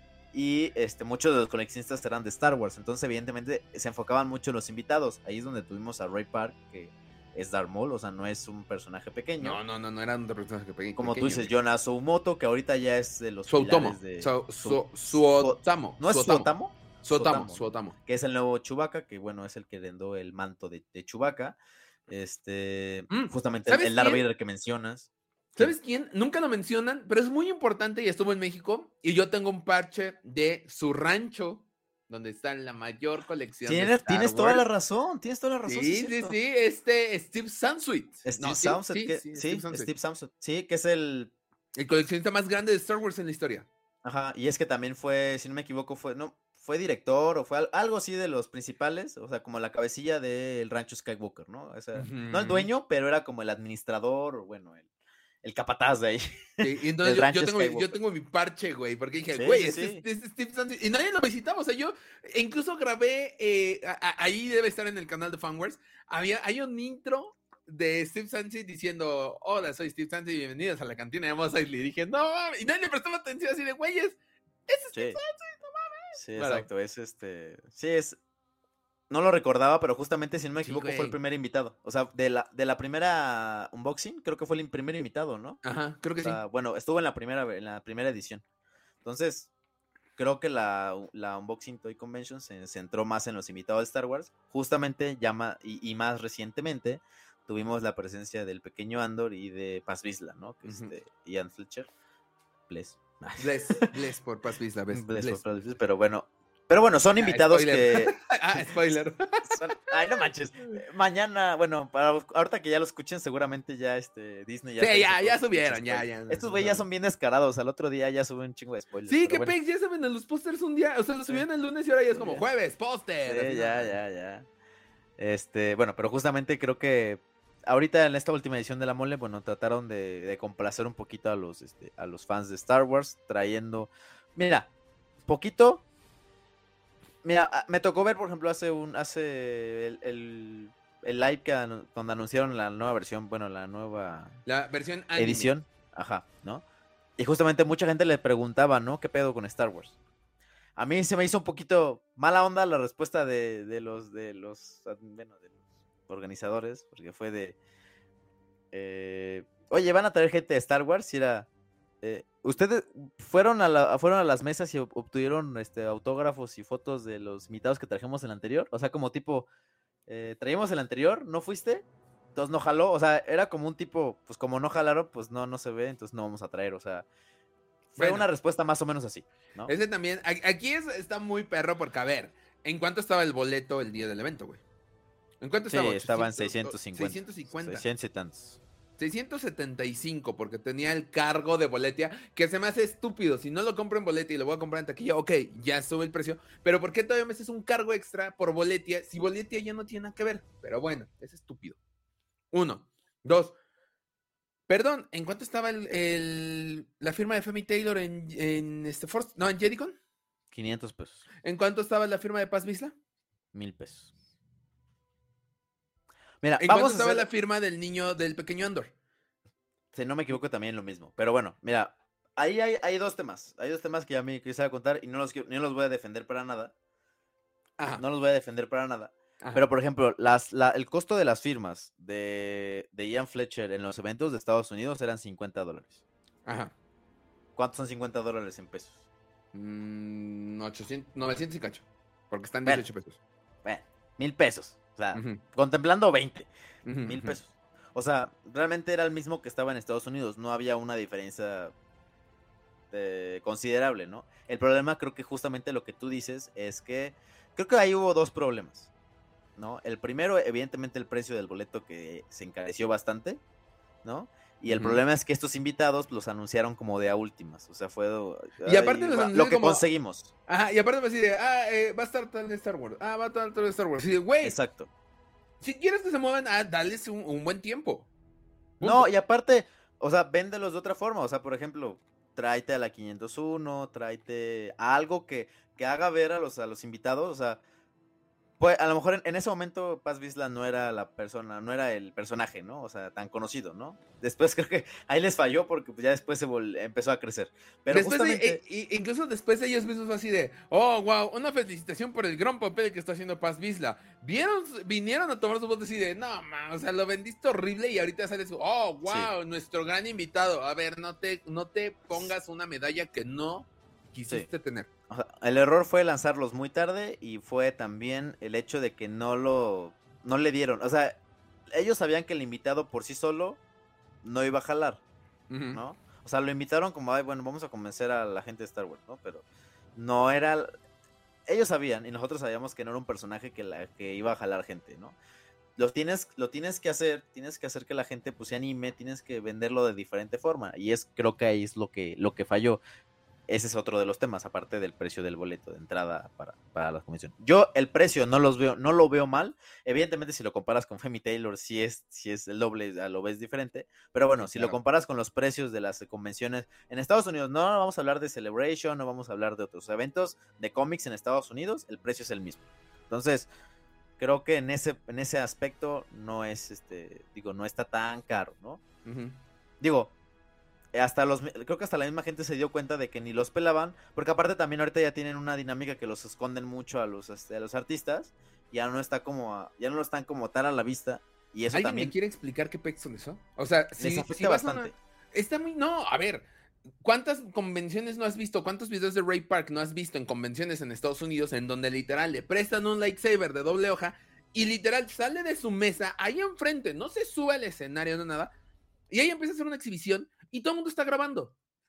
y este muchos de los coleccionistas eran de Star Wars, entonces evidentemente se enfocaban mucho en los invitados. Ahí es donde tuvimos a Ray Park, que es Darth Maul, o sea, no es un personaje pequeño. No, no, no, no era un personaje pequeño. Como pequeño, tú dices, John Asomoto, que ahorita ya es de los Suotomo. pilares de... Su, su, Suotamo. ¿No es Suotamo? Suotamo, Suotamo. Que es el nuevo Chewbacca, que bueno, es el que vendó el manto de, de Chewbacca. Este, mm, justamente el, el Darth Vader que mencionas. ¿Sabes quién? Nunca lo mencionan, pero es muy importante y estuvo en México. Y yo tengo un parche de su rancho, donde está la mayor colección ¿Tienes, de Star Tienes Wars. toda la razón, tienes toda la razón. Sí, sí, sí, sí, este Steve Sansweet. Steve no, Sansweet, sí, que, sí, sí, Steve, Steve Sansweet. Sí, que es el... El coleccionista más grande de Star Wars en la historia. Ajá, y es que también fue, si no me equivoco, fue... no fue director o fue algo así de los principales, o sea, como la cabecilla del rancho Skywalker, ¿no? O sea, uh-huh. no el dueño, pero era como el administrador, o bueno, el... el capataz de ahí. Sí, y entonces yo, yo, tengo mi, yo tengo mi parche, güey, porque dije, güey, sí, sí, es, sí. es, es Steve Sansweet. Y nadie lo visitaba, o sea, yo incluso grabé, eh, a, a, ahí debe estar en el canal de Fanwars, había, hay un intro de Steve Sansweet diciendo, hola, soy Steve Sansweet, bienvenidos a la cantina de Mos Eisley. Y dije, no, y nadie le prestaba atención así de, güeyes, es Steve sí. Sansweet, no mames. Sí, claro. Exacto, es este, sí, es... No lo recordaba, pero justamente, si no me equivoco, sí, fue el primer invitado. O sea, de la, de la primera unboxing, creo que fue el primer invitado, ¿no? Ajá, creo que o sea, sí. Bueno, estuvo en la primera, en la primera edición. Entonces, creo que la, la Unboxing Toy Convention se centró más en los invitados de Star Wars. Justamente, llama, y, y más recientemente, tuvimos la presencia del pequeño Andor y de Paz Vizsla, ¿no? Que uh-huh. es este Ian Fletcher. Bless. Bless, bless por Paz Vizsla. Bless, bless, bless. Por Paz Vizsla, pero bueno. Pero bueno, son invitados ah, que... ah, spoiler. Son... Ay, no manches. Mañana, bueno, para ahorita que ya lo escuchen, seguramente ya este Disney ya... Sí, ya, ya subieron, ya, ya. Estos güeyes ya son bien descarados. Al otro día ya suben un chingo de spoilers. Sí, que bueno. Pex, ya saben, en los pósters un día, o sea, lo subían sí. el lunes y ahora ya es como sí, jueves, póster. Sí, ya, ya, ya. Este, bueno, pero justamente creo que ahorita en esta última edición de La Mole, bueno, trataron de, de complacer un poquito a los, este, a los fans de Star Wars, trayendo... Mira, poquito... Mira, me tocó ver, por ejemplo, hace un, hace el, el, el live que anu- cuando anunciaron la nueva versión, bueno, la nueva La versión anime. edición, ajá, ¿no? Y justamente mucha gente le preguntaba, ¿no? ¿Qué pedo con Star Wars? A mí se me hizo un poquito mala onda la respuesta de, de los, de los, bueno, de los organizadores, porque fue de, eh, oye, ¿van a traer gente de Star Wars? Y era, eh, ¿ustedes fueron a, la, fueron a las mesas y obtuvieron este, autógrafos y fotos de los invitados que trajimos en el anterior? O sea, como tipo, eh, traímos el anterior, ¿no fuiste? Entonces no jaló, o sea, era como un tipo, pues como no jalaron, pues no, no se ve, entonces no vamos a traer, o sea, fue Bueno, una respuesta más o menos así, ¿no? ese también, a- aquí es, está muy perro porque, a ver, ¿en cuánto estaba el boleto el día del evento, güey? ¿En cuánto Sí, estaba? estaban ochocientos, seiscientos cincuenta. seiscientos cincuenta. seiscientos y tantos. seiscientos setenta y cinco porque tenía el cargo de Boletia, que se me hace estúpido. Si no lo compro en Boletia y lo voy a comprar en taquilla, ok, ya sube el precio. Pero ¿por qué todavía me haces un cargo extra por Boletia si Boletia ya no tiene nada que ver? Pero bueno, es estúpido. Uno. Dos. Perdón, ¿en cuánto estaba el, el- la firma de Femi Taylor en, en este Force? No, en Jedicon. quinientos pesos. ¿En cuánto estaba la firma de Paz Vizla? Mil pesos. Mira, ¿En cuánto vamos a estaba hacer, la firma del niño, del pequeño Andor? si no me equivoco, también lo mismo. Pero bueno, mira, ahí hay, hay dos temas. Hay dos temas que ya me quisiera contar y no los, quiero- no los voy a defender para nada. Ajá, No los voy a defender para nada. ajá, Pero, por ejemplo, las, la- el costo de las firmas de, de Ian Fletcher en los eventos de Estados Unidos eran cincuenta dólares. ajá. ¿Cuántos son cincuenta dólares en pesos? Mm, ochocientos, novecientos y cacho. Porque están Bueno. dieciocho pesos. Bueno, mil pesos. O sea, Ujú, contemplando veinte. ujú, Mil ujú. pesos. O sea, realmente era el mismo que estaba en Estados Unidos. No había una diferencia eh, considerable, ¿no? El problema creo que justamente lo que tú dices es que creo que ahí hubo dos problemas, ¿no? El primero, evidentemente, el precio del boleto que se encareció bastante, ¿no? Y el Ujú. problema es que estos invitados los anunciaron como de a últimas. O sea, fue Y aparte ay, los va, anunciaron lo que como. conseguimos. Ajá, y aparte me así de, ah, eh, va a estar tal de Star Wars. Ah, va a estar tal de Star Wars. Y de, güey, Exacto. si quieres que se muevan, ah, dales un, un buen tiempo. Punto. No, y aparte, o sea, véndelos de otra forma. O sea, por ejemplo, tráete a la quinientos uno, tráete a algo que, que haga ver a los, a los invitados. O sea, pues a lo mejor en, en ese momento Paz Vizla no era la persona, no era el personaje, ¿no? O sea, tan conocido, ¿no? Después creo que ahí les falló porque pues, ya después se vol- empezó a crecer. Pero Después, de- justamente, e- e- incluso después ellos mismos fue así de, oh, wow, una felicitación por el gran papel que está haciendo Paz Vizla. Vieron, vinieron a tomar su voto así de, no, man, o sea, lo vendiste horrible y ahorita sale su, oh, wow, sí, nuestro gran invitado. A ver, no te, no te pongas una medalla que no sí. quisiste tener. O sea, el error fue lanzarlos muy tarde y fue también el hecho de que no lo, no le dieron. O sea, ellos sabían que el invitado por sí solo no iba a jalar, Ujú. ¿no? O sea, lo invitaron como, ay, bueno, vamos a convencer a la gente de Star Wars, ¿no? Pero no era... Ellos sabían y nosotros sabíamos que no era un personaje que, la, que iba a jalar gente, ¿no? Lo tienes, lo tienes que hacer, tienes que hacer que la gente pues se anime, tienes que venderlo de diferente forma. Y es, creo que ahí es lo que, lo que falló. Ese es otro de los temas, aparte del precio del boleto de entrada para, para la convención. Yo el precio no los veo, no lo veo mal. Evidentemente, si lo comparas con Femi Taylor, sí es, sí es el doble, lo ves diferente. Pero bueno, Sí, si claro. lo comparas con los precios de las convenciones en Estados Unidos, no vamos a hablar de Celebration, no vamos a hablar de otros eventos de cómics en Estados Unidos, el precio es el mismo. Entonces, creo que en ese, en ese aspecto no es, este, digo, no está tan caro, ¿no? Ujú. Digo, hasta los, creo que hasta la misma gente se dio cuenta de que ni los pelaban, porque aparte también ahorita ya tienen una dinámica que los esconden mucho a los, este, a los artistas, ya no está como, a, ya no lo están como tan a la vista, y eso ¿Alguien también me quiere explicar qué pex son eso? O sea, les si, afecta si vas a bastante. una... Está muy... No, a ver, ¿cuántas convenciones no has visto? ¿Cuántos videos de Ray Park no has visto en convenciones en Estados Unidos en donde literal le prestan un lightsaber de doble hoja y literal sale de su mesa ahí enfrente, no se sube al escenario, no nada, y ahí empieza a hacer una exhibición y todo el mundo está grabando?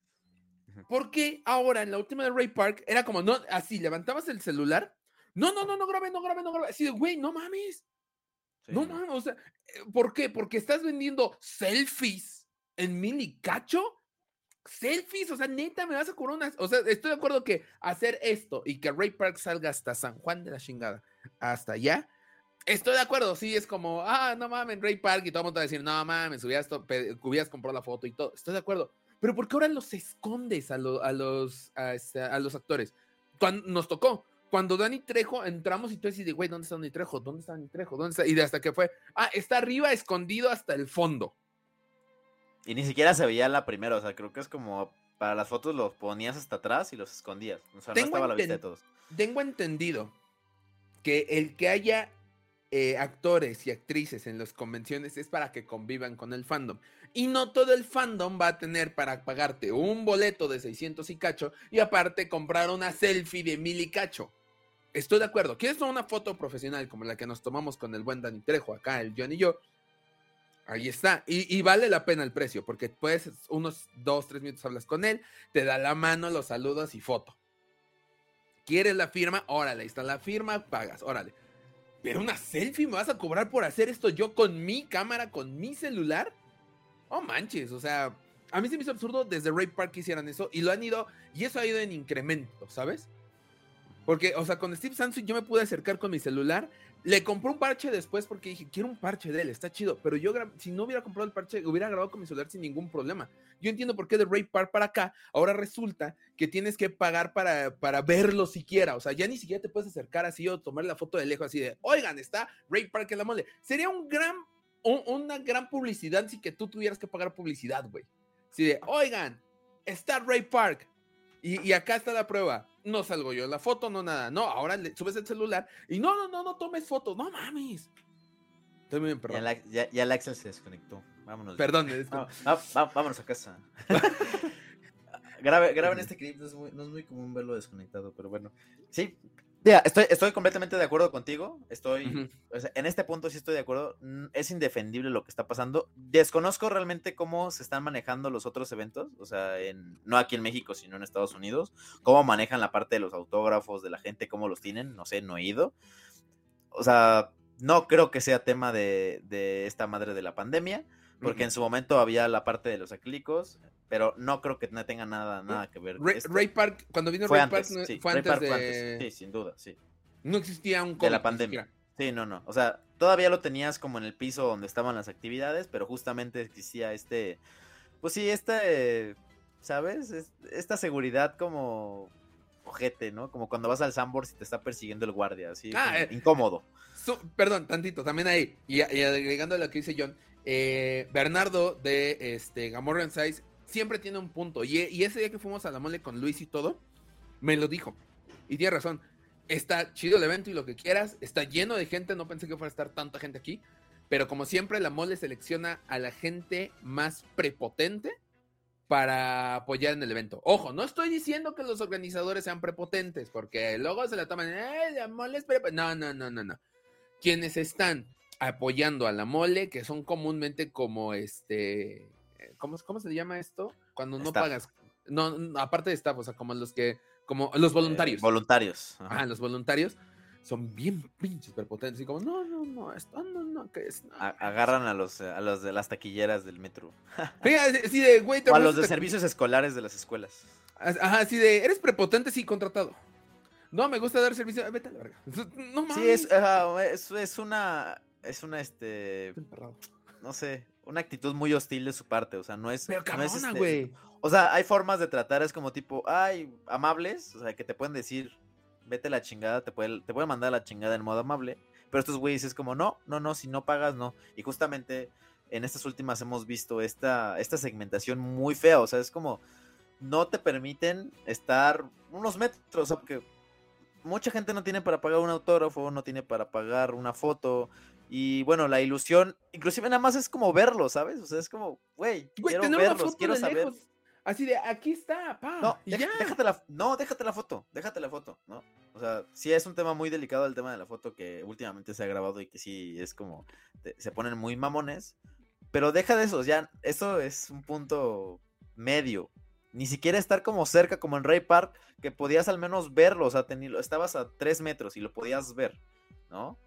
¿Por qué ahora en la última de Ray Park era como, no, así, levantabas el celular? No, no, no, no grabe, no grabe, no grabe. Así de, güey, no mames. Sí, No no. mames, o sea, ¿por qué? Porque estás vendiendo selfies en mini cacho. Selfies, o sea, neta, me vas a cobrar unas. O sea, estoy de acuerdo que hacer esto y que Ray Park salga hasta San Juan de la chingada, hasta allá. Estoy de acuerdo, sí, es como, ah, no mames, Ray Park, y todo el mundo va a decir, no mames, hubieras, to- pe- hubieras comprado la foto y todo. Estoy de acuerdo. Pero ¿por qué ahora los escondes a, lo- a los, a, este, a los actores? Cuando nos tocó, cuando Dani Trejo entramos y tú así de, güey, ¿dónde está Dani Trejo? ¿Dónde está Dani Trejo? ¿Dónde está? Y de hasta que fue, ah, está arriba, escondido hasta el fondo. Y ni siquiera se veía la primera, o sea, creo que es como para las fotos los ponías hasta atrás y los escondías. O sea, tengo no estaba a la vista enten- de todos. Tengo entendido que el que haya eh, actores y actrices en las convenciones es para que convivan con el fandom. Y no todo el fandom va a tener para pagarte un boleto de seiscientos y cacho y aparte comprar una selfie de mil y cacho. Estoy de acuerdo. ¿Quieres una foto profesional como la que nos tomamos con el buen Dani Trejo acá, el John y yo? Ahí está. Y, y vale la pena el precio, porque puedes unos dos, tres minutos hablas con él, te da la mano, los saludos y foto. ¿Quieres la firma? Órale, ahí está la firma, pagas, órale. Pero una selfie me vas a cobrar por hacer esto yo con mi cámara, con mi celular. Oh, manches, o sea, a mí se me hizo absurdo desde Ray Park que hicieran eso y lo han ido, y eso ha ido en incremento, ¿sabes? Porque, o sea, con Steve Sansweet yo me pude acercar con mi celular, le compré un parche después porque dije, quiero un parche de él, está chido, pero yo si no hubiera comprado el parche, hubiera grabado con mi celular sin ningún problema. Yo entiendo por qué de Ray Park para acá, ahora resulta que tienes que pagar para, para verlo siquiera, o sea, ya ni siquiera te puedes acercar así o tomar la foto de lejos así de, oigan, está Ray Park en la mole. Sería un gran, un, una gran publicidad si que tú tuvieras que pagar publicidad, güey. Así de, oigan, está Ray Park. Y, y acá está la prueba. No salgo yo en la foto, no nada. No, ahora le subes el celular y no, no, no, no tomes fotos. No mames. Estoy muy bien, perdón. Ya, la, ya, ya el Axel se desconectó. Vámonos. Perdón, es ah, ah, ah, vámonos a casa. Grabe, graben este clip, no es, muy, no es muy común verlo desconectado, pero bueno. Sí, ya, estoy, estoy completamente de acuerdo contigo. Estoy, uh-huh. o sea, en este punto sí estoy de acuerdo. Es indefendible lo que está pasando. Desconozco realmente cómo se están manejando los otros eventos, o sea, en, no aquí en México, sino en Estados Unidos. Cómo manejan la parte de los autógrafos, de la gente, cómo los tienen, no sé, no he ido. O sea, no creo que sea tema de, de esta madre de la pandemia, porque uh-huh. en su momento había la parte de los acrílicos, pero no creo que no tenga nada, nada que ver. Ray, Ray Park, cuando vino fue Ray antes, Park, sí, fue Ray antes Park de... fue antes. Sí, sin duda, sí. No existía un COVID de la pandemia. Sí, no, no. O sea, todavía lo tenías como en el piso donde estaban las actividades, pero justamente existía este, pues sí, este, ¿sabes? Es, esta seguridad como ojete, ¿no? Como cuando vas al Sambors y te está persiguiendo el guardia, así, ah, eh, incómodo. Su, perdón, tantito, también ahí, y, y agregando a lo que dice John, eh, Bernardo de este, Gamorrean Size siempre tiene un punto, y, y ese día que fuimos a la mole con Luis y todo, me lo dijo, y tiene razón, está chido el evento y lo que quieras, está lleno de gente, no pensé que fuera a estar tanta gente aquí, pero como siempre la mole selecciona a la gente más prepotente para apoyar en el evento. Ojo, no estoy diciendo que los organizadores sean prepotentes, porque luego se la toman, eh, la mole es prepotente. No, no, no, no, no. Quienes están apoyando a la mole, que son comúnmente como este, ¿cómo, cómo se llama esto? Cuando no staff. pagas, no, no, aparte de staff, o sea, como los que, como los voluntarios. Eh, voluntarios. Ajá. Ajá, los voluntarios son bien pinches prepotentes y como, no, no, no, esto, no, no, ¿qué es? No. Agarran a los, a los de las taquilleras del metro. Fíjate, sí, de, güey, o a los de servicios escolares de las escuelas. Ajá, así de, eres prepotente, sí, contratado. No, me gusta dar servicio, vete a la verga. No mames. Sí, es, uh, es, es una, es una, este, no sé, una actitud muy hostil de su parte, o sea, no es... Pero cabrona, no es este, güey. O sea, hay formas de tratar, es como tipo, ay, amables, o sea, que te pueden decir, vete a la chingada, te puede, te puede mandar a la chingada en modo amable, pero estos güeyes es como, no, no, no, si no pagas, no. Y justamente en estas últimas hemos visto esta, esta segmentación muy fea, o sea, es como, no te permiten estar unos metros, o sea, porque mucha gente no tiene para pagar un autógrafo, no tiene para pagar una foto, y bueno, la ilusión, inclusive nada más es como verlo, ¿sabes? O sea, es como, güey, quiero verlos, quiero saber... Lejos. Así de, aquí está, pa. No, y deja, ya. déjate la, no, déjate la foto, déjate la foto, ¿no? O sea, sí es un tema muy delicado el tema de la foto que últimamente se ha grabado y que sí es como, te, se ponen muy mamones, pero deja de eso, ya, eso es un punto medio. Ni siquiera estar como cerca, como en Ray Park, que podías al menos verlo, o sea, tenilo, estabas a tres metros y lo podías ver, ¿no?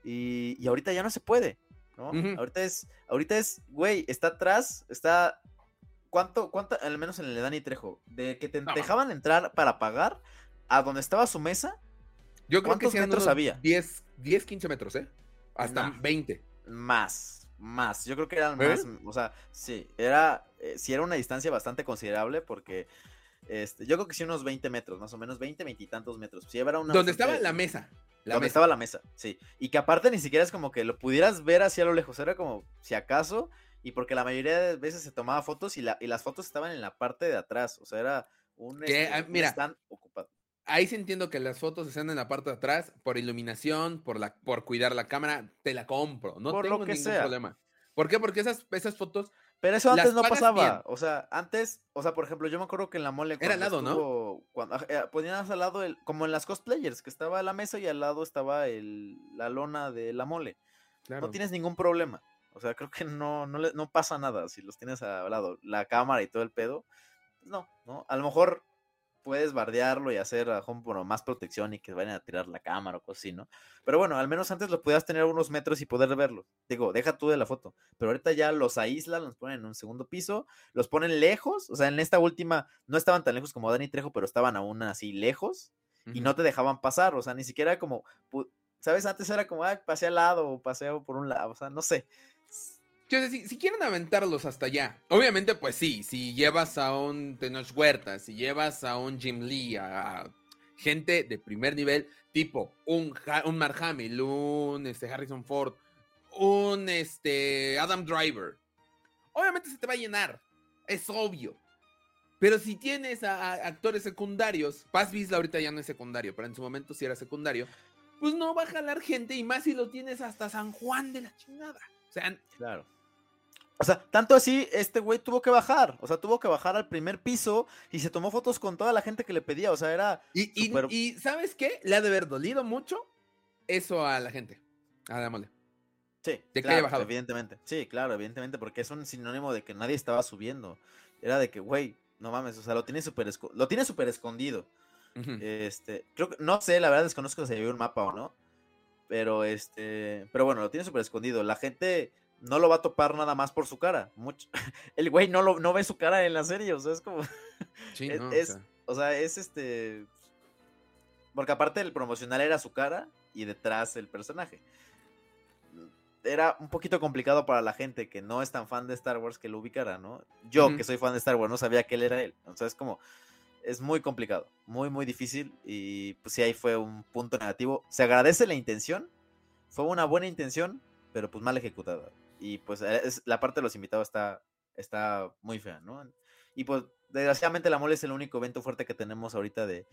Y, y ahorita ya no se puede, ¿no? Uh-huh. Ahorita es, ahorita es, güey, está atrás, está... ¿Cuánto, cuánto, al menos en el de Dani Trejo, de que te no. dejaban entrar para pagar a donde estaba su mesa? Yo creo que sí metros había? diez, diez, quince metros, ¿eh? Hasta no. veinte. Más, más. Yo creo que eran ¿Eh? más, o sea, sí, era, eh, sí era una distancia bastante considerable porque Este, yo creo que sí unos veinte metros, más o menos, veinte, veinte y tantos metros. Sí, era una Donde bastante- estaba la mesa. La donde mesa. estaba la mesa, sí. Y que aparte ni siquiera es como que lo pudieras ver hacia lo lejos, era como si acaso, y porque la mayoría de veces se tomaba fotos y, la, y las fotos estaban en la parte de atrás, o sea, era un, Que, este, ah, un mira, stand ocupado. ahí sí entiendo que las fotos están en la parte de atrás por iluminación, por la, por cuidar la cámara, te la compro, no Por lo tengo que ningún sea. problema. ¿Por qué? Porque esas, esas fotos Pero eso las antes no pagas pasaba, bien. o sea, antes, o sea, por ejemplo, yo me acuerdo que en la mole Era al cuando lado, ¿no? estuvo, cuando eh, ponías al lado, el, como en las cosplayers, que estaba la mesa y al lado estaba el, la lona de la mole. No Claro. tienes ningún problema. O sea, creo que no, no, le- no pasa nada si los tienes al lado. La cámara y todo el pedo, pues no, ¿no? A lo mejor puedes bardearlo y hacer a Home bueno, más protección y que vayan a tirar la cámara o cosas así, ¿no? Pero bueno, al menos antes lo podías tener a unos metros y poder verlo. Digo, deja tú de la foto. Pero ahorita ya los aíslan, los ponen en un segundo piso, los ponen lejos. O sea, en esta última no estaban tan lejos como Dani Trejo, pero estaban aún así lejos y Ujú. no te dejaban pasar. O sea, ni siquiera como, pu- ¿sabes? Antes era como, ah, pasé al lado o paseo por un lado. O sea, no sé. Yo sé, si, si quieren aventarlos hasta allá, obviamente, pues sí, si llevas a un Tenoch Huerta, si llevas a un Jim Lee, a, a gente de primer nivel, tipo un, Ha- un Mark Hamill, un este, Harrison Ford, un este, Adam Driver, obviamente se te va a llenar, es obvio. Pero si tienes a, a actores secundarios, Paz Vizsla ahorita ya no es secundario, pero en su momento sí era secundario, pues no va a jalar gente y más si lo tienes hasta San Juan de la chingada. O sea, Claro. O sea, tanto así, este güey tuvo que bajar. O sea, tuvo que bajar al primer piso y se tomó fotos con toda la gente que le pedía. O sea, era Y, y, súper. y ¿sabes qué? Le ha de haber dolido mucho eso a la gente, a la mole, Sí, de que haya claro, bajado. evidentemente. Sí, claro, evidentemente, porque es un sinónimo de que nadie estaba subiendo. Era de que, güey, no mames, o sea, lo tiene súper esco- lo tiene súper escondido. Ujú. Este, creo que, no sé, la verdad desconozco si había un mapa o no. Pero este, pero bueno, lo tiene súper escondido. La gente no lo va a topar nada más por su cara. Mucho. El güey no lo, no ve su cara en la serie, o sea, es como. Sí, Es, no, o es- sea. o sea, es este. Porque aparte el promocional era su cara y detrás el personaje. Era un poquito complicado para la gente que no es tan fan de Star Wars que lo ubicara, ¿no? Yo, Ujú. que soy fan de Star Wars, no sabía que él era él. O sea, es como. Es muy complicado, muy, muy difícil. Y pues sí, ahí fue un punto negativo. Se agradece la intención. Fue una buena intención, pero pues mal ejecutada. Y pues es, la parte de los invitados está, está muy fea, ¿no? Y pues desgraciadamente la mole es el único evento fuerte que tenemos ahorita de,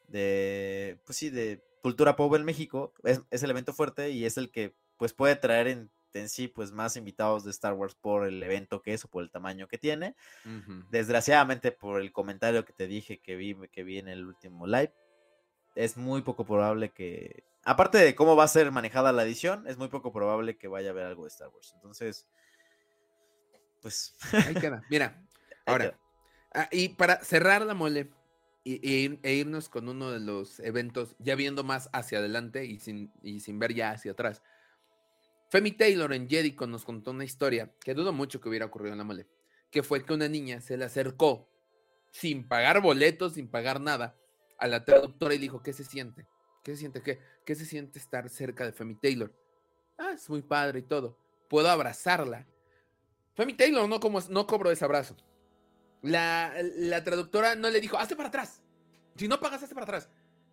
de pues sí, de cultura pop en México. Es, es el evento fuerte y es el que pues puede traer en, en sí pues más invitados de Star Wars por el evento que es o por el tamaño que tiene. Ujú. Desgraciadamente por el comentario que te dije que vi, que vi en el último live, es muy poco probable que, aparte de cómo va a ser manejada la edición, es muy poco probable que vaya a haber algo de Star Wars. Entonces, pues, Ahí queda. Mira, ahí ahora, queda. ah, y para cerrar la mole y, e, ir- e irnos con uno de los eventos, ya viendo más hacia adelante y sin, y sin ver ya hacia atrás. Femi Taylor en Jericho nos contó una historia que dudo mucho que hubiera ocurrido en la mole, que fue que una niña se le acercó sin pagar boletos, sin pagar nada, a la traductora y le dijo, ¿qué se siente? ¿Qué se siente qué? ¿Qué se siente estar cerca de Femi Taylor? Ah, es muy padre y todo. Puedo abrazarla. Femi Taylor no, como, no cobró ese abrazo. La, la traductora no le dijo, hazte para atrás. Si no pagas, hazte para atrás.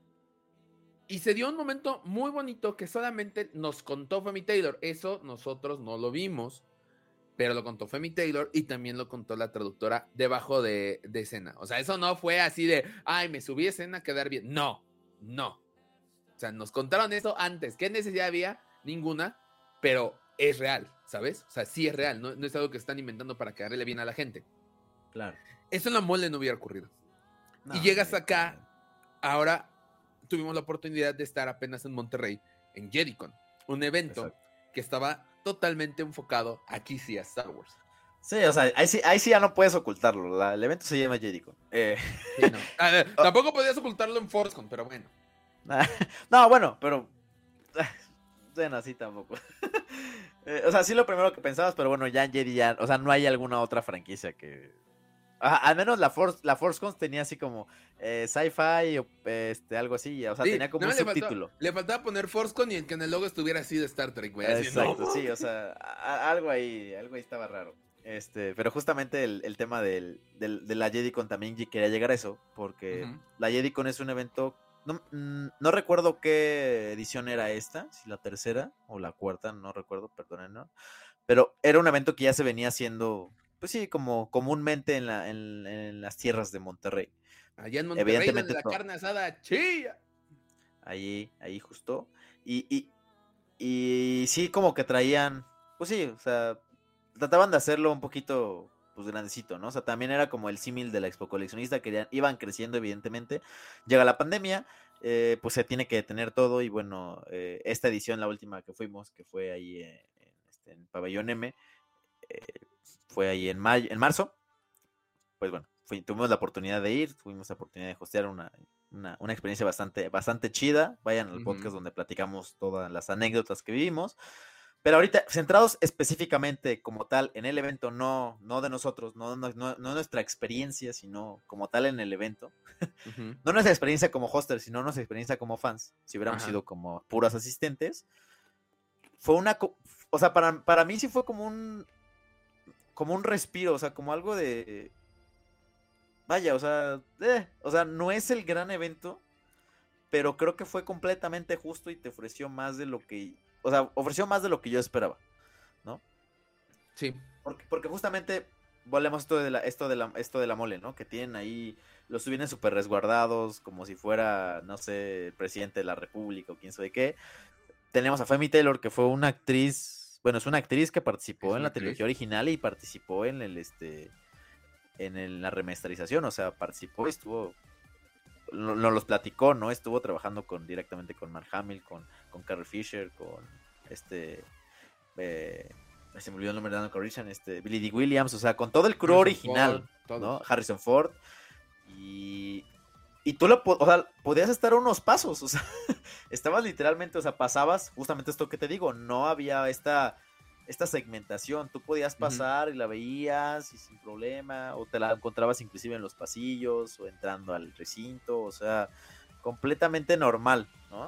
Y se dio un momento muy bonito que solamente nos contó Femi Taylor. Eso nosotros no lo vimos, pero lo contó Femi Taylor y también lo contó la traductora debajo de, de escena. O sea, eso no fue así de, ay, me subí a escena a quedar bien. No, no. O sea, nos contaron eso antes. ¿Qué necesidad había? Ninguna, pero es real, ¿sabes? O sea, sí es real, no, no es algo que están inventando para quedarle bien a la gente. Claro. Eso en la mole no hubiera ocurrido. No, Y llegas no, acá, ahora tuvimos la oportunidad de estar apenas en Monterrey, en JediCon, un evento exacto. que estaba totalmente enfocado aquí sí a Star Wars. Sí, o sea, ahí sí, ahí sí ya no puedes ocultarlo. La- el evento se llama Jericho. Eh, Sí, no. A ver, oh, tampoco podías ocultarlo en ForceCon, pero bueno. no, bueno, pero. Bueno, así tampoco. Eh, o sea, sí lo primero que pensabas, pero bueno, ya en Jedi ya. O sea, no hay alguna otra franquicia que. Ajá, al menos la Force, la ForceCon tenía así como eh, sci-fi o este, algo así. O sea, Sí, tenía como nada un más le faltó, subtítulo. le faltaba poner ForceCon y que en el logo estuviera así de Star Trek, güey. Así, Exacto, no. sí, o sea, a- algo ahí, algo ahí estaba raro. Este, pero justamente el, el tema del, del, de la JediCon también quería llegar a eso, porque uh-huh. la JediCon es un evento, no, no recuerdo qué edición era esta, si la tercera o la cuarta, no recuerdo, perdonen, ¿no? Pero era un evento que ya se venía haciendo, pues sí, como comúnmente en, la, en, en las tierras de Monterrey. Allá en Monterrey, Evidentemente, donde la carne asada chilla. Ahí, ahí justo. Y, y, y sí, como que traían, pues sí, o sea, trataban de hacerlo un poquito, pues, grandecito, ¿no? O sea, también era como el símil de la Expo Coleccionista, que iban creciendo, evidentemente. Llega la pandemia, eh, pues se tiene que detener todo, y bueno, eh, esta edición, la última que fuimos, que fue ahí en, en, este, en Pabellón M, eh, fue ahí en, mayo, en marzo, pues bueno, fui, tuvimos la oportunidad de ir, tuvimos la oportunidad de hostear una, una, una experiencia bastante, bastante chida. Vayan al uh-huh. podcast donde platicamos todas las anécdotas que vivimos. Pero ahorita, centrados específicamente como tal en el evento, no, no de nosotros, no, no, no, no nuestra experiencia, sino como tal en el evento. Uh-huh. No nuestra experiencia como hoster, sino nuestra experiencia como fans. Si hubiéramos uh-huh. sido como puros asistentes. Fue una... O sea, para, para mí sí fue como un... Como un respiro, o sea, como algo de... Vaya, o sea... Eh, o sea, no es el gran evento, pero creo que fue completamente justo y te ofreció más de lo que... O sea, ofreció más de lo que yo esperaba, ¿no? Sí. Porque, porque justamente volvemos esto de la, esto de la, esto de la mole, ¿no? Que tienen ahí, los vienen súper resguardados, como si fuera, no sé, el presidente de la república o quién sabe qué. Tenemos a Femi Taylor, que fue una actriz, bueno, es una actriz que participó en la actriz? trilogía original y participó en el, este, en el, la remasterización, o sea, participó y estuvo... Nos no los platicó, ¿no? Estuvo trabajando con directamente con Mark Hamill, con, con Carrie Fisher, con este eh, se me olvidó el nombre de Daniel Corrigan, este Billy D. Williams, o sea, con todo el crew Harrison original, Ford, ¿no? Harrison Ford. Y, y tú lo, o sea, podías estar a unos pasos, o sea, estabas literalmente, o sea, pasabas, justamente esto que te digo, no había esta... esta segmentación, tú podías pasar uh-huh. y la veías y sin problema, o te la encontrabas inclusive en los pasillos o entrando al recinto, o sea, completamente normal, ¿no?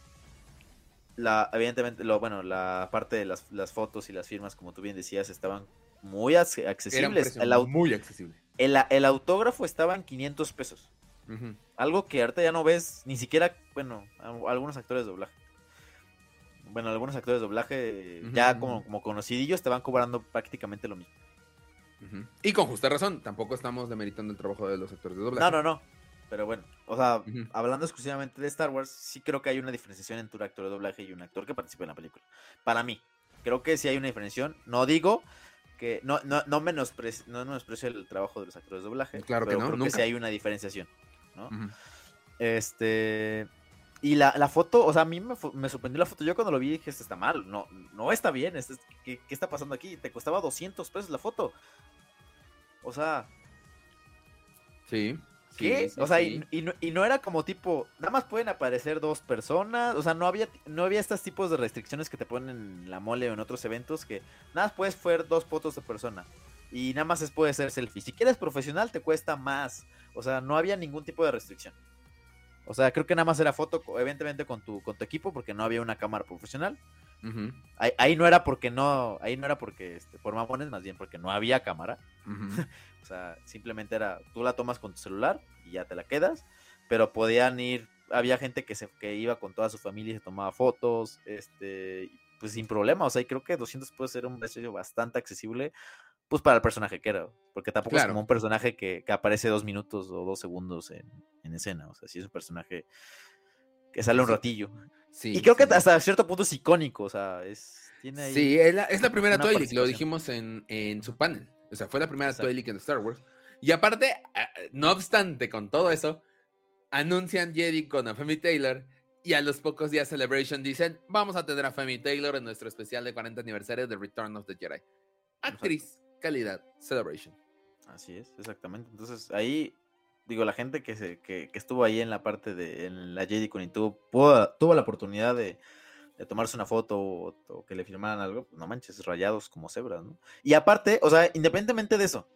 La, evidentemente, lo, bueno, la parte de las, las fotos y las firmas, como tú bien decías, estaban muy accesibles. Era un el, muy accesible. El, el autógrafo estaba en quinientos pesos. Uh-huh. Algo que ahorita ya no ves, ni siquiera, bueno, algunos actores de doblaje. Bueno, algunos actores de doblaje uh-huh, ya como, como conocidillos te van cobrando prácticamente lo mismo. Uh-huh. Y con justa razón, tampoco estamos demeritando el trabajo de los actores de doblaje. No, no, no. Pero bueno, o sea, uh-huh. hablando exclusivamente de Star Wars, sí creo que hay una diferenciación entre un actor de doblaje y un actor que participa en la película. Para mí, creo que sí hay una diferenciación. No digo que no, no, no, menosprecio, no menosprecio el trabajo de los actores de doblaje. Claro pero que no, creo nunca. que sí hay una diferenciación, ¿no? Uh-huh. Este... Y la, la foto, o sea, a mí me, me sorprendió la foto. Yo cuando lo vi dije, esto está mal, no, no está bien, esto es, ¿qué, ¿qué está pasando aquí? Te costaba doscientos pesos la foto. O sea... Sí. ¿Qué? Sí, sí, o sea, sí. Y, y, no, y no era como tipo, nada más pueden aparecer dos personas, o sea, no había no había estos tipos de restricciones que te ponen en la mole o en otros eventos, que nada más puedes ver dos fotos de persona. Y nada más es, puede ser selfie. Si quieres profesional te cuesta más. O sea, no había ningún tipo de restricción. O sea, creo que nada más era foto, evidentemente, con tu, con tu equipo, porque no había una cámara profesional. Uh-huh. Ahí, ahí no era porque no, ahí no era porque, este, por mamones, más bien porque no había cámara. Uh-huh. O sea, simplemente era, tú la tomas con tu celular y ya te la quedas. Pero podían ir, había gente que se que iba con toda su familia y se tomaba fotos, este, pues sin problema. O sea, y creo que doscientos puede ser un precio bastante accesible, pues para el personaje que era, porque tampoco claro. es como un personaje que, que aparece dos minutos o dos segundos en, en escena, o sea, sí es un personaje que sale sí. un ratillo. Sí, y creo sí. que hasta cierto punto es icónico, o sea, es... Tiene ahí sí, es la, es la primera Twi'lek, lo dijimos en, en su panel, o sea, fue la primera Twi'lek en Star Wars, y aparte, no obstante, con todo eso, anuncian Jedi con a Femi Taylor, y a los pocos días Celebration dicen, vamos a tener a Femi Taylor en nuestro especial de cuarenta aniversario de Return of the Jedi. Actriz. Exacto. Calidad, Celebration. Así es, exactamente. Entonces ahí, digo, la gente que se que, que estuvo ahí en la parte de en la JediCon y tuvo, tuvo, tuvo la oportunidad de, de tomarse una foto o, o que le firmaran algo, pues no manches, rayados como cebras, ¿no? Y aparte, o sea, independientemente de eso,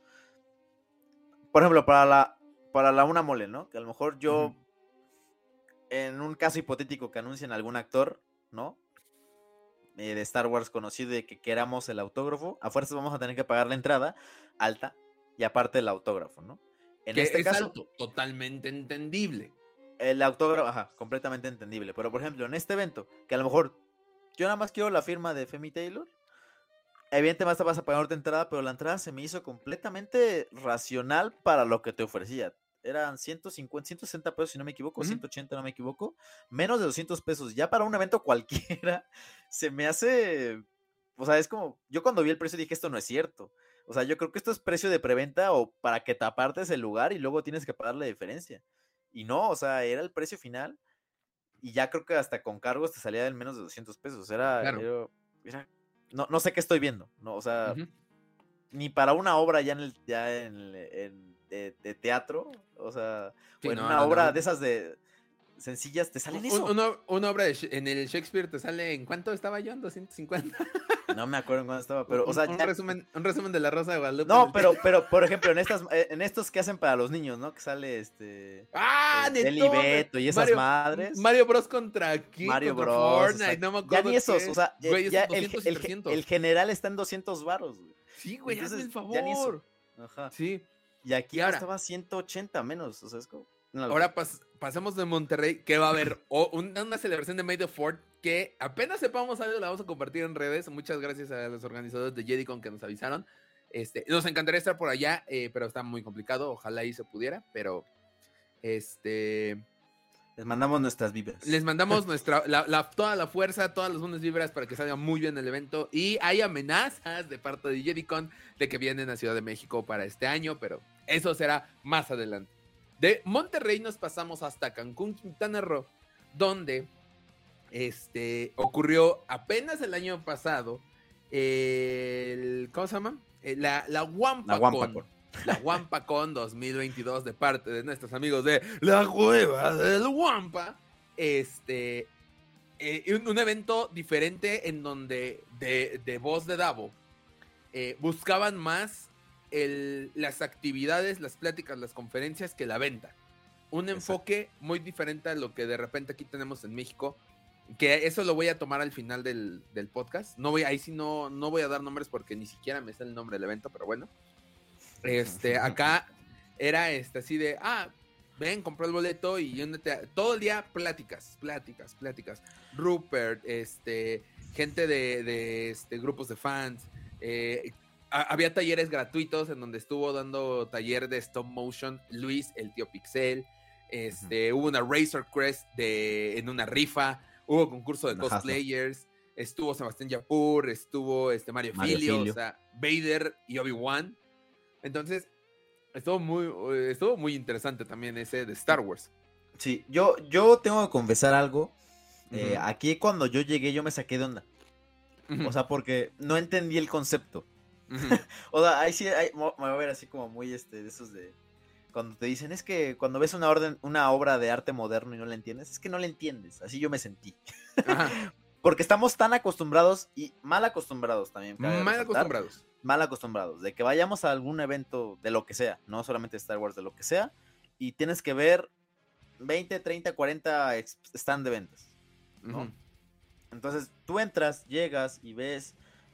por ejemplo, para la para la una mole, ¿no? Que a lo mejor yo, uh-huh. en un caso hipotético que anuncien algún actor, ¿no? eh, de Star Wars conocido de que queramos el autógrafo, a fuerzas vamos a tener que pagar la entrada alta y aparte el autógrafo, ¿no? En que este es caso, alto, totalmente entendible. el autógrafo, ajá, completamente entendible. Pero por ejemplo, en este evento, que a lo mejor yo nada más quiero la firma de Femi Taylor, evidentemente vas a pagar de entrada, pero la entrada se me hizo completamente racional para lo que te ofrecía. Eran ciento cincuenta, ciento sesenta pesos, si no me equivoco, Ujú. ciento ochenta, no me equivoco. Menos de doscientos pesos. Ya para un evento cualquiera, se me hace. O sea, es como. Yo cuando vi el precio dije, esto no es cierto. O sea, yo creo que esto es precio de preventa o para que te apartes el lugar y luego tienes que pagar la diferencia. Y no, o sea, era el precio final. Y ya creo que hasta con cargos te salía del menos de doscientos pesos. Era. Claro. era, era no, no sé qué estoy viendo. No, o sea. Ujú. Ni para una obra ya en el, ya en, el- en- de, de teatro, o sea, Sí, o en no, una no, obra no. de esas de sencillas, te salen Un- eso. una, una obra de Sh- en el Shakespeare te sale, ¿en cuánto estaba yo? ¿En doscientos cincuenta? No me acuerdo en cuándo estaba, Un, pero, o sea, un ya. resumen, un resumen de La Rosa de Guadalupe en No, el pero, teatro. pero, por ejemplo, en estas, eh, en estos que hacen para los niños, ¿no? Que sale este. ¡Ah, eh, Eli neto! Beto y esas Mario, madres. Mario Bros contra quién? Mario Contra Bros. O Fortnite, sea, no me ya acuerdo ni esos, o qué. sea, eh, Güey, ya esos el, doscientos y el, el trescientos. general está en doscientos varos, güey. Sí, güey, hazme el Entonces, ya ni eso. favor. Ajá. Sí. Y aquí Y ahora, costaba ciento ochenta menos, o sea, es como una locura. ahora pas- pasemos de Monterrey, que va a haber o- un- una celebración de May the Fourth que apenas sepamos algo, la vamos a compartir en redes. Muchas gracias a los organizadores de JediCon que nos avisaron. Este, nos encantaría estar por allá, eh, pero está muy complicado. Ojalá ahí se pudiera, pero este, Les mandamos nuestras vibras. les mandamos nuestra, la, la- toda la fuerza, todas las buenas vibras para que salga muy bien el evento. Y hay amenazas de parte de JediCon de que vienen a Ciudad de México para este año, pero eso será más adelante. De Monterrey nos pasamos hasta Cancún, Quintana Roo, donde este, ocurrió apenas el año pasado el, ¿cómo se llama? Eh, La, la WampaCon. La WampaCon. La WampaCon dos mil veintidós de parte de nuestros amigos de La Cueva del Wampa. Este, eh, un, un evento diferente en donde de, de voz de Davo eh, buscaban más el, las actividades, las pláticas, las conferencias que la venta. Un enfoque Exacto. muy diferente a lo que de repente aquí tenemos en México, que eso lo voy a tomar al final del, del podcast. No voy, ahí sí no, no voy a dar nombres porque ni siquiera me sé el nombre del evento, pero bueno. Este, acá era este, así de, ah, ven, compró el boleto y te, todo el día pláticas, pláticas, pláticas. Rupert, este, gente de, de este, grupos de fans, eh, a, había talleres gratuitos en donde estuvo dando taller de stop motion Luis, el tío Pixel, este, uh-huh. hubo una Razor Crest de, en una rifa, hubo concurso de no, cosplayers, no. estuvo Sebastián Yapur, estuvo este, Mario, Mario Filio, Filio, o sea, Vader y Obi-Wan. Entonces, estuvo muy, estuvo muy interesante también ese de Star Wars. Sí, yo, yo tengo que confesar algo. Uh-huh. Eh, aquí cuando yo llegué yo me saqué de onda. Uh-huh. O sea, porque no entendí el concepto. Uh-huh. O sea, ahí sí, ahí, me voy a ver así como muy este, de esos de... Cuando te dicen, es que cuando ves una, orden, una obra de arte moderno y no la entiendes, es que no la entiendes. Así yo me sentí. Uh-huh. Porque estamos tan acostumbrados y mal acostumbrados también. Mal resaltar, acostumbrados. Mal acostumbrados, de que vayamos a algún evento de lo que sea, no solamente Star Wars, de lo que sea, y tienes que ver veinte, treinta, cuarenta stand de ventas, ¿no? Uh-huh. Entonces tú entras, llegas y ves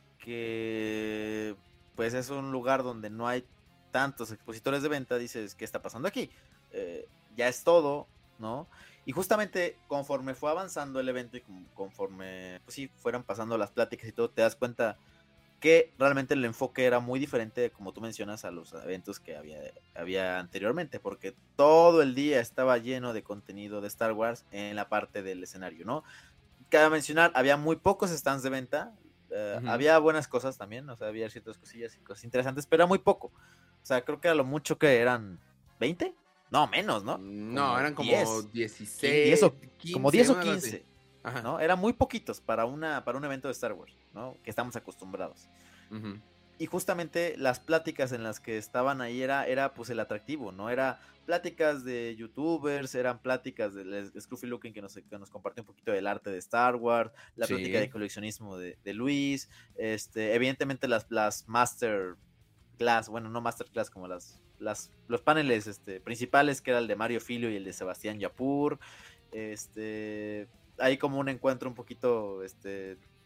que pues es un lugar donde no hay tantos expositores de venta, dices, ¿qué está pasando aquí? Eh, ya es todo, ¿no? Y justamente conforme fue avanzando el evento y conforme, pues sí, fueran pasando las pláticas y todo, te das cuenta que realmente el enfoque era muy diferente, como tú mencionas, a los eventos que había, había anteriormente, porque todo el día estaba lleno de contenido de Star Wars en la parte del escenario, ¿no? Cabe mencionar, había muy pocos stands de venta, uh, uh-huh. había buenas cosas también, o sea, había ciertas cosillas y cosas interesantes, pero era muy poco. O sea, creo que a lo mucho que eran veinte, no, menos, ¿no? No, como eran como diez, dieciséis, diez o, quince, como diez o quince. Ajá. ¿No? Eran muy poquitos para, una, para un evento de Star Wars, ¿no? Que estamos acostumbrados. Uh-huh. Y justamente las pláticas en las que estaban ahí era, era pues el atractivo, ¿no? Era pláticas de youtubers, eran pláticas de Scruffy Looking que nos, que nos compartió un poquito del arte de Star Wars, la sí. plática de coleccionismo de, de Luis, este, evidentemente las, las Master Class, bueno, no Master Class como las, las los paneles este, principales, que era el de Mario Filio y el de Sebastián Yapur, este... hay como un encuentro un poquito este,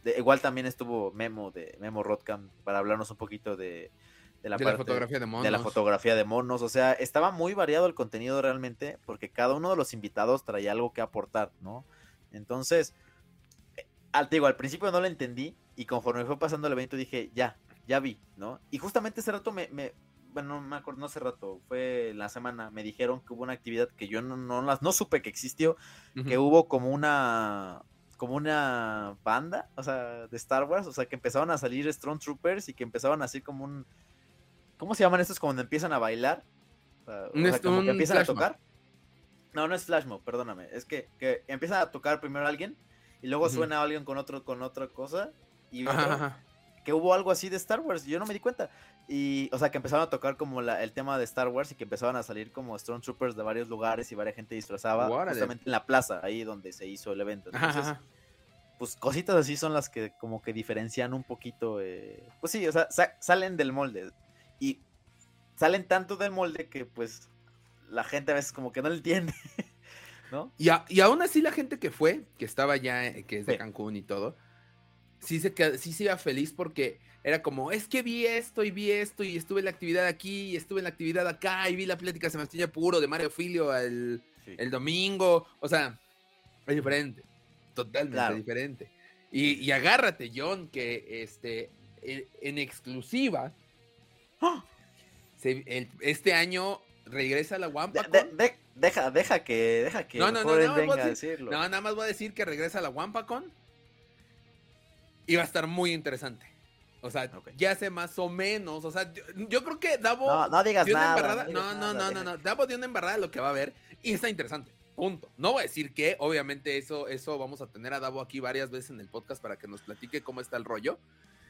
de, igual también estuvo Memo de Memo Rodcam para hablarnos un poquito de, de, la, de parte, la fotografía de monos. de la fotografía de monos. O sea, estaba muy variado el contenido realmente, porque cada uno de los invitados traía algo que aportar, ¿no? Entonces, al, te digo, al principio no lo entendí, y conforme fue pasando el evento dije, ya, ya vi, ¿no? Y justamente ese rato me, me bueno, no me acuerdo, no hace rato, fue la semana, me dijeron que hubo una actividad que yo no, no, no, no supe que existió, uh-huh. que hubo como una, como una banda, o sea, de Star Wars, o sea, que empezaban a salir Stormtroopers y que empezaban así como un, ¿cómo se llaman estos cuando empiezan a bailar? O sea, o sea como que empiezan a tocar. No, no es flash mob, perdóname, es que, que empiezan a tocar primero a alguien y luego uh-huh. suena a alguien con otro, con otra cosa y otro, ajá. que hubo algo así de Star Wars, yo no me di cuenta. Y, o sea, que empezaron a tocar como la, el tema de Star Wars y que empezaban a salir como Stormtroopers de varios lugares y varias gente disfrazaba Guárale. justamente en la plaza, ahí donde se hizo el evento. Entonces, ajá. pues cositas así son las que como que diferencian un poquito, eh, pues sí, o sea, sa- salen del molde. Y salen tanto del molde que pues la gente a veces como que no lo entiende, ¿no? Y, a, y aún así la gente que fue, que estaba ya, que es de sí. Cancún y todo, sí se, sí se iba feliz porque era como, es que vi esto y vi esto y estuve en la actividad aquí y estuve en la actividad acá y vi la plática Sebastián Puro de Mario Filio el, sí. el domingo. O sea, es diferente, totalmente claro. diferente. Y, y agárrate, John, que este en, en exclusiva ¡oh! se, el, este año regresa la WampaCon. De, de, de, deja, deja que, deja que no, no, no, no, venga a decir, a decirlo. No, nada más voy a decir que regresa la WampaCon y va a estar muy interesante. O sea, okay. ya sé más o menos. O sea, yo, yo creo que Davo. No, no digas dio una nada. Embarrada. No, digas no, nada, no, no, no, no. Davo dio una embarrada lo que va a ver y está interesante. Punto. No voy a decir que, obviamente, eso, eso vamos a tener a Davo aquí varias veces en el podcast para que nos platique cómo está el rollo.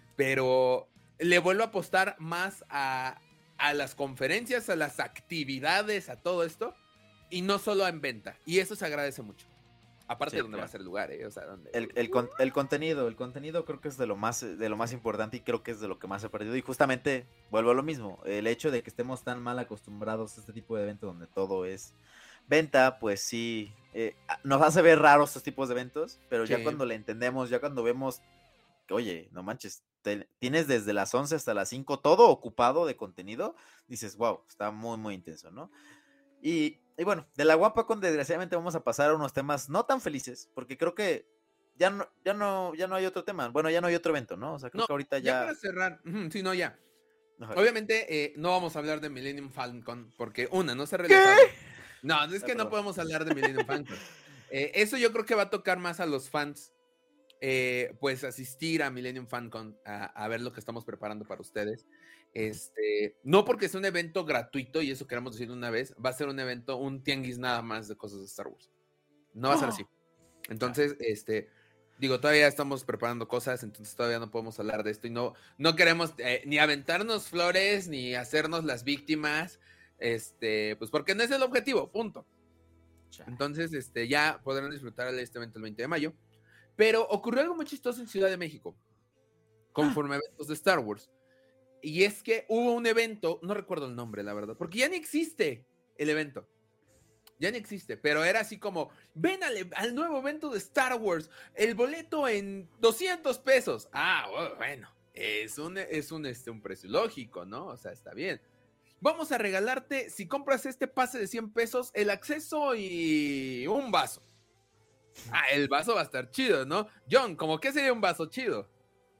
Pero le vuelvo a apostar más a, a las conferencias, a las actividades, a todo esto. Y no solo en venta. Y eso se agradece mucho. Aparte sí, de donde claro. va a ser el lugar, ¿eh? O sea, donde... El, el, con, el contenido, el contenido creo que es de lo más, de lo más importante y creo que es de lo que más he perdido. Y justamente, vuelvo a lo mismo, el hecho de que estemos tan mal acostumbrados a este tipo de eventos donde todo es venta, pues sí, eh, nos hace ver raros estos tipos de eventos, pero sí. ya cuando le entendemos, ya cuando vemos que, oye, no manches, te, tienes desde las once hasta las cinco todo ocupado de contenido, dices, wow, está muy, muy intenso, ¿no? Y, y bueno, de la WampaCon desgraciadamente vamos a pasar a unos temas no tan felices, porque creo que ya no, ya no, ya no hay otro tema, bueno, ya no hay otro evento, ¿no? O sea, creo no, que ahorita ya... ya... para cerrar, uh-huh, sí, no, ya. Ajá. Obviamente eh, no vamos a hablar de Millennium Falcon, porque una, no se ha realizado. ¿Qué? No, es que no podemos hablar de Millennium Falcon. Eh, eso yo creo que va a tocar más a los fans, eh, pues asistir a Millennium Falcon, a, a ver lo que estamos preparando para ustedes. Este, no porque es un evento gratuito, y eso queremos decir una vez, va a ser un evento, un tianguis nada más de cosas de Star Wars. No va a ser así. Entonces, este, digo, todavía estamos preparando cosas, entonces todavía no podemos hablar de esto y no, no queremos eh, ni aventarnos flores, ni hacernos las víctimas, este, pues porque no es el objetivo, punto. Entonces, este, ya podrán disfrutar de este evento el veinte de mayo. Pero ocurrió algo muy chistoso en Ciudad de México, conforme a eventos de Star Wars. Y es que hubo un evento, no recuerdo el nombre, la verdad, porque ya ni existe el evento. Ya ni existe, pero era así como, ven al, al nuevo evento de Star Wars, el boleto en doscientos pesos. Ah, bueno, es un, es un, este, un precio lógico, ¿no? O sea, está bien. Vamos a regalarte, si compras este pase de cien pesos, el acceso y un vaso. Ah, el vaso va a estar chido, ¿no? John, ¿cómo qué sería un vaso chido?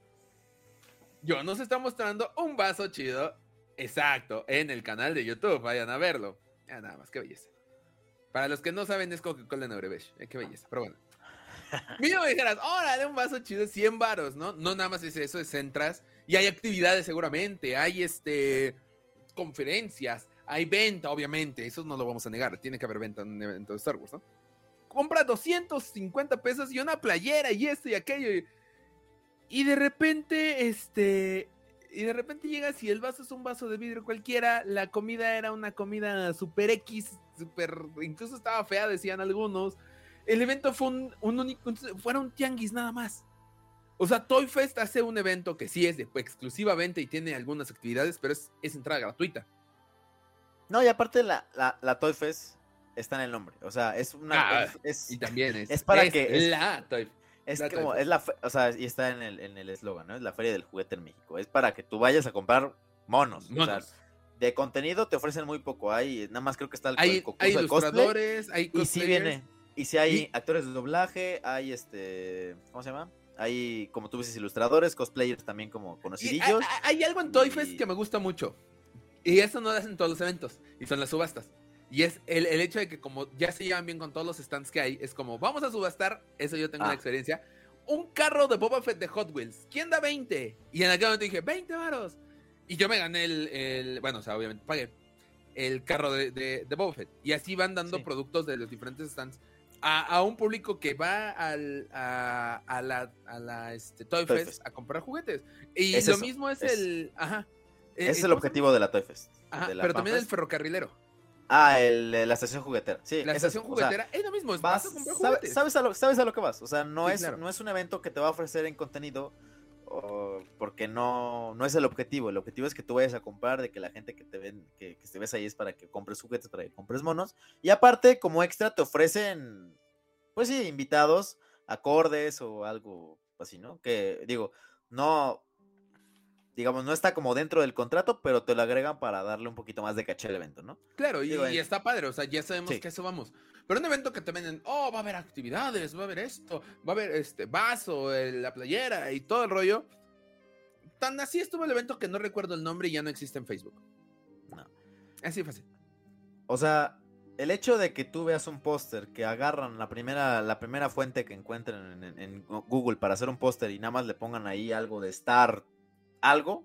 John nos está mostrando un vaso chido, exacto, en el canal de YouTube, vayan a verlo. Ya nada más, qué belleza. Para los que no saben, es Coca-Cola en Eurebesh, eh, qué belleza, pero bueno. Mira, me dijeras, órale, un vaso chido, cien varos, ¿no? No nada más es eso, es entras y hay actividades seguramente, hay este conferencias, hay venta, obviamente, eso no lo vamos a negar, tiene que haber venta en un evento de Star Wars, ¿no? Compra doscientos cincuenta pesos y una playera y esto y aquello y, y de repente, este, y de repente llegas y el vaso es un vaso de vidrio cualquiera, la comida era una comida super X, super, incluso estaba fea, decían algunos. El evento fue un, un único, fuera un tianguis nada más. O sea, Toy Fest hace un evento que sí es de exclusivamente y tiene algunas actividades, pero es, es entrada gratuita. No, y aparte la, la, la Toy Fest está en el nombre. O sea, es una... Ah, es, es, y también es... es para es que... Es, la Toy Fest. Es La como, Toy es la, fe- o sea, y está en el en el eslogan, ¿no? Es la feria del juguete en México. Es para que tú vayas a comprar monos. O sea, Monos. de contenido te ofrecen muy poco. Hay, nada más creo que está el, co- el Hay, hay concurso de cosplay. ilustradores, hay Y sí cosplayers. viene. Y sí hay Y, actores de doblaje, hay este, ¿cómo se llama? Hay, como tú dices, ilustradores, cosplayers también como y hay, conocidillos. hay algo en Toy Fest Y que me gusta mucho. Y eso no lo hacen todos los eventos. Y son las subastas. Y es el, el hecho de que como ya se llevan bien con todos los stands que hay, es como, vamos a subastar, eso yo tengo Ah. una experiencia, un carro de Boba Fett de Hot Wheels. ¿Quién da veinte? Y en aquel momento dije, veinte varos. Y yo me gané el, el- bueno, o sea, obviamente pagué el carro de, de, de Boba Fett. Y así van dando Sí. productos de los diferentes stands a, a un público que va al, a, a la, a la este, Toy Toy Fest Fest. a comprar juguetes. Y Es lo eso, mismo es, es- el... Ajá. ese es Eh, el ¿cómo se objetivo de la Toy Fest. llama? Ajá, de la pero Fan también el Fest. ferrocarrilero. Ah, el, la estación juguetera. Sí, La es estación eso, o sea, juguetera es lo mismo, es vas, vas a comprar sabe- juguetes. sabes, a lo, sabes a lo que vas. O sea, no, Sí, es, claro. no es un evento que te va a ofrecer en contenido o- porque no, no es el objetivo. El objetivo es que tú vayas a comprar, de que la gente que te ven, que, que te ves ahí es para que compres juguetes, para que compres monos. Y aparte, como extra, te ofrecen, pues sí, invitados, acordes o algo así, ¿no? Que digo, no, digamos, no está como dentro del contrato, pero te lo agregan para darle un poquito más de caché al evento, ¿no? Claro, y, Digo, y en- está padre, o sea, ya sabemos sí. que a eso vamos. Pero un evento que te venden, oh, va a haber actividades, va a haber esto, va a haber este vaso, el- la playera y todo el rollo. Tan así estuvo el evento que no recuerdo el nombre y ya no existe en Facebook. No. Así fácil. O sea, el hecho de que tú veas un póster, que agarran la primera, la primera fuente que encuentren en, en- en Google para hacer un póster y nada más le pongan ahí algo de Star, algo,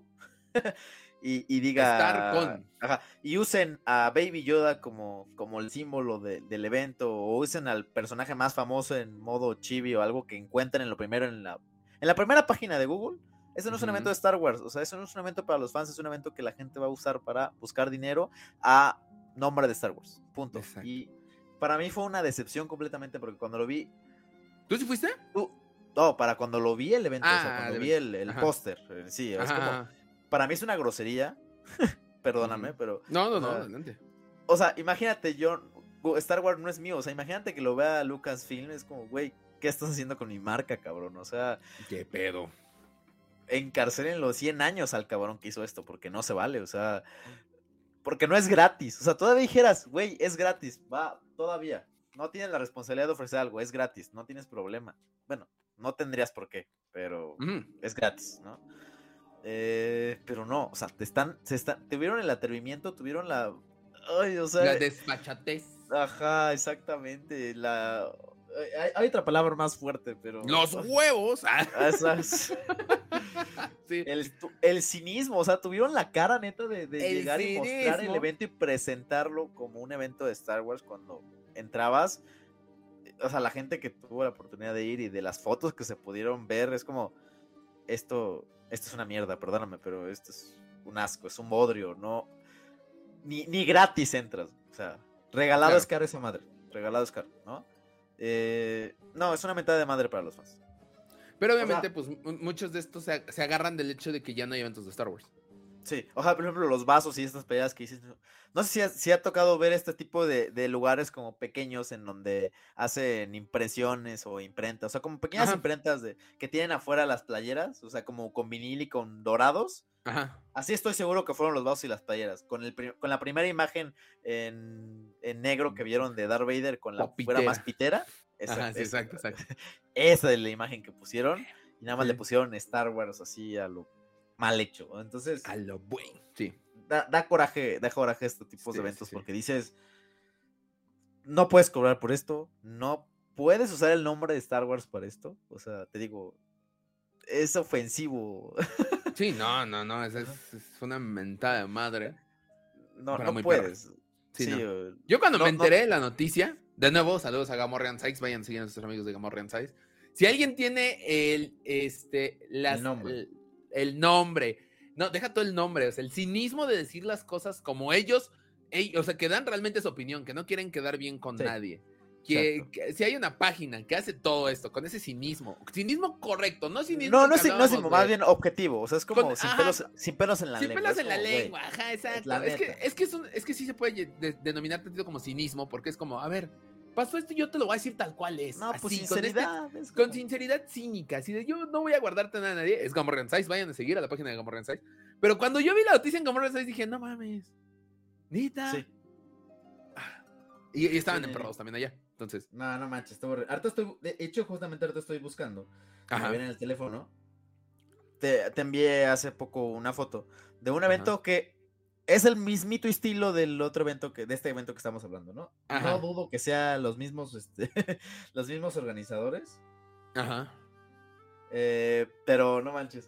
y, y diga... Star con. Ajá, y usen a Baby Yoda como, como el símbolo de- del evento, o usen al personaje más famoso en modo chibi o algo que encuentren en lo primero en la, en la primera página de Google. Eso no es un Ujú. evento de Star Wars, o sea, eso no es un evento para los fans, es un evento que la gente va a usar para buscar dinero a nombre de Star Wars, punto. Exacto. Y para mí fue una decepción completamente porque cuando lo vi, ¿Tú sí fuiste? uh, no, para cuando lo vi el evento, o sea, Ah, cuando del vi el, el Ajá. póster, eh, sí, es Ajá, como, ajá. para mí es una grosería, perdóname, Ujú. pero, No, no, o no, sea, adelante. o sea, imagínate, yo, Star Wars no es mío, o sea, imagínate que lo vea Lucasfilm, es como, güey, ¿qué estás haciendo con mi marca, cabrón? O sea, Qué pedo. encarcelen los cien años al cabrón que hizo esto, porque no se vale, o sea, porque no es gratis, o sea, todavía dijeras, güey, es gratis, va, todavía, no tienes la responsabilidad de ofrecer algo, es gratis, no tienes problema, bueno, no tendrías por qué, pero Ujú. es gratis, ¿no? Eh, pero no, o sea, te están, se están, tuvieron el atrevimiento, tuvieron la, ay, o sea, La desfachatez. ajá, exactamente, la, hay, hay otra palabra más fuerte, pero... Los huevos. Ah, Ah, esas- sí. El, tu- el cinismo, o sea, tuvieron la cara neta de, de El llegar y mostrar el cinismo. evento y presentarlo como un evento de Star Wars cuando entrabas. O sea, la gente que tuvo la oportunidad de ir y de las fotos que se pudieron ver, es como, esto, esto es una mierda, perdóname, pero esto es un asco, es un bodrio, no, ni, ni gratis entras, o sea, regalado Claro. es caro esa madre, regalado es caro, ¿no? Eh, no, es una mentada de madre para los fans. Pero O sea- obviamente, pues mu- muchos de estos se, se agarran del hecho de que ya no hay eventos de Star Wars. Sí, o sea, por ejemplo, los vasos y estas peleas que dices. No sé si ha, si ha tocado ver este tipo de, de lugares como pequeños en donde hacen impresiones o imprentas, o sea, como pequeñas Ajá. imprentas de, que tienen afuera las playeras, o sea, como con vinil y con dorados. Ajá. Así estoy seguro que fueron los vasos y las playeras. Con, el, pri- con la primera imagen en, en negro que vieron de Darth Vader con la fuera más pitera. Esa, Ajá, sí, esa- exacto, exacto. esa es la imagen que pusieron. Y nada más Sí. le pusieron Star Wars así a lo mal hecho. Entonces, A lo bueno. Sí. da, da coraje, da coraje este tipo Sí, de eventos sí, sí. porque dices, no puedes cobrar por esto, no puedes usar el nombre de Star Wars para esto. O sea, te digo, es ofensivo. Sí, no, no, no. Es, es- es una mentada de madre. No, Pero no muy puedes. Sí, Sí, no. eh, Yo cuando no- me no- enteré de la noticia, de nuevo, saludos a Gamorrean Sykes, vayan a seguir a nuestros amigos de Gamorrean Sykes. Si alguien tiene el, este, las, El nombre. El, el nombre, no, deja todo el nombre, o sea, el cinismo de decir las cosas como ellos, ey- o sea, que dan realmente su opinión, que no quieren quedar bien con Sí, nadie. Que, exacto. que si hay una página que hace todo esto con ese cinismo, cinismo correcto, no cinismo. No, del no que es, no es hablábamos más de- bien objetivo. O sea, es como Con- sin, ajá, pelos, sin pelos en la Sin lengua. pelos es en la como, güey, lengua, ajá, exacto. la Es que, neta. es que, es un- es que sí se puede de- denominar tantito como cinismo, porque es como, a ver, pasó esto y yo te lo voy a decir tal cual es. No, pues así, sinceridad. Con, es este, con como- sinceridad cínica, así de yo no voy a guardarte nada a nadie. Es Gamorrean Size, vayan a seguir a la página de Gamorrean Size. Pero cuando yo vi la noticia en Gamorrean Size dije, no mames, ¿nita? Sí. Y, y estaban Sí. emperrados también allá. Entonces, No, no manches, estuvo horrible. Ahorita estoy, de hecho, justamente ahorita estoy buscando. Ajá. Me ven en el teléfono. Te, te envié hace poco una foto de un Ajá. evento que es el mismito estilo del otro evento que, de este evento que estamos hablando, ¿no? Ajá. No dudo que sean los mismos, este, los mismos organizadores. Ajá. Eh, pero no manches.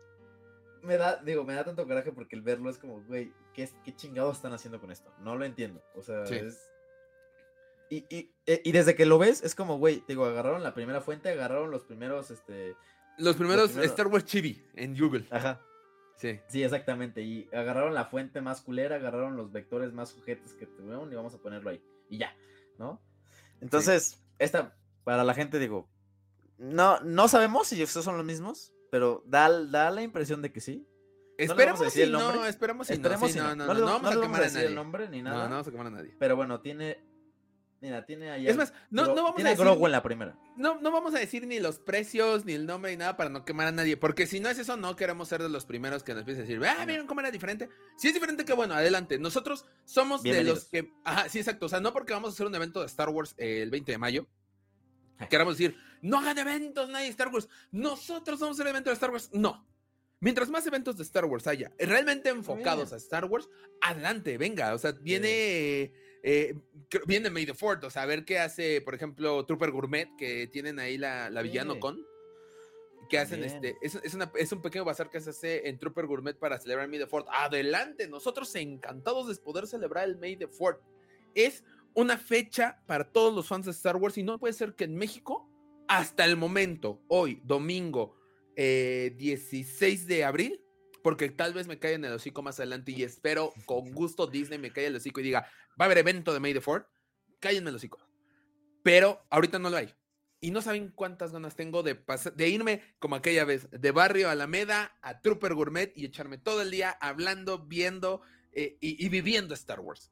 Me da, digo, me da tanto coraje porque el verlo es como, güey, ¿qué, es- ¿qué chingados están haciendo con esto? No lo entiendo. O sea, Sí. es. Y, y, eh, y desde que lo ves, es como, güey, digo, agarraron la primera fuente, agarraron los primeros, este. Los primeros primeros- Star Wars Chibi en Google. Ajá. Sí. Sí, exactamente. Y agarraron la fuente más culera, agarraron los vectores más sujetos que tuvieron y vamos a ponerlo ahí. Y ya, ¿no? Entonces, Esta, para la gente digo, no, no sabemos si estos son los mismos, pero da, da la impresión de que sí. le vamos a Esperemos decir si el no, nombre? esperemos si Esperemos no. Sí, si no, no. no, No no, le- no no vamos le a vamos quemar a a decir nadie. el nombre ni No, nada. no vamos a quemar a nadie. Pero bueno, tiene. Mira, tiene ahí. Es más, no, no vamos a tiene decir Grogu ni- en la primera. No, no vamos a decir ni los precios, ni el nombre, ni nada para no quemar a nadie. Porque si no es eso, no queremos ser de los primeros que nos empiecen a decir, ah, ¿vieron cómo era diferente? Si es diferente, qué bueno, adelante. Nosotros somos de Bienvenidos. los que. Ajá, sí, exacto. O sea, no porque vamos a hacer un evento de Star Wars eh, el veinte de mayo. Queramos decir, no hagan eventos, nadie de Star Wars. Nosotros vamos a hacer el evento de Star Wars. No. Mientras más eventos de Star Wars haya, realmente enfocados a Star Wars, adelante, venga. O sea, viene. eh, eh, cr- viene May the Fourth, o sea, a ver qué hace, por ejemplo, Trooper Gourmet, que tienen ahí la, la Sí. Villano Con. Que hacen También. este. Es, es, una- es un pequeño bazar que se hace en Trooper Gourmet para celebrar May the Fourth. Adelante, nosotros encantados de poder celebrar el May the Fourth. Es una fecha para todos los fans de Star Wars y no puede ser que en México, hasta el momento, hoy, domingo, eh, dieciséis de abril, porque tal vez me caiga en el hocico más adelante y espero con gusto Disney me caiga el hocico y diga, va a haber evento de May the Fourth, cállenme el hocico. Pero ahorita no lo hay. Y no saben cuántas ganas tengo de, pas- de irme como aquella vez, de Barrio Alameda a Trooper Gourmet y echarme todo el día hablando, viendo eh, y, y viviendo Star Wars.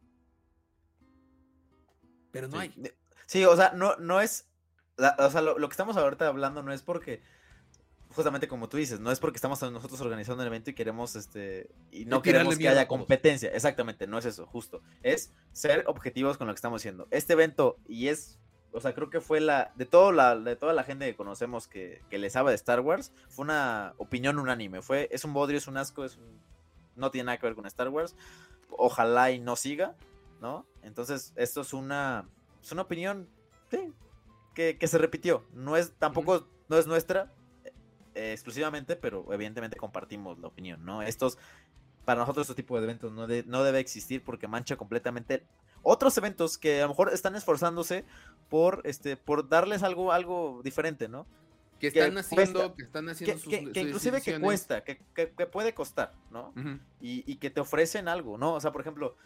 Pero no Sí. hay. De- Sí, o sea, no, no es. la- O sea, lo, lo que estamos ahorita hablando no es porque. Justamente como tú dices, no es porque estamos nosotros organizando el evento y queremos este. Y no Y tirarle queremos que mierda a haya todos. competencia. Exactamente, no es eso, justo. Es ser objetivos con lo que estamos haciendo. Este evento, y es. O sea, creo que fue la. De todo la, de toda la gente que conocemos que, que le sabe de Star Wars, fue una opinión unánime. Fue, es un bodrio, es un asco, es un, no tiene nada que ver con Star Wars. Ojalá y no siga, ¿no? Entonces, esto es una. Es una opinión, sí, que, que se repitió. No es, tampoco, no es nuestra eh, exclusivamente, pero evidentemente compartimos la opinión, ¿no? Estos, para nosotros este tipo de eventos no, de- no debe existir porque mancha completamente otros eventos que a lo mejor están esforzándose por, este, por darles algo, algo diferente, ¿no? Que que están haciendo, cuesta- que están Que, haciendo sus, que- que sus inclusive que decisiones. cuesta, que, que- que puede costar, ¿no? Ujú. y, y que te ofrecen algo, ¿no? O sea, por ejemplo,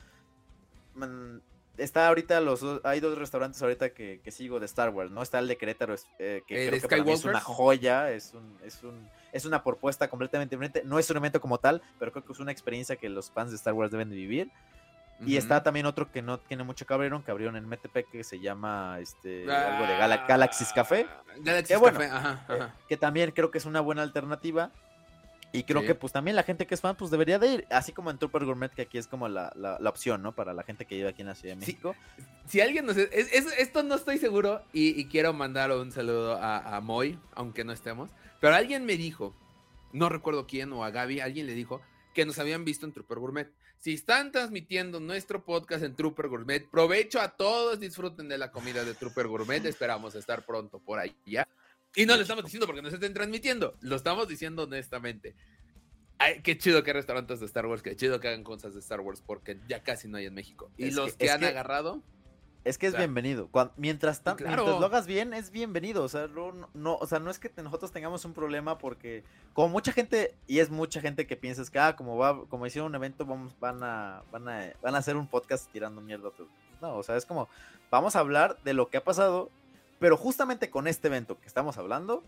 man, está ahorita los dos- hay dos restaurantes ahorita que, que sigo de Star Wars, ¿no? Está el de Querétaro, es, eh, que ¿El creo que para mí es una Skywalkers? joya, es un, es un, es una propuesta completamente diferente, no es un evento como tal, pero creo que es una experiencia que los fans de Star Wars deben de vivir. Y Ujú. está también otro que no tiene mucho que abrieron, que abrieron en Metepec, que se llama este Ah, algo de Gala- Galaxy's Café. Galaxy's Que bueno, Café, ajá, ajá. que también creo que es una buena alternativa. Y creo Sí. que pues también la gente que es fan pues debería de ir, así como en Trooper Gourmet, que aquí es como la, la, la opción, ¿no? Para la gente que vive aquí en la Ciudad de Sí. México. Si alguien nos... es- es- esto no estoy seguro y, y quiero mandar un saludo a, a Moy, aunque no estemos, pero alguien me dijo, no recuerdo quién, o a Gaby, alguien le dijo que nos habían visto en Trooper Gourmet. Si están transmitiendo nuestro podcast en Trooper Gourmet, provecho a todos, disfruten de la comida de Trooper Gourmet, esperamos estar pronto por ahí, ¿ya? Y no lo estamos diciendo porque nos estén transmitiendo, lo estamos diciendo honestamente. Ay, qué chido que hay restaurantes de Star Wars, qué chido que hagan cosas de Star Wars, porque ya casi no hay en México. Y Es los que- que, es han que- agarrado, Es que es Claro. bienvenido. Cuan- mientras, tan- Claro. mientras lo hagas bien, es bienvenido. O sea, no, no, o sea, no es que te- nosotros tengamos un problema porque, como mucha gente, y es mucha gente que piensa es que, ah, como va, como hicieron un evento, vamos, van a, van a, van a hacer un podcast tirando mierda a todo. No, o sea, es como, vamos a hablar de lo que ha pasado, pero justamente con este evento que estamos hablando,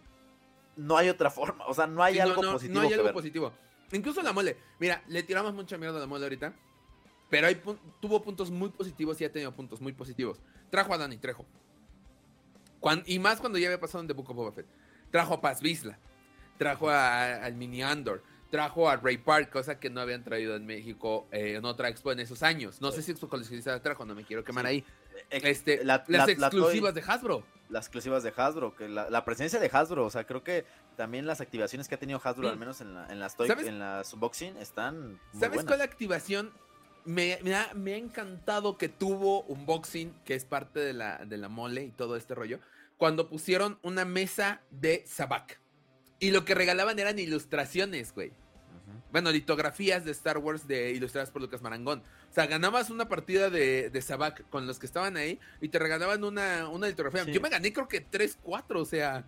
no hay otra forma. O sea, no hay sí, no, algo no, positivo no hay que algo ver. positivo. Incluso la mole. Mira, le tiramos mucha mierda a la mole ahorita. pero hay, tuvo puntos muy positivos y ha tenido puntos muy positivos. Trajo a Danny Trejo. Cuando, y más cuando ya había pasado en The Book of Boba Fett. Trajo a Paz Vizsla. Trajo al Mini Andor. Trajo a Ray Park, cosa que no habían traído en México eh, en otra expo en esos años. No sé si Expo Coleccionista la trajo, no me quiero quemar sí. ahí. Este, la, las la, exclusivas la toy, de Hasbro. Las exclusivas de Hasbro, que la, la presencia de Hasbro, o sea, creo que también las activaciones que ha tenido Hasbro, mm. al menos en, la, en las toy, en las unboxing, están muy ¿Sabes buenas. cuál activación? Me, me, ha, me ha encantado que tuvo unboxing, que es parte de la, de la mole y todo este rollo, cuando pusieron una mesa de Sabak. Y lo que regalaban eran ilustraciones, güey. Uh-huh. Bueno, litografías de Star Wars de, ilustradas por Lucas Marangón. O sea, ganabas una partida de, de Sabak con los que estaban ahí y te regalaban una, una litografía. Sí. Yo me gané creo que tres, cuatro, o sea...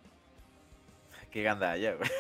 Qué gandalla, güey.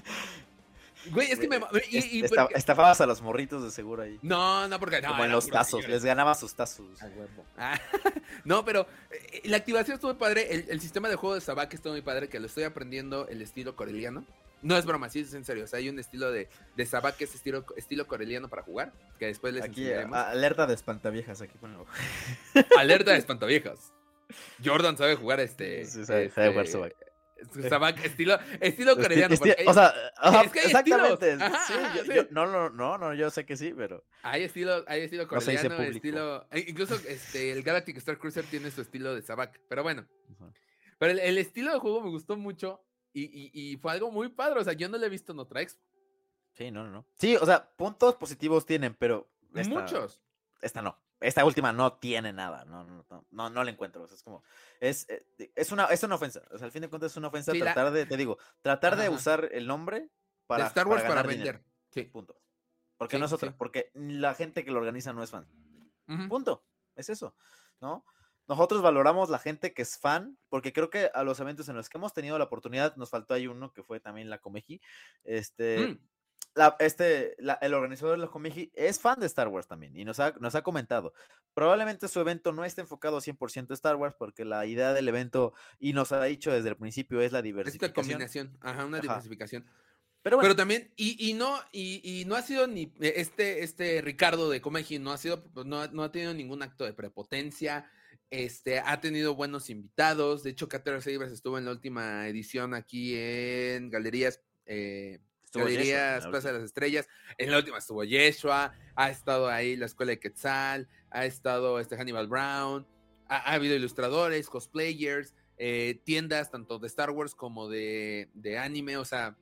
Güey, es que me... Y, y Esta, porque... Estafabas a los morritos de seguro ahí. No, no, porque... No, Como en los tazos, les ganabas sus tazos. Ah, no, pero eh, la activación estuvo muy padre. El, el sistema de juego de Sabak estuvo muy padre, que lo estoy aprendiendo el estilo coreliano. No es broma, sí es en serio. O sea, hay un estilo de, de Sabak que es estilo, estilo coreliano para jugar, que después les aquí, enseñaremos. Alerta de espantaviejas, aquí ponlo. Alerta de espantaviejas. Jordan sabe jugar este... Sí, sabe, este, sabe jugar Sabak. Sabak, estilo, estilo coreano. Esti esti o sea, es que hay exactamente. Ajá, sí, yo, sí. Yo, no, no, no, no, yo sé que sí, pero. Hay estilo, hay estilo coreano, no estilo. Incluso este, el Galactic Star Cruiser tiene su estilo de Sabak. Pero bueno. Uh-huh. Pero el, el estilo de juego me gustó mucho y, y, y fue algo muy padre. O sea, yo no lo he visto en otra expo. Sí, no, no, no. Sí, o sea, puntos positivos tienen, pero. Esta, Muchos. Esta no. Esta última no tiene nada, no, no, no, no, no la encuentro, o sea, es como, es, es una, es una ofensa, o sea, al fin de cuentas es una ofensa sí, tratar la... de, te digo, tratar Ajá. de usar el nombre para, de Star Wars para, para vender, dinero. Sí. Punto. Porque sí, no es otra, sí. porque la gente que lo organiza no es fan. Uh-huh. Punto, es eso, ¿no? Nosotros valoramos la gente que es fan, porque creo que a los eventos en los que hemos tenido la oportunidad, nos faltó ahí uno que fue también la Comeji, este... Mm. La, este, la, el organizador de la Comeji es fan de Star Wars también y nos ha, nos ha comentado. Probablemente su evento no esté enfocado cien por ciento a Star Wars porque la idea del evento, y nos ha dicho desde el principio, es la diversificación. Esta combinación, ajá, una Ajá. diversificación. Pero, bueno. Pero también, y, y no, y, y no ha sido ni este, este Ricardo de Comeji, no ha sido, no, no ha tenido ningún acto de prepotencia. Este, ha tenido buenos invitados. De hecho, Caterham Sabers estuvo en la última edición aquí en Galerías. Eh, Galerías, Plaza de las Estrellas. En la última estuvo Yeshua, ha estado ahí la Escuela de Quetzal, ha estado este Hannibal Brown, ha, ha habido ilustradores, cosplayers, eh, tiendas tanto de Star Wars como de, de anime, o sea,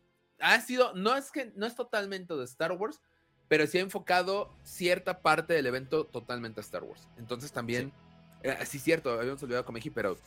ha sido, no es que no es totalmente de Star Wars, pero sí ha enfocado cierta parte del evento totalmente a Star Wars. Entonces también, sí, eh, sí cierto, habíamos olvidado Comeji, pero,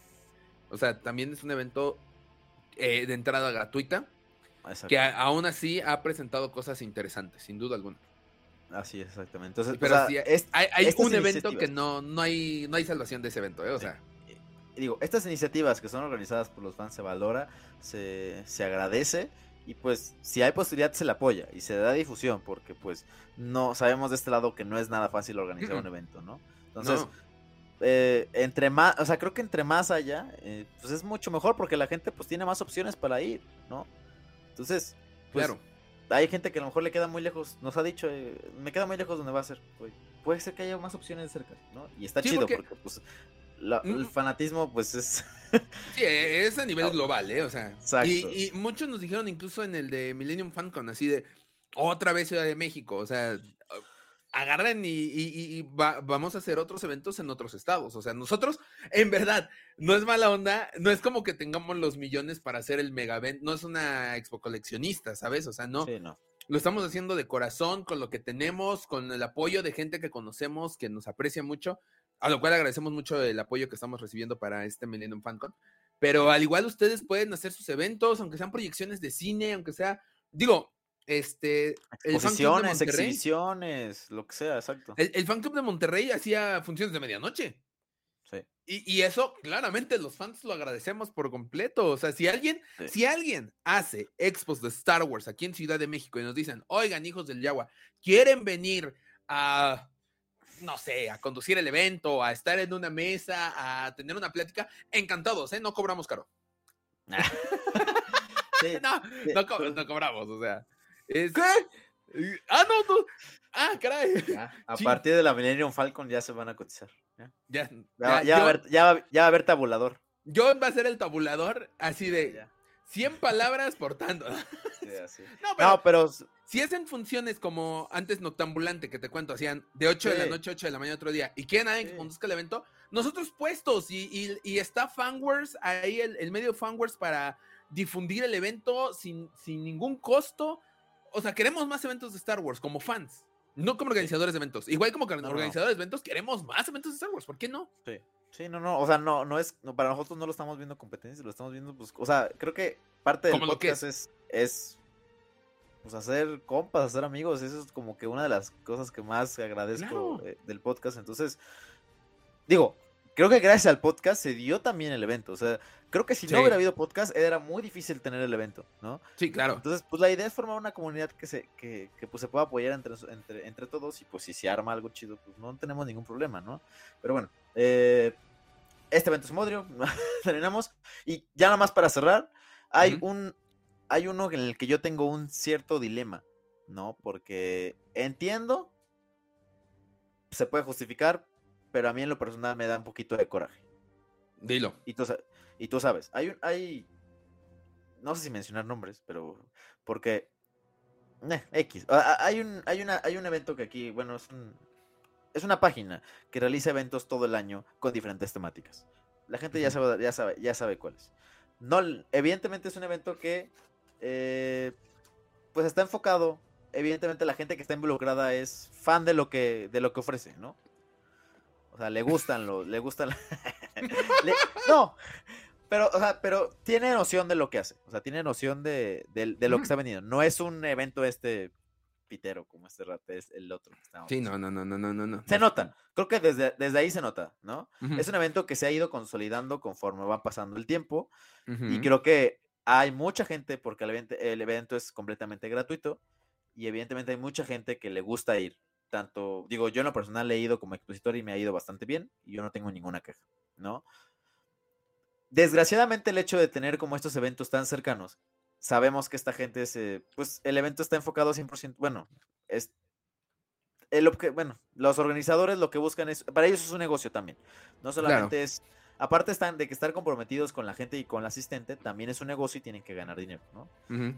o sea, también es un evento eh, de entrada gratuita. Exacto. Que a, aún así ha presentado cosas interesantes, sin duda alguna. Así es, exactamente. Entonces, pero o sea, sí, es, hay, hay un evento que no, no, hay, no hay salvación de ese evento, ¿eh? O sea. Eh, digo, estas iniciativas que son organizadas por los fans se valora, se, se agradece, y pues si hay posibilidad se le apoya y se da difusión, porque pues no sabemos de este lado que no es nada fácil organizar uh-huh. un evento, ¿no? Entonces, no. eh, entre más, o sea, creo que entre más allá, eh, pues es mucho mejor porque la gente pues tiene más opciones para ir, ¿no? Entonces, pues, claro, hay gente que a lo mejor le queda muy lejos, nos ha dicho, eh, me queda muy lejos donde va a ser, güey. Puede ser que haya más opciones cerca, ¿no? Y está sí, chido porque, porque pues, la, mm. el fanatismo, pues, es... sí, es a nivel global, ¿eh? O sea, Exacto. Y, y muchos nos dijeron incluso en el de Millennium FanCon, así de, otra vez Ciudad de México, o sea, agarren y, y, y va, vamos a hacer otros eventos en otros estados. O sea, nosotros, en verdad, no es mala onda, no es como que tengamos los millones para hacer el mega event, no es una expo coleccionista, ¿sabes? O sea, no, sí, no. Lo estamos haciendo de corazón, con lo que tenemos, con el apoyo de gente que conocemos, que nos aprecia mucho, a lo cual agradecemos mucho el apoyo que estamos recibiendo para este Millennium FanCon. Pero al igual ustedes pueden hacer sus eventos, aunque sean proyecciones de cine, aunque sea, digo... Este, exposiciones, el exhibiciones, lo que sea, exacto. El, el fan club de Monterrey hacía funciones de medianoche. Sí. Y, y eso, claramente, los fans lo agradecemos por completo. O sea, si alguien, sí. si alguien hace expos de Star Wars aquí en Ciudad de México y nos dicen, oigan, hijos del Yagua, ¿quieren venir a, no sé, a conducir el evento, a estar en una mesa, a tener una plática? Encantados, ¿eh? No cobramos caro. sí. no, no, co- no cobramos, o sea. Es... ¿Qué? Ah, no, no. Ah, caray. Ya, A Sí. partir de la Millennium Falcon ya se van a cotizar. Ya, Ya, ya, ya, ya va a yo, haber, ya, va- ya va a haber tabulador. yo va a ser el tabulador así de Ya, cien palabras por tanto. sí, así. No, pero No, pero si hacen funciones como antes Noctambulante, que te cuento, hacían de ocho de la Sí. noche a ocho de la mañana otro día, y quieren alguien que Sí. conduzca el evento, nosotros puestos, y, y, y está Fanwares, ahí el, el medio Fanwares para difundir el evento sin, sin ningún costo. O sea, queremos más eventos de Star Wars como fans, no como organizadores de eventos. Igual como que No, no. organizadores de eventos, queremos más eventos de Star Wars, ¿por qué no? Sí. Sí, no, no, o sea, no, no es, no, para nosotros no lo estamos viendo competencia, lo estamos viendo, pues, o sea, creo que parte del Como lo que podcast es, es, pues, hacer compas, hacer amigos, eso es como que una de las cosas que más agradezco Claro. eh, del podcast, entonces, digo, creo que gracias al podcast se dio también el evento, o sea, creo que si Sí. no hubiera habido podcast era muy difícil tener el evento, ¿no? Sí, claro. Entonces, pues la idea es formar una comunidad que se, que, que pues se pueda apoyar entre, entre, entre todos y pues si se arma algo chido, pues no tenemos ningún problema, ¿no? Pero bueno, eh, este evento es Modrio, terminamos. Y ya nada más para cerrar, hay Ujú. un, hay uno en el que yo tengo un cierto dilema, ¿no? Porque entiendo, se puede justificar, pero a mí en lo personal me da un poquito de coraje. Dilo. Y tú, sa- y tú sabes, hay un, hay, no sé si mencionar nombres, pero porque eh, X. A- a- Hay un, hay una, hay un evento que aquí, bueno, es un, es una página que realiza eventos todo el año con diferentes temáticas. La gente ya Ujú. sabe, ya sabe, ya sabe cuáles. No, evidentemente es un evento que, eh, pues está enfocado. Evidentemente la gente que está involucrada es fan de lo que, de lo que ofrece, ¿no? O sea, le gustan los, le gustan. le- no, pero, o sea, pero tiene noción de lo que hace. O sea, tiene noción de, de, de lo que Ujú. está vendiendo. No es un evento este pitero como este rato, es el otro que estábamos Sí, diciendo. no, no, no, no, no, no. Se nota. Creo que desde, desde ahí se nota, ¿no? Ujú. Es un evento que se ha ido consolidando conforme va pasando el tiempo. Y Ujú. creo que hay mucha gente, porque el evento, el evento es completamente gratuito. Y evidentemente hay mucha gente que le gusta ir. Tanto, digo, yo en lo personal he ido como expositor y me ha ido bastante bien. Y yo no tengo ninguna queja, ¿no? Desgraciadamente el hecho de tener como estos eventos tan cercanos, sabemos que esta gente se, pues el evento está enfocado cien por ciento, bueno, es el obje- bueno, los organizadores lo que buscan es, para ellos es un negocio también. No solamente es, aparte están de que estar comprometidos con la gente y con la asistente, también es un negocio y tienen que ganar dinero, ¿no? Ujú.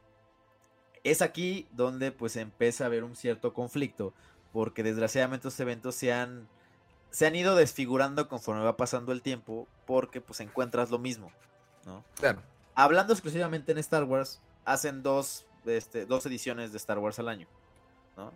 Es aquí donde pues empieza a haber un cierto conflicto, porque desgraciadamente estos eventos se han, se han ido desfigurando conforme va pasando el tiempo, porque pues encuentras lo mismo, ¿no? Claro. Hablando exclusivamente en Star Wars, hacen dos, este, dos ediciones de Star Wars al año, ¿no?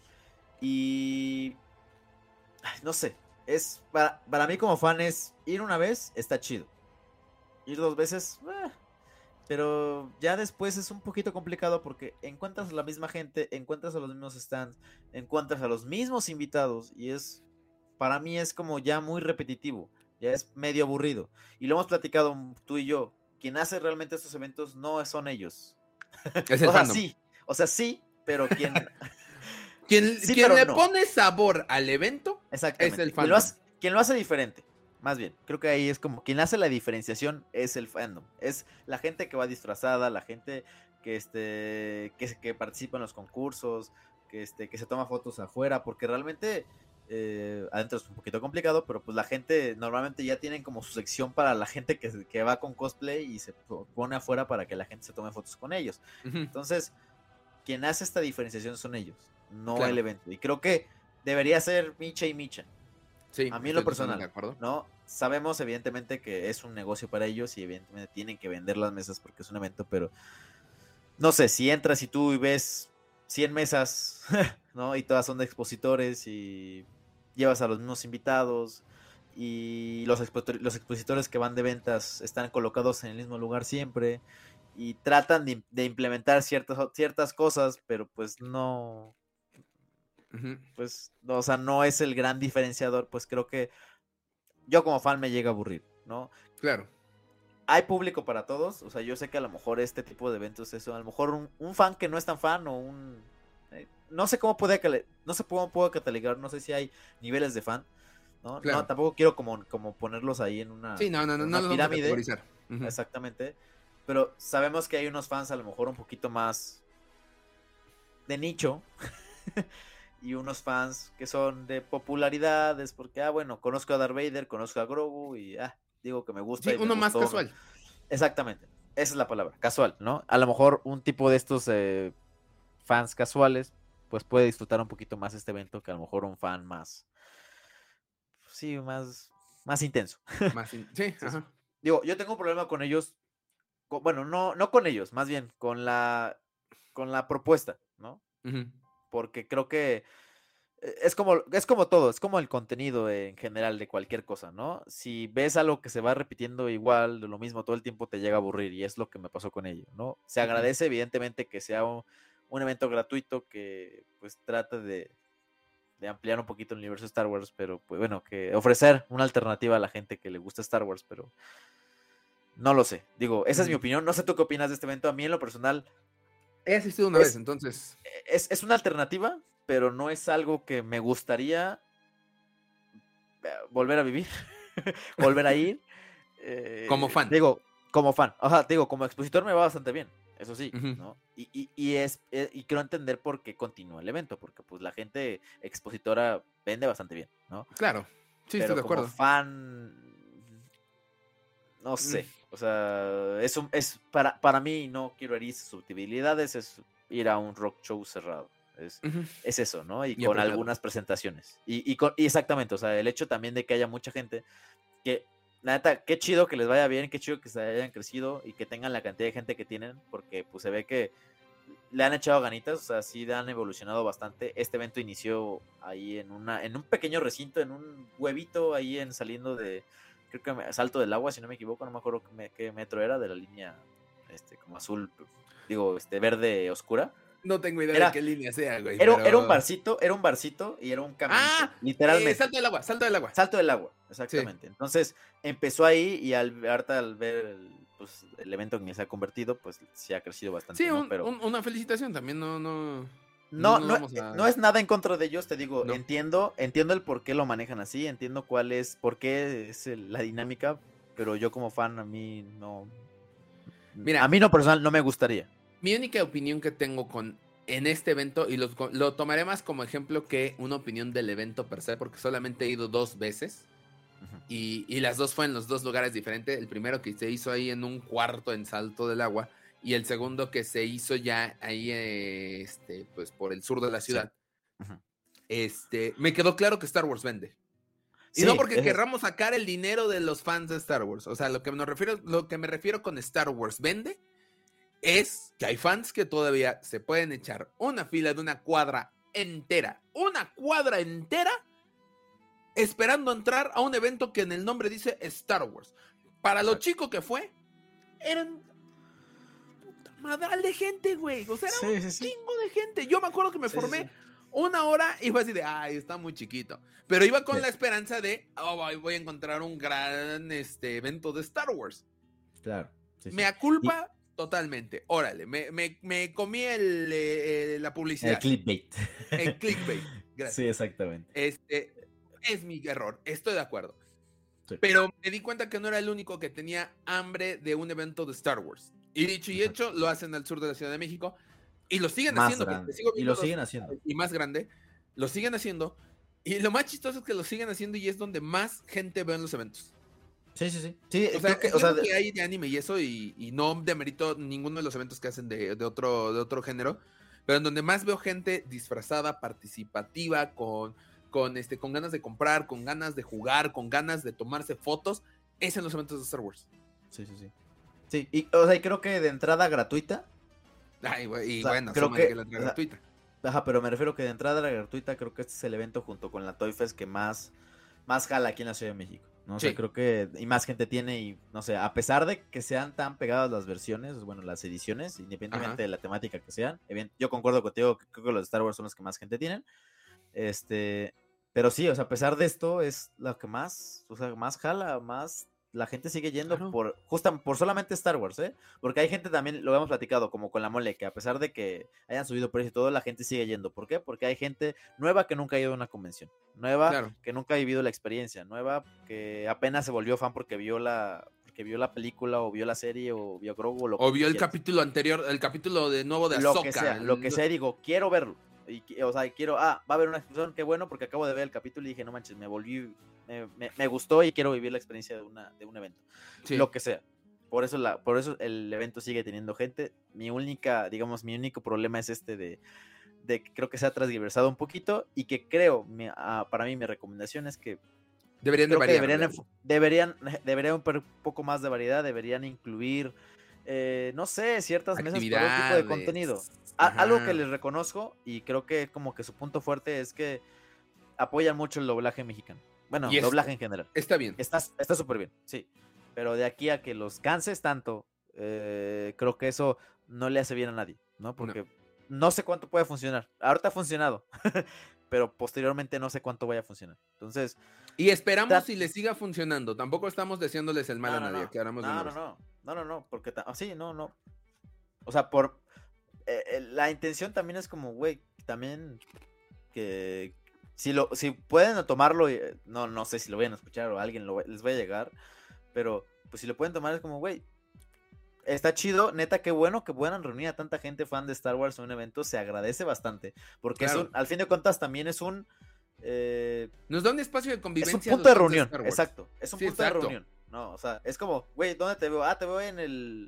Y ay, no sé, es para, para mí como fan es ir una vez está chido, ir dos veces, eh, pero ya después es un poquito complicado porque encuentras a la misma gente, encuentras a los mismos stands, encuentras a los mismos invitados y es, para mí es como ya muy repetitivo, ya es medio aburrido. Y lo hemos platicado tú y yo, quien hace realmente estos eventos no son ellos. Es el O sea, fandom. sí, o sea, sí, pero quien... Quien, Sí, quien pero le no. pone sabor al evento Exactamente. es el Quien lo, fandom. hace, quien lo hace diferente. Más bien, creo que ahí es como quien hace la diferenciación es el fandom. Es la gente que va disfrazada, la gente que este que, que participa en los concursos, que este que se toma fotos afuera, porque realmente eh, adentro es un poquito complicado, pero pues la gente normalmente ya tienen como su sección para la gente que, que va con cosplay y se pone afuera para que la gente se tome fotos con ellos. Ujú. Entonces, quien hace esta diferenciación son ellos, no Claro. el evento. Y creo que debería ser Micha y Micha. Sí, A mí en lo estoy totalmente personal, de acuerdo. ¿no? Sabemos evidentemente que es un negocio para ellos y evidentemente tienen que vender las mesas porque es un evento, pero no sé, si entras y tú ves cien mesas, ¿no? Y todas son de expositores y llevas a los mismos invitados y los, expositor- los expositores que van de ventas están colocados en el mismo lugar siempre y tratan de, de implementar ciertas, ciertas cosas, pero pues no, Ujú. pues, no, o sea, no es el gran diferenciador, pues creo que yo como fan me llega a aburrir, ¿no? Claro. Hay público para todos, o sea, yo sé que a lo mejor este tipo de eventos, eso, a lo mejor un, un fan que no es tan fan o un... eh, no sé cómo puede, cale- no sé cómo puedo catalogar, no sé si hay niveles de fan, ¿no? Claro. No, tampoco quiero como, como ponerlos ahí en una, Sí, no, no, no, en no una los vamos a pirámide, categorizar. Ujú. exactamente, pero sabemos que hay unos fans a lo mejor un poquito más de nicho y unos fans que son de popularidades, porque, ah, bueno, conozco a Darth Vader, conozco a Grogu y, ah, digo que me gusta Sí, y me uno más gustó. casual. Exactamente, esa es la palabra, casual, ¿no? A lo mejor un tipo de estos eh, fans casuales, pues puede disfrutar un poquito más este evento que a lo mejor un fan más, sí, más, más intenso. Más in- Sí, Entonces, ajá. digo, yo tengo un problema con ellos, con- bueno, no, no con ellos, más bien con la, con la propuesta, ¿no? Ujú. Porque creo que eh, es como, es como todo, es como el contenido en general de cualquier cosa, ¿no? Si ves algo que se va repitiendo igual, de lo mismo todo el tiempo, te llega a aburrir y es lo que me pasó con ello, ¿no? Se Ujú. agradece evidentemente que sea un, un evento gratuito que pues trata de, de ampliar un poquito el universo de Star Wars, pero pues bueno, que ofrecer una alternativa a la gente que le gusta Star Wars, pero no lo sé. Digo, esa es mi Ujú. opinión, no sé tú qué opinas de este evento, a mí en lo personal He asistido una vez, es, entonces. es, es una alternativa, pero no es algo que me gustaría eh, volver a vivir, volver a ir. Como Eh, fan. digo, como fan, o sea, digo, como expositor me va bastante bien, eso sí, Ujú. ¿no? Y, y, y es, eh, y quiero entender por qué continúa el evento, porque pues la gente expositora vende bastante bien, ¿no? Claro. Sí, estoy Pero de como acuerdo. fan, no Mm, sé, o sea, es, un- es para, para mí, no quiero herir susceptibilidades, es ir a un rock show cerrado. Es, ujú. es eso, ¿no? Y Y con apretado. algunas presentaciones. Y, y, con, y exactamente, o sea, el hecho también de que haya mucha gente que, la neta, qué chido que les vaya bien, qué chido que se hayan crecido y que tengan la cantidad de gente que tienen, porque pues se ve que le han echado ganitas, o sea, sí han evolucionado bastante. Este evento inició ahí en una, en un pequeño recinto, en un huevito ahí en saliendo de, creo que me- Salto del Agua, si no me equivoco, no me acuerdo qué, me- qué metro era, de la línea, este, como azul, digo, este, verde oscura. No tengo idea de Era, qué línea sea, güey, era, era un pero. barcito, era un barcito y era un caminito, ¡Ah! Eh, literalmente. salto del agua, salto del agua. Salto del Agua, Sí. exactamente. Entonces, empezó ahí y al, ahorita al ver el, pues, el evento en que se ha convertido, pues sí ha crecido bastante, Sí, ¿no? un- Pero un- una felicitación también, no, no, no no, nos no, vamos eh, a. no es nada en contra de ellos, te digo, No. entiendo, entiendo el por qué lo manejan así, entiendo cuál es, por qué es el- la dinámica, pero yo como fan a mí no, a Mira, mí no personal no me gustaría. mi única opinión que tengo con en este evento, y los- lo tomaré más como ejemplo que una opinión del evento per se, porque solamente he ido dos veces. Ujú. Y, y las dos fueron en los dos lugares diferentes. El primero que se hizo ahí en un cuarto en Salto del Agua. Y el segundo que se hizo ya ahí, eh, este, pues por el sur de la Sí. ciudad. Ujú. Este, me quedó claro que Star Wars vende. Y no Sí, porque ese es- querramos sacar el dinero de los fans de Star Wars. O sea, lo que me refiero, lo que me refiero con Star Wars vende es que hay fans que todavía se pueden echar una fila de una cuadra entera. Una cuadra entera esperando entrar a un evento que en el nombre dice Star Wars. Para lo Exacto. chico que fue, eran puta madral de gente, güey. O sea, era Sí, un sí, sí. chingo de gente. Yo me acuerdo que me Sí, sí, formé sí. una hora y fue así de, ay, está muy chiquito. Pero iba con Sí, la esperanza de, oh, voy- voy a encontrar un gran este, evento de Star Wars. claro. Sí, sí. Me Y aculpa totalmente. Órale, me, me- me comí el, eh, eh, la el publicidad. clickbait. El clickbait. Gracias. Sí, exactamente. Este, es mi error, estoy de acuerdo. Sí. Pero me di cuenta que no era el único que tenía hambre de un evento de Star Wars. Y dicho y Exacto. hecho, lo hacen al sur de la Ciudad de México. Y lo siguen Más haciendo, porque grande. sigo Y viendo lo los- siguen haciendo. y más grande. Lo siguen haciendo. Y lo más chistoso es que lo siguen haciendo y es donde más gente ve en los eventos. Sí, sí, sí. Sí, O sea, creo que, o entiendo sea, que hay de anime y eso, y, y no demerito ninguno de los eventos que hacen de, de otro, de otro género, pero en donde más veo gente disfrazada, participativa, con, con, este, con ganas de comprar, con ganas de jugar, con ganas de tomarse fotos, es en los eventos de Star Wars. sí, sí, sí. Sí, y, o sea, y creo que de entrada gratuita, Ay, güey, y o sea, bueno, creo súmale que, que, la o entrega sea, gratuita. ajá, pero me refiero que de entrada gratuita, creo que este es el evento junto con la Toy Fest que más, más jala aquí en la Ciudad de México, ¿no? O sea, Sí. creo que, y más gente tiene, y no sé, a pesar de que sean tan pegadas las versiones, bueno, las ediciones, independientemente Ajá. de la temática que sean, evident- yo concuerdo contigo, que creo que los de Star Wars son los que más gente tienen, este, pero sí, o sea, a pesar de esto, es lo que más, o sea, más jala, más la gente sigue yendo Claro. por, justa, por solamente Star Wars, ¿eh? Porque hay gente también, lo hemos platicado, como con la mole, que a pesar de que hayan subido precio y todo, la gente sigue yendo. ¿Por qué? Porque hay gente nueva que nunca ha ido a una convención, nueva Claro. que nunca ha vivido la experiencia, nueva que apenas se volvió fan porque vio la, porque vio la película o vio la serie o vio Grogu o lo O que vio el quieras. capítulo anterior, el capítulo de nuevo de Lo Ahsoka. que sea, lo que sea, digo, quiero verlo. Y, o sea, quiero, ah, va a haber una explosión, qué bueno, porque acabo de ver el capítulo y dije, no manches, me volví, me, me, me gustó y quiero vivir la experiencia de, una, de un evento. Sí. Lo que sea. Por eso, la, por eso el evento sigue teniendo gente. Mi única, digamos, mi único problema es este de, de que creo que se ha transgiversado un poquito y que creo, mi, uh, para mí mi recomendación es que Deberían de creo que variar. deberían, deberían, deberían un poco más de variedad, deberían incluir, eh, no sé, ciertas mesas para un tipo de contenido. A, algo que les reconozco y creo que como que su punto fuerte es que apoyan mucho el doblaje mexicano. Bueno, y doblaje está, en general. Está bien. Está está súper bien, sí. Pero de aquí a que los canses tanto, eh, creo que eso no le hace bien a nadie, ¿no? Porque no, no sé cuánto puede funcionar. Ahorita ha funcionado, pero posteriormente no sé cuánto vaya a funcionar. Entonces... Y esperamos si les siga funcionando. Tampoco estamos deseándoles el mal no, a nadie. No, que no, no, no, no, no, no, no, porque ta- sí, no, no. O sea, por eh, la intención también es como, güey, también que si lo, si pueden tomarlo, eh, no, no sé si lo vayan a escuchar o a alguien lo, les va a llegar, pero pues si lo pueden tomar es como, güey, está chido, neta, qué bueno que puedan reunir a tanta gente fan de Star Wars en un evento, se agradece bastante, porque claro. es un, al fin de cuentas también es un... Eh, Nos da un espacio de convivencia. Es un punto de reunión, de exacto. Es un sí, punto exacto. de reunión. No, o sea, es como, güey, ¿dónde te veo? Ah, te veo en el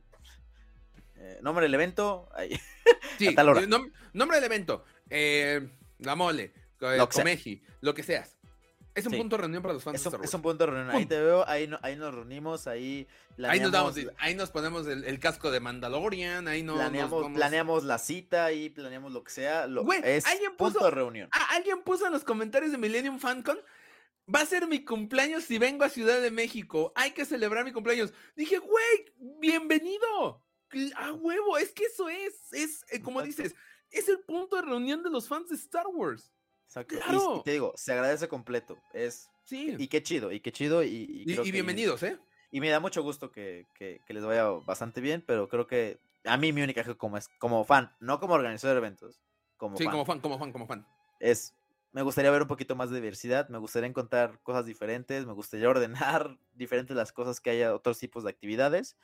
eh, nombre del evento. Ahí. Sí, a tal hora. Nom nombre del evento. Eh, la mole, eh, lo que Comeji, sea. Lo que seas. Es un sí. punto de reunión para los fans es un, de Star Wars. Es un punto de reunión. Ahí te veo, ahí, no, ahí nos reunimos, ahí ahí nos damos, ahí nos ponemos el, el casco de Mandalorian, ahí no, planeamos, nos vamos... planeamos la cita, ahí planeamos lo que sea. Lo, Güey, es ¿alguien punto puso, de reunión. A, alguien puso en los comentarios de Millennium FanCon, va a ser mi cumpleaños si vengo a Ciudad de México, hay que celebrar mi cumpleaños. Dije, güey, bienvenido. A huevo, es que eso es, es, eh, como Exacto. dices, es el punto de reunión de los fans de Star Wars. Exacto. Claro. Y, y te digo, se agradece completo. Es sí. Y qué chido, y qué chido. Y, y, y, creo y que bienvenidos, ¿eh? Y me da mucho gusto que, que, que les vaya bastante bien, pero creo que a mí mi única queja como, es, como fan, no como organizador de eventos, como sí, fan. como fan, como fan, como fan. Es, me gustaría ver un poquito más de diversidad, me gustaría encontrar cosas diferentes, me gustaría ordenar diferentes las cosas, que haya otros tipos de actividades.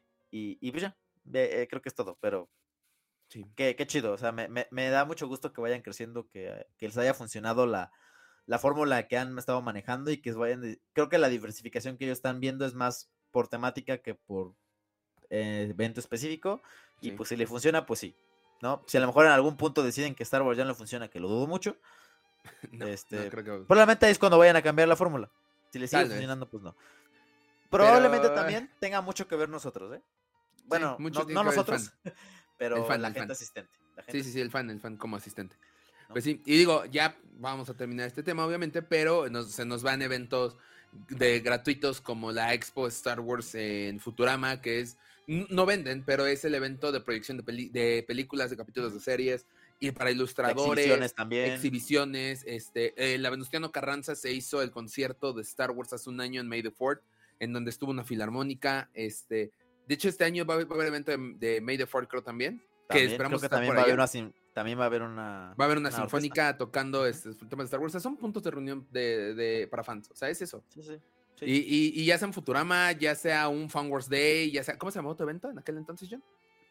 Y, y pues ya, eh, creo que es todo, pero sí. qué, qué chido, o sea, me, me, me da mucho gusto que vayan creciendo, que, que les haya funcionado la, la fórmula que han estado manejando y que vayan, de, creo que la diversificación que ellos están viendo es más por temática que por eh, evento específico, y sí. pues si le funciona, pues sí, ¿no? Si a lo mejor en algún punto deciden que Star Wars ya no funciona, que lo dudo mucho, no, este, no, creo que... probablemente ahí es cuando vayan a cambiar la fórmula. Si le sigue Tal funcionando, vez. pues no. Probablemente pero... también tenga mucho que ver nosotros, ¿eh? Bueno, sí, no, no nosotros, pero fan, la gente fan. asistente. La gente sí, sí, sí, el fan, el fan como asistente. ¿No? Pues sí, y digo, ya vamos a terminar este tema, obviamente, pero nos, se nos van eventos de gratuitos como la Expo Star Wars en Futurama, que es, no venden, pero es el evento de proyección de, peli, de películas, de capítulos de series, y para ilustradores, exhibiciones también. Exhibiciones, este, eh, la Venustiano Carranza se hizo el concierto de Star Wars hace un año en May the fourth, en donde estuvo una filarmónica, este, de hecho este año va a haber, va a haber evento de, de May the fourth, creo también, también que esperamos creo que también va a haber una también va a haber una va a haber una, una sinfónica orquesta. Tocando este temas de Star Wars, o sea, son puntos de reunión de, de para fans, o sea, es eso. Sí, sí, sí. Y, y, y ya sea en Futurama, ya sea un Fan Wars Day, ya sea, ¿cómo se llamó tu evento en aquel entonces, John?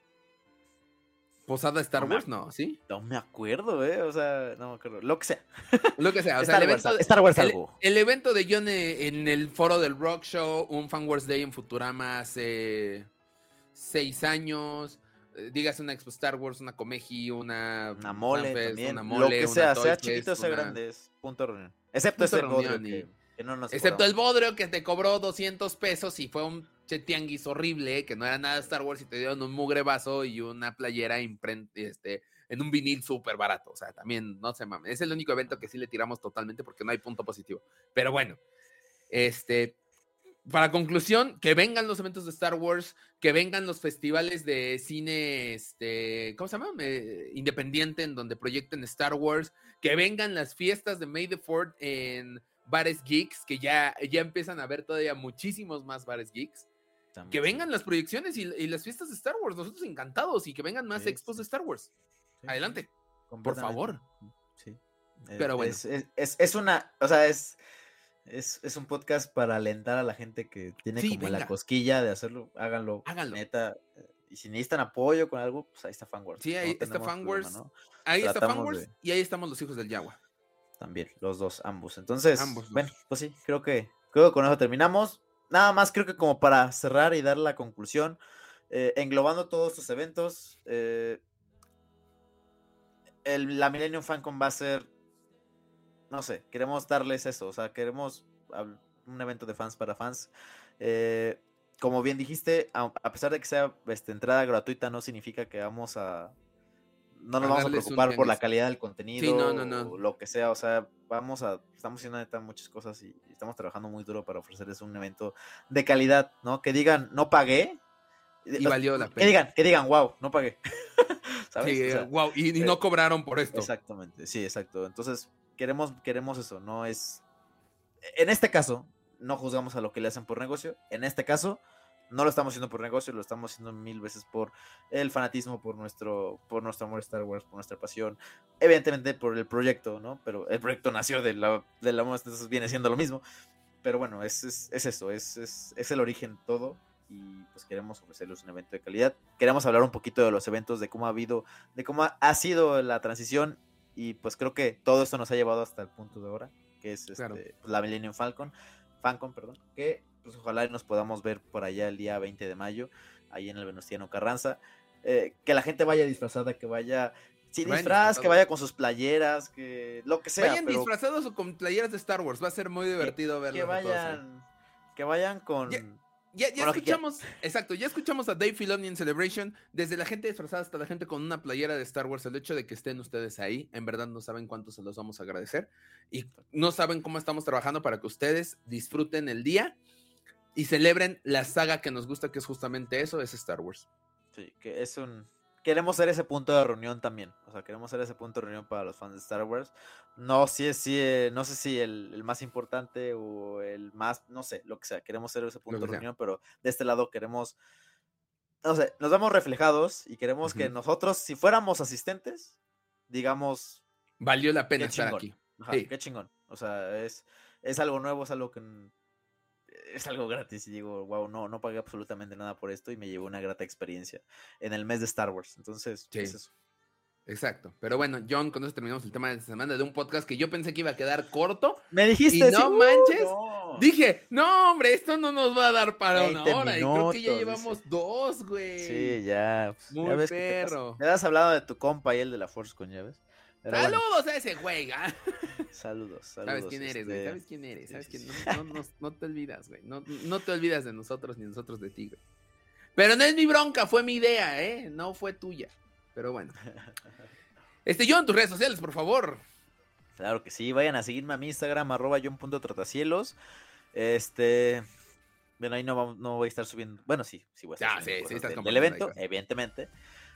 Posada Star no Wars, no, ¿sí? No me acuerdo, eh, o sea, no me acuerdo, lo que sea. Lo que sea, o Star sea, el Wars, evento, Star Wars el, algo. El evento de John en el foro del Rock Show, un Fan Wars Day en Futurama hace seis años. Digas una Expo Star Wars, una Comeji, una... Una mole Fest, también, una mole, lo que sea, una sea Fest, chiquito, sea una... grande, es punto de reunión. Excepto ese bodrio que, que no nos Excepto cobramos. El bodrio que te cobró doscientos pesos y fue un tianguis horrible, que no era nada de Star Wars y te dieron un mugre vaso y una playera imprent, este, en un vinil súper barato. O sea, también, no se mames. Es el único evento que sí le tiramos totalmente porque no hay punto positivo. Pero bueno, este... Para conclusión, que vengan los eventos de Star Wars, que vengan los festivales de cine, este, ¿cómo se llama? Eh, independiente, en donde proyecten Star Wars, que vengan las fiestas de May the fourth en bares geeks, que ya, ya empiezan a haber todavía muchísimos más bares geeks, También. que vengan las proyecciones y, y las fiestas de Star Wars, nosotros encantados, y que vengan más sí, expos sí. de Star Wars. Sí, Adelante, por favor. Sí. Pero es, bueno. Es, es, es una, o sea, es... Es, es un podcast para alentar a la gente que tiene Sí, como venga. la cosquilla de hacerlo. Háganlo. Háganlo. Neta. eh, Y si necesitan apoyo con algo, pues ahí está Fanworks. Sí, No ahí está tenemos problema, Fanworks. ¿no? Ahí está Tratamos Fanworks de- y ahí estamos los hijos del Yagua. También, los dos, ambos. Entonces, Ambos dos. bueno, pues sí, creo que, creo que con eso terminamos. Nada más creo que como para cerrar y dar la conclusión, eh, englobando todos estos eventos, eh, el, la Millennium FanCon va a ser, no sé, queremos darles eso, o sea, queremos hab- un evento de fans para fans. Eh, como bien dijiste, a, a pesar de que sea este, entrada gratuita, no significa que vamos a... No nos A vamos a darles un preocupar por la tianguis. calidad del contenido Sí, no, no, no. o lo que sea, o sea, vamos a... Estamos haciendo neta muchas cosas y estamos trabajando muy duro para ofrecerles un evento de calidad, ¿no? Que digan, no pagué. Y valió la Que pena. digan, que digan, wow, no pagué. ¿Sabes? Sí, O sea, wow, y, y no eh, cobraron por esto. exactamente, sí, exacto. Entonces, queremos, queremos eso, no es... En este caso, no juzgamos a lo que le hacen por negocio. En este caso, no lo estamos haciendo por negocio, lo estamos haciendo mil veces por el fanatismo, por nuestro, por nuestro amor a Star Wars, por nuestra pasión. Evidentemente por el proyecto, ¿no? Pero el proyecto nació de la, de la entonces viene siendo lo mismo. Pero bueno, es, es, es eso, es, es, es el origen todo. Y pues queremos ofrecerles un evento de calidad. Queremos hablar un poquito de los eventos, de cómo ha habido, de cómo ha, ha sido la transición. Y pues creo que todo esto nos ha llevado hasta el punto de ahora, que es este, Claro. pues, la Millennium Falcon, Fancon, perdón, que pues ojalá nos podamos ver por allá el día veinte de mayo, ahí en el Venustiano Carranza, eh, que la gente vaya disfrazada, que vaya sin Vayan disfraz, que disfrazados. vaya con sus playeras, que lo que sea, Vayan pero disfrazados o con playeras de Star Wars. Va a ser muy divertido que, verlos. que a todos ahí. vayan, que vayan con... Ya- Ya, ya Con lo que escuchamos, exacto, ya escuchamos a Dave Filoni en Celebration, desde la gente disfrazada hasta la gente con una playera de Star Wars. El hecho de que estén ustedes ahí, en verdad no saben cuánto se los vamos a agradecer y no saben cómo estamos trabajando para que ustedes disfruten el día y celebren la saga que nos gusta, que es justamente eso, es Star Wars. Sí, que es un... Queremos ser ese punto de reunión también. O sea, queremos ser ese punto de reunión para los fans de Star Wars. No, si es, si, eh, no sé si el, el más importante o el más, no sé, lo que sea. Queremos ser ese punto que de sea. reunión, pero de este lado queremos, no sé, nos vemos reflejados y queremos que Ujú. nosotros, si fuéramos asistentes, digamos, Valió la pena qué estar chingón. aquí. Ajá, Sí. qué chingón. O sea, es, es algo nuevo, es algo que... n- Es algo gratis y digo, wow, no, no pagué absolutamente nada por esto y me llevó una grata experiencia en el mes de Star Wars. Entonces, Sí. es eso. Exacto. Pero bueno, John, con eso terminamos el tema de esta semana de un podcast que yo pensé que iba a quedar corto. Me dijiste, Y no sí, uh, manches, no. Dije, no, hombre, esto no nos va a dar para una veinte hora. Y creo que ya minutos, llevamos dice. dos, güey. Sí, ya. Pues, Muy ya ves que te has- perro. Ya has hablado de tu compa y el de la Force con llaves. Pero bueno, Saludos a ese güey. ah. saludos, saludos. Sabes quién eres, güey. este, Sabes quién eres. Sabes sí, quién. sí. No, no, no, no te olvidas, güey. No, no te olvidas de nosotros ni nosotros de ti, güey. Pero no es mi bronca, fue mi idea, ¿eh? No fue tuya. Pero bueno. Este, John, tus redes sociales, por favor. Claro que sí, vayan a seguirme a mi Instagram, arroba john.trotacielos. Este, bueno, ahí no, vamos, no voy a estar subiendo, bueno, sí, sí voy a estar Ah, subiendo sí, sí, cosas estás del- del compartiendo ahí evento, cosas. evidentemente.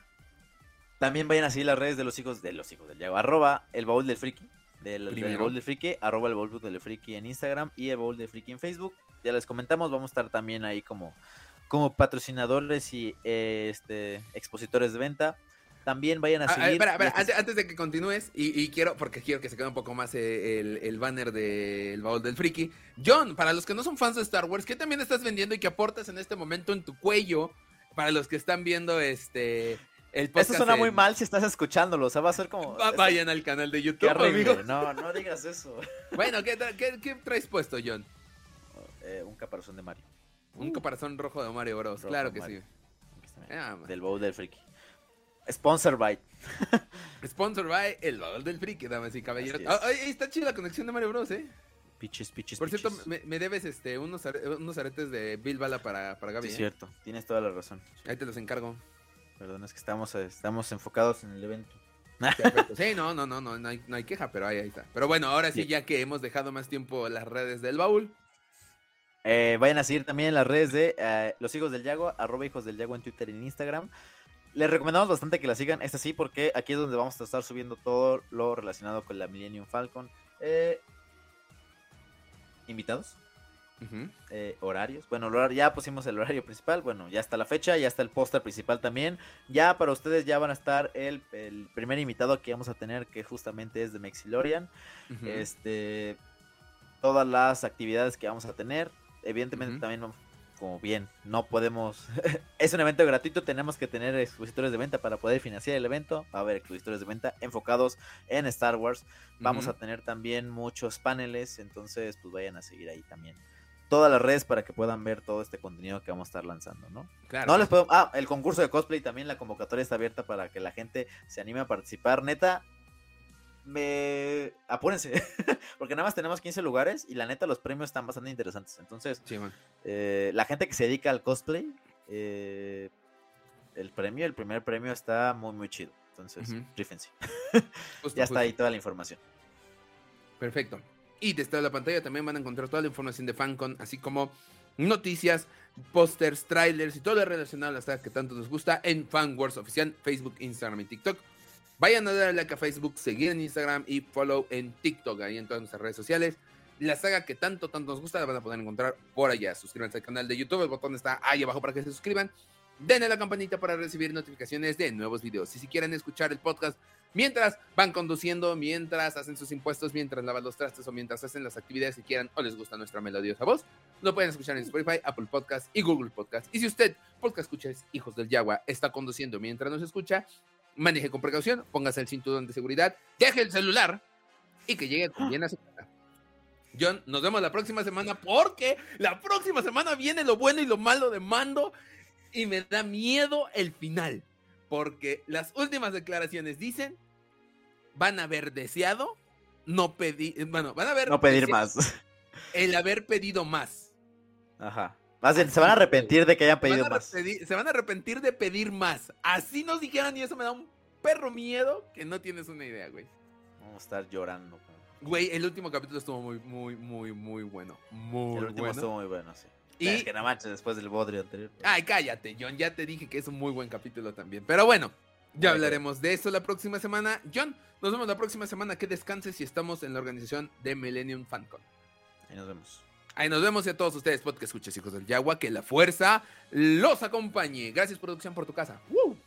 También vayan a seguir las redes de los hijos de los hijos del Yago, arroba el baúl del friki, del, del Primero. baúl del friki, arroba el baúl del friki en Instagram y el baúl del friki en Facebook. Ya les comentamos, vamos a estar también ahí como, como patrocinadores y eh, este expositores de venta. También vayan a Ah, ah, seguir. espera, espera, y este- antes, antes de que continúes, y, y quiero, porque quiero que se quede un poco más eh, el, el banner del baúl del friki. John, para los que no son fans de Star Wars, ¿qué también estás vendiendo y qué aportas en este momento en tu cuello? Para los que están viendo este el podcast. Esto suena muy en- mal si estás escuchándolo, o sea, va a ser como... Va- es- vayan al canal de Qué YouTube, horrible. amigos. No, no digas eso. Bueno, ¿qué, tra- qué- qué traes puesto, John? Eh, un caparazón de Mario. Un caparazón rojo de Mario Bros. Rojo Claro que Mario. sí. Aquí está, mira, Ah, man. del baúl del friki. Sponsor by. Sponsor by el baúl del friki, damas y caballeros. Así es. Ah, ay, está chida la conexión de Mario Bros, ¿eh? Piches, piches, Por cierto, piches. me, me debes este unos, are- unos aretes de Bill Bala para, para Gaby. Sí, ¿eh? cierto. Tienes toda la razón. Ahí te los encargo. Perdón, es que estamos, eh, estamos enfocados en el evento. Perfecto. Sí, no, no, no, no, no hay, no hay queja, pero ahí, ahí está. Pero bueno, ahora sí, Sí. ya que hemos dejado más tiempo las redes del baúl. Eh, vayan a seguir también las redes de eh, Los Hijos del Yago, arroba Hijos del Yago en Twitter y en Instagram. Les recomendamos bastante que la sigan, esta sí, porque aquí es donde vamos a estar subiendo todo lo relacionado con la Millennium Falcon. Eh, invitados, Ujú. eh, horarios. Bueno, el horario- ya pusimos el horario principal. Bueno, ya está la fecha, ya está el póster principal también. Ya para ustedes ya van a estar el, el primer invitado que vamos a tener, que justamente es de Mexilorian. Ujú. Este. todas las actividades que vamos a tener. Evidentemente Ujú. también, como bien, no podemos... es un evento gratuito, tenemos que tener expositores de venta para poder financiar el evento. Va a haber expositores de venta enfocados en Star Wars. Vamos Ujú. a tener también muchos paneles, entonces pues vayan a seguir ahí también todas las redes para que puedan ver todo este contenido que vamos a estar lanzando, ¿no? Claro. No les puedo... Ah, el concurso de cosplay también, la convocatoria está abierta para que la gente se anime a participar. Neta, me... apúrense, porque nada más tenemos quince lugares y la neta los premios están bastante interesantes. Entonces, Sí, man. eh, la gente que se dedica al cosplay, eh, el premio, el primer premio está muy, muy chido. Entonces, Ujú. rífense. Justo, Ya está justo. ahí toda la información. Perfecto. Y desde la pantalla también van a encontrar toda la información de FanCon, así como noticias, pósters, trailers y todo lo relacionado a la saga que tanto nos gusta en FanWars Oficial, Facebook, Instagram y TikTok. Vayan a darle like a Facebook, seguir en Instagram y follow en TikTok, ahí en todas nuestras redes sociales. La saga que tanto, tanto nos gusta la van a poder encontrar por allá. Suscríbanse al canal de YouTube, el botón está ahí abajo para que se suscriban. Denle a la campanita para recibir notificaciones de nuevos videos. Y si quieren escuchar el podcast mientras van conduciendo, mientras hacen sus impuestos, mientras lavan los trastes o mientras hacen las actividades que quieran o les gusta nuestra melodiosa voz, lo pueden escuchar en Spotify, Apple Podcast y Google Podcast. Y si usted, podcast escuchas, hijos del Yagua, está conduciendo mientras nos escucha, maneje con precaución, póngase el cinturón de seguridad, deje el celular y que llegue con bien a su casa. John, nos vemos la próxima semana porque la próxima semana viene lo bueno y lo malo de Mando y me da miedo el final. Porque las últimas declaraciones dicen, van a haber deseado, no pedir, bueno, van a haber No pedir deseado más. el haber pedido más. Ajá. Más bien, se van a arrepentir de que hayan Se van, pedido a más. repetir- se van a arrepentir de pedir más. Así nos dijeran y eso me da un perro miedo que no tienes una idea, güey. Vamos a estar llorando. Güey, el último capítulo estuvo muy, muy, muy, muy bueno. Muy El último bueno. estuvo muy bueno, sí. Y- Es que no manches, después del bodrio anterior. Ay, cállate, John, ya te dije que es un muy buen capítulo también. Pero bueno, ya Ay, hablaremos de eso la próxima semana. John, nos vemos la próxima semana. Que descanses y estamos en la organización de Millennium FanCon. Ahí nos vemos. Ahí nos vemos y a todos ustedes, podcast escuches, hijos del Yagua, que la fuerza los acompañe. Gracias, producción, por tu casa. ¡Woo!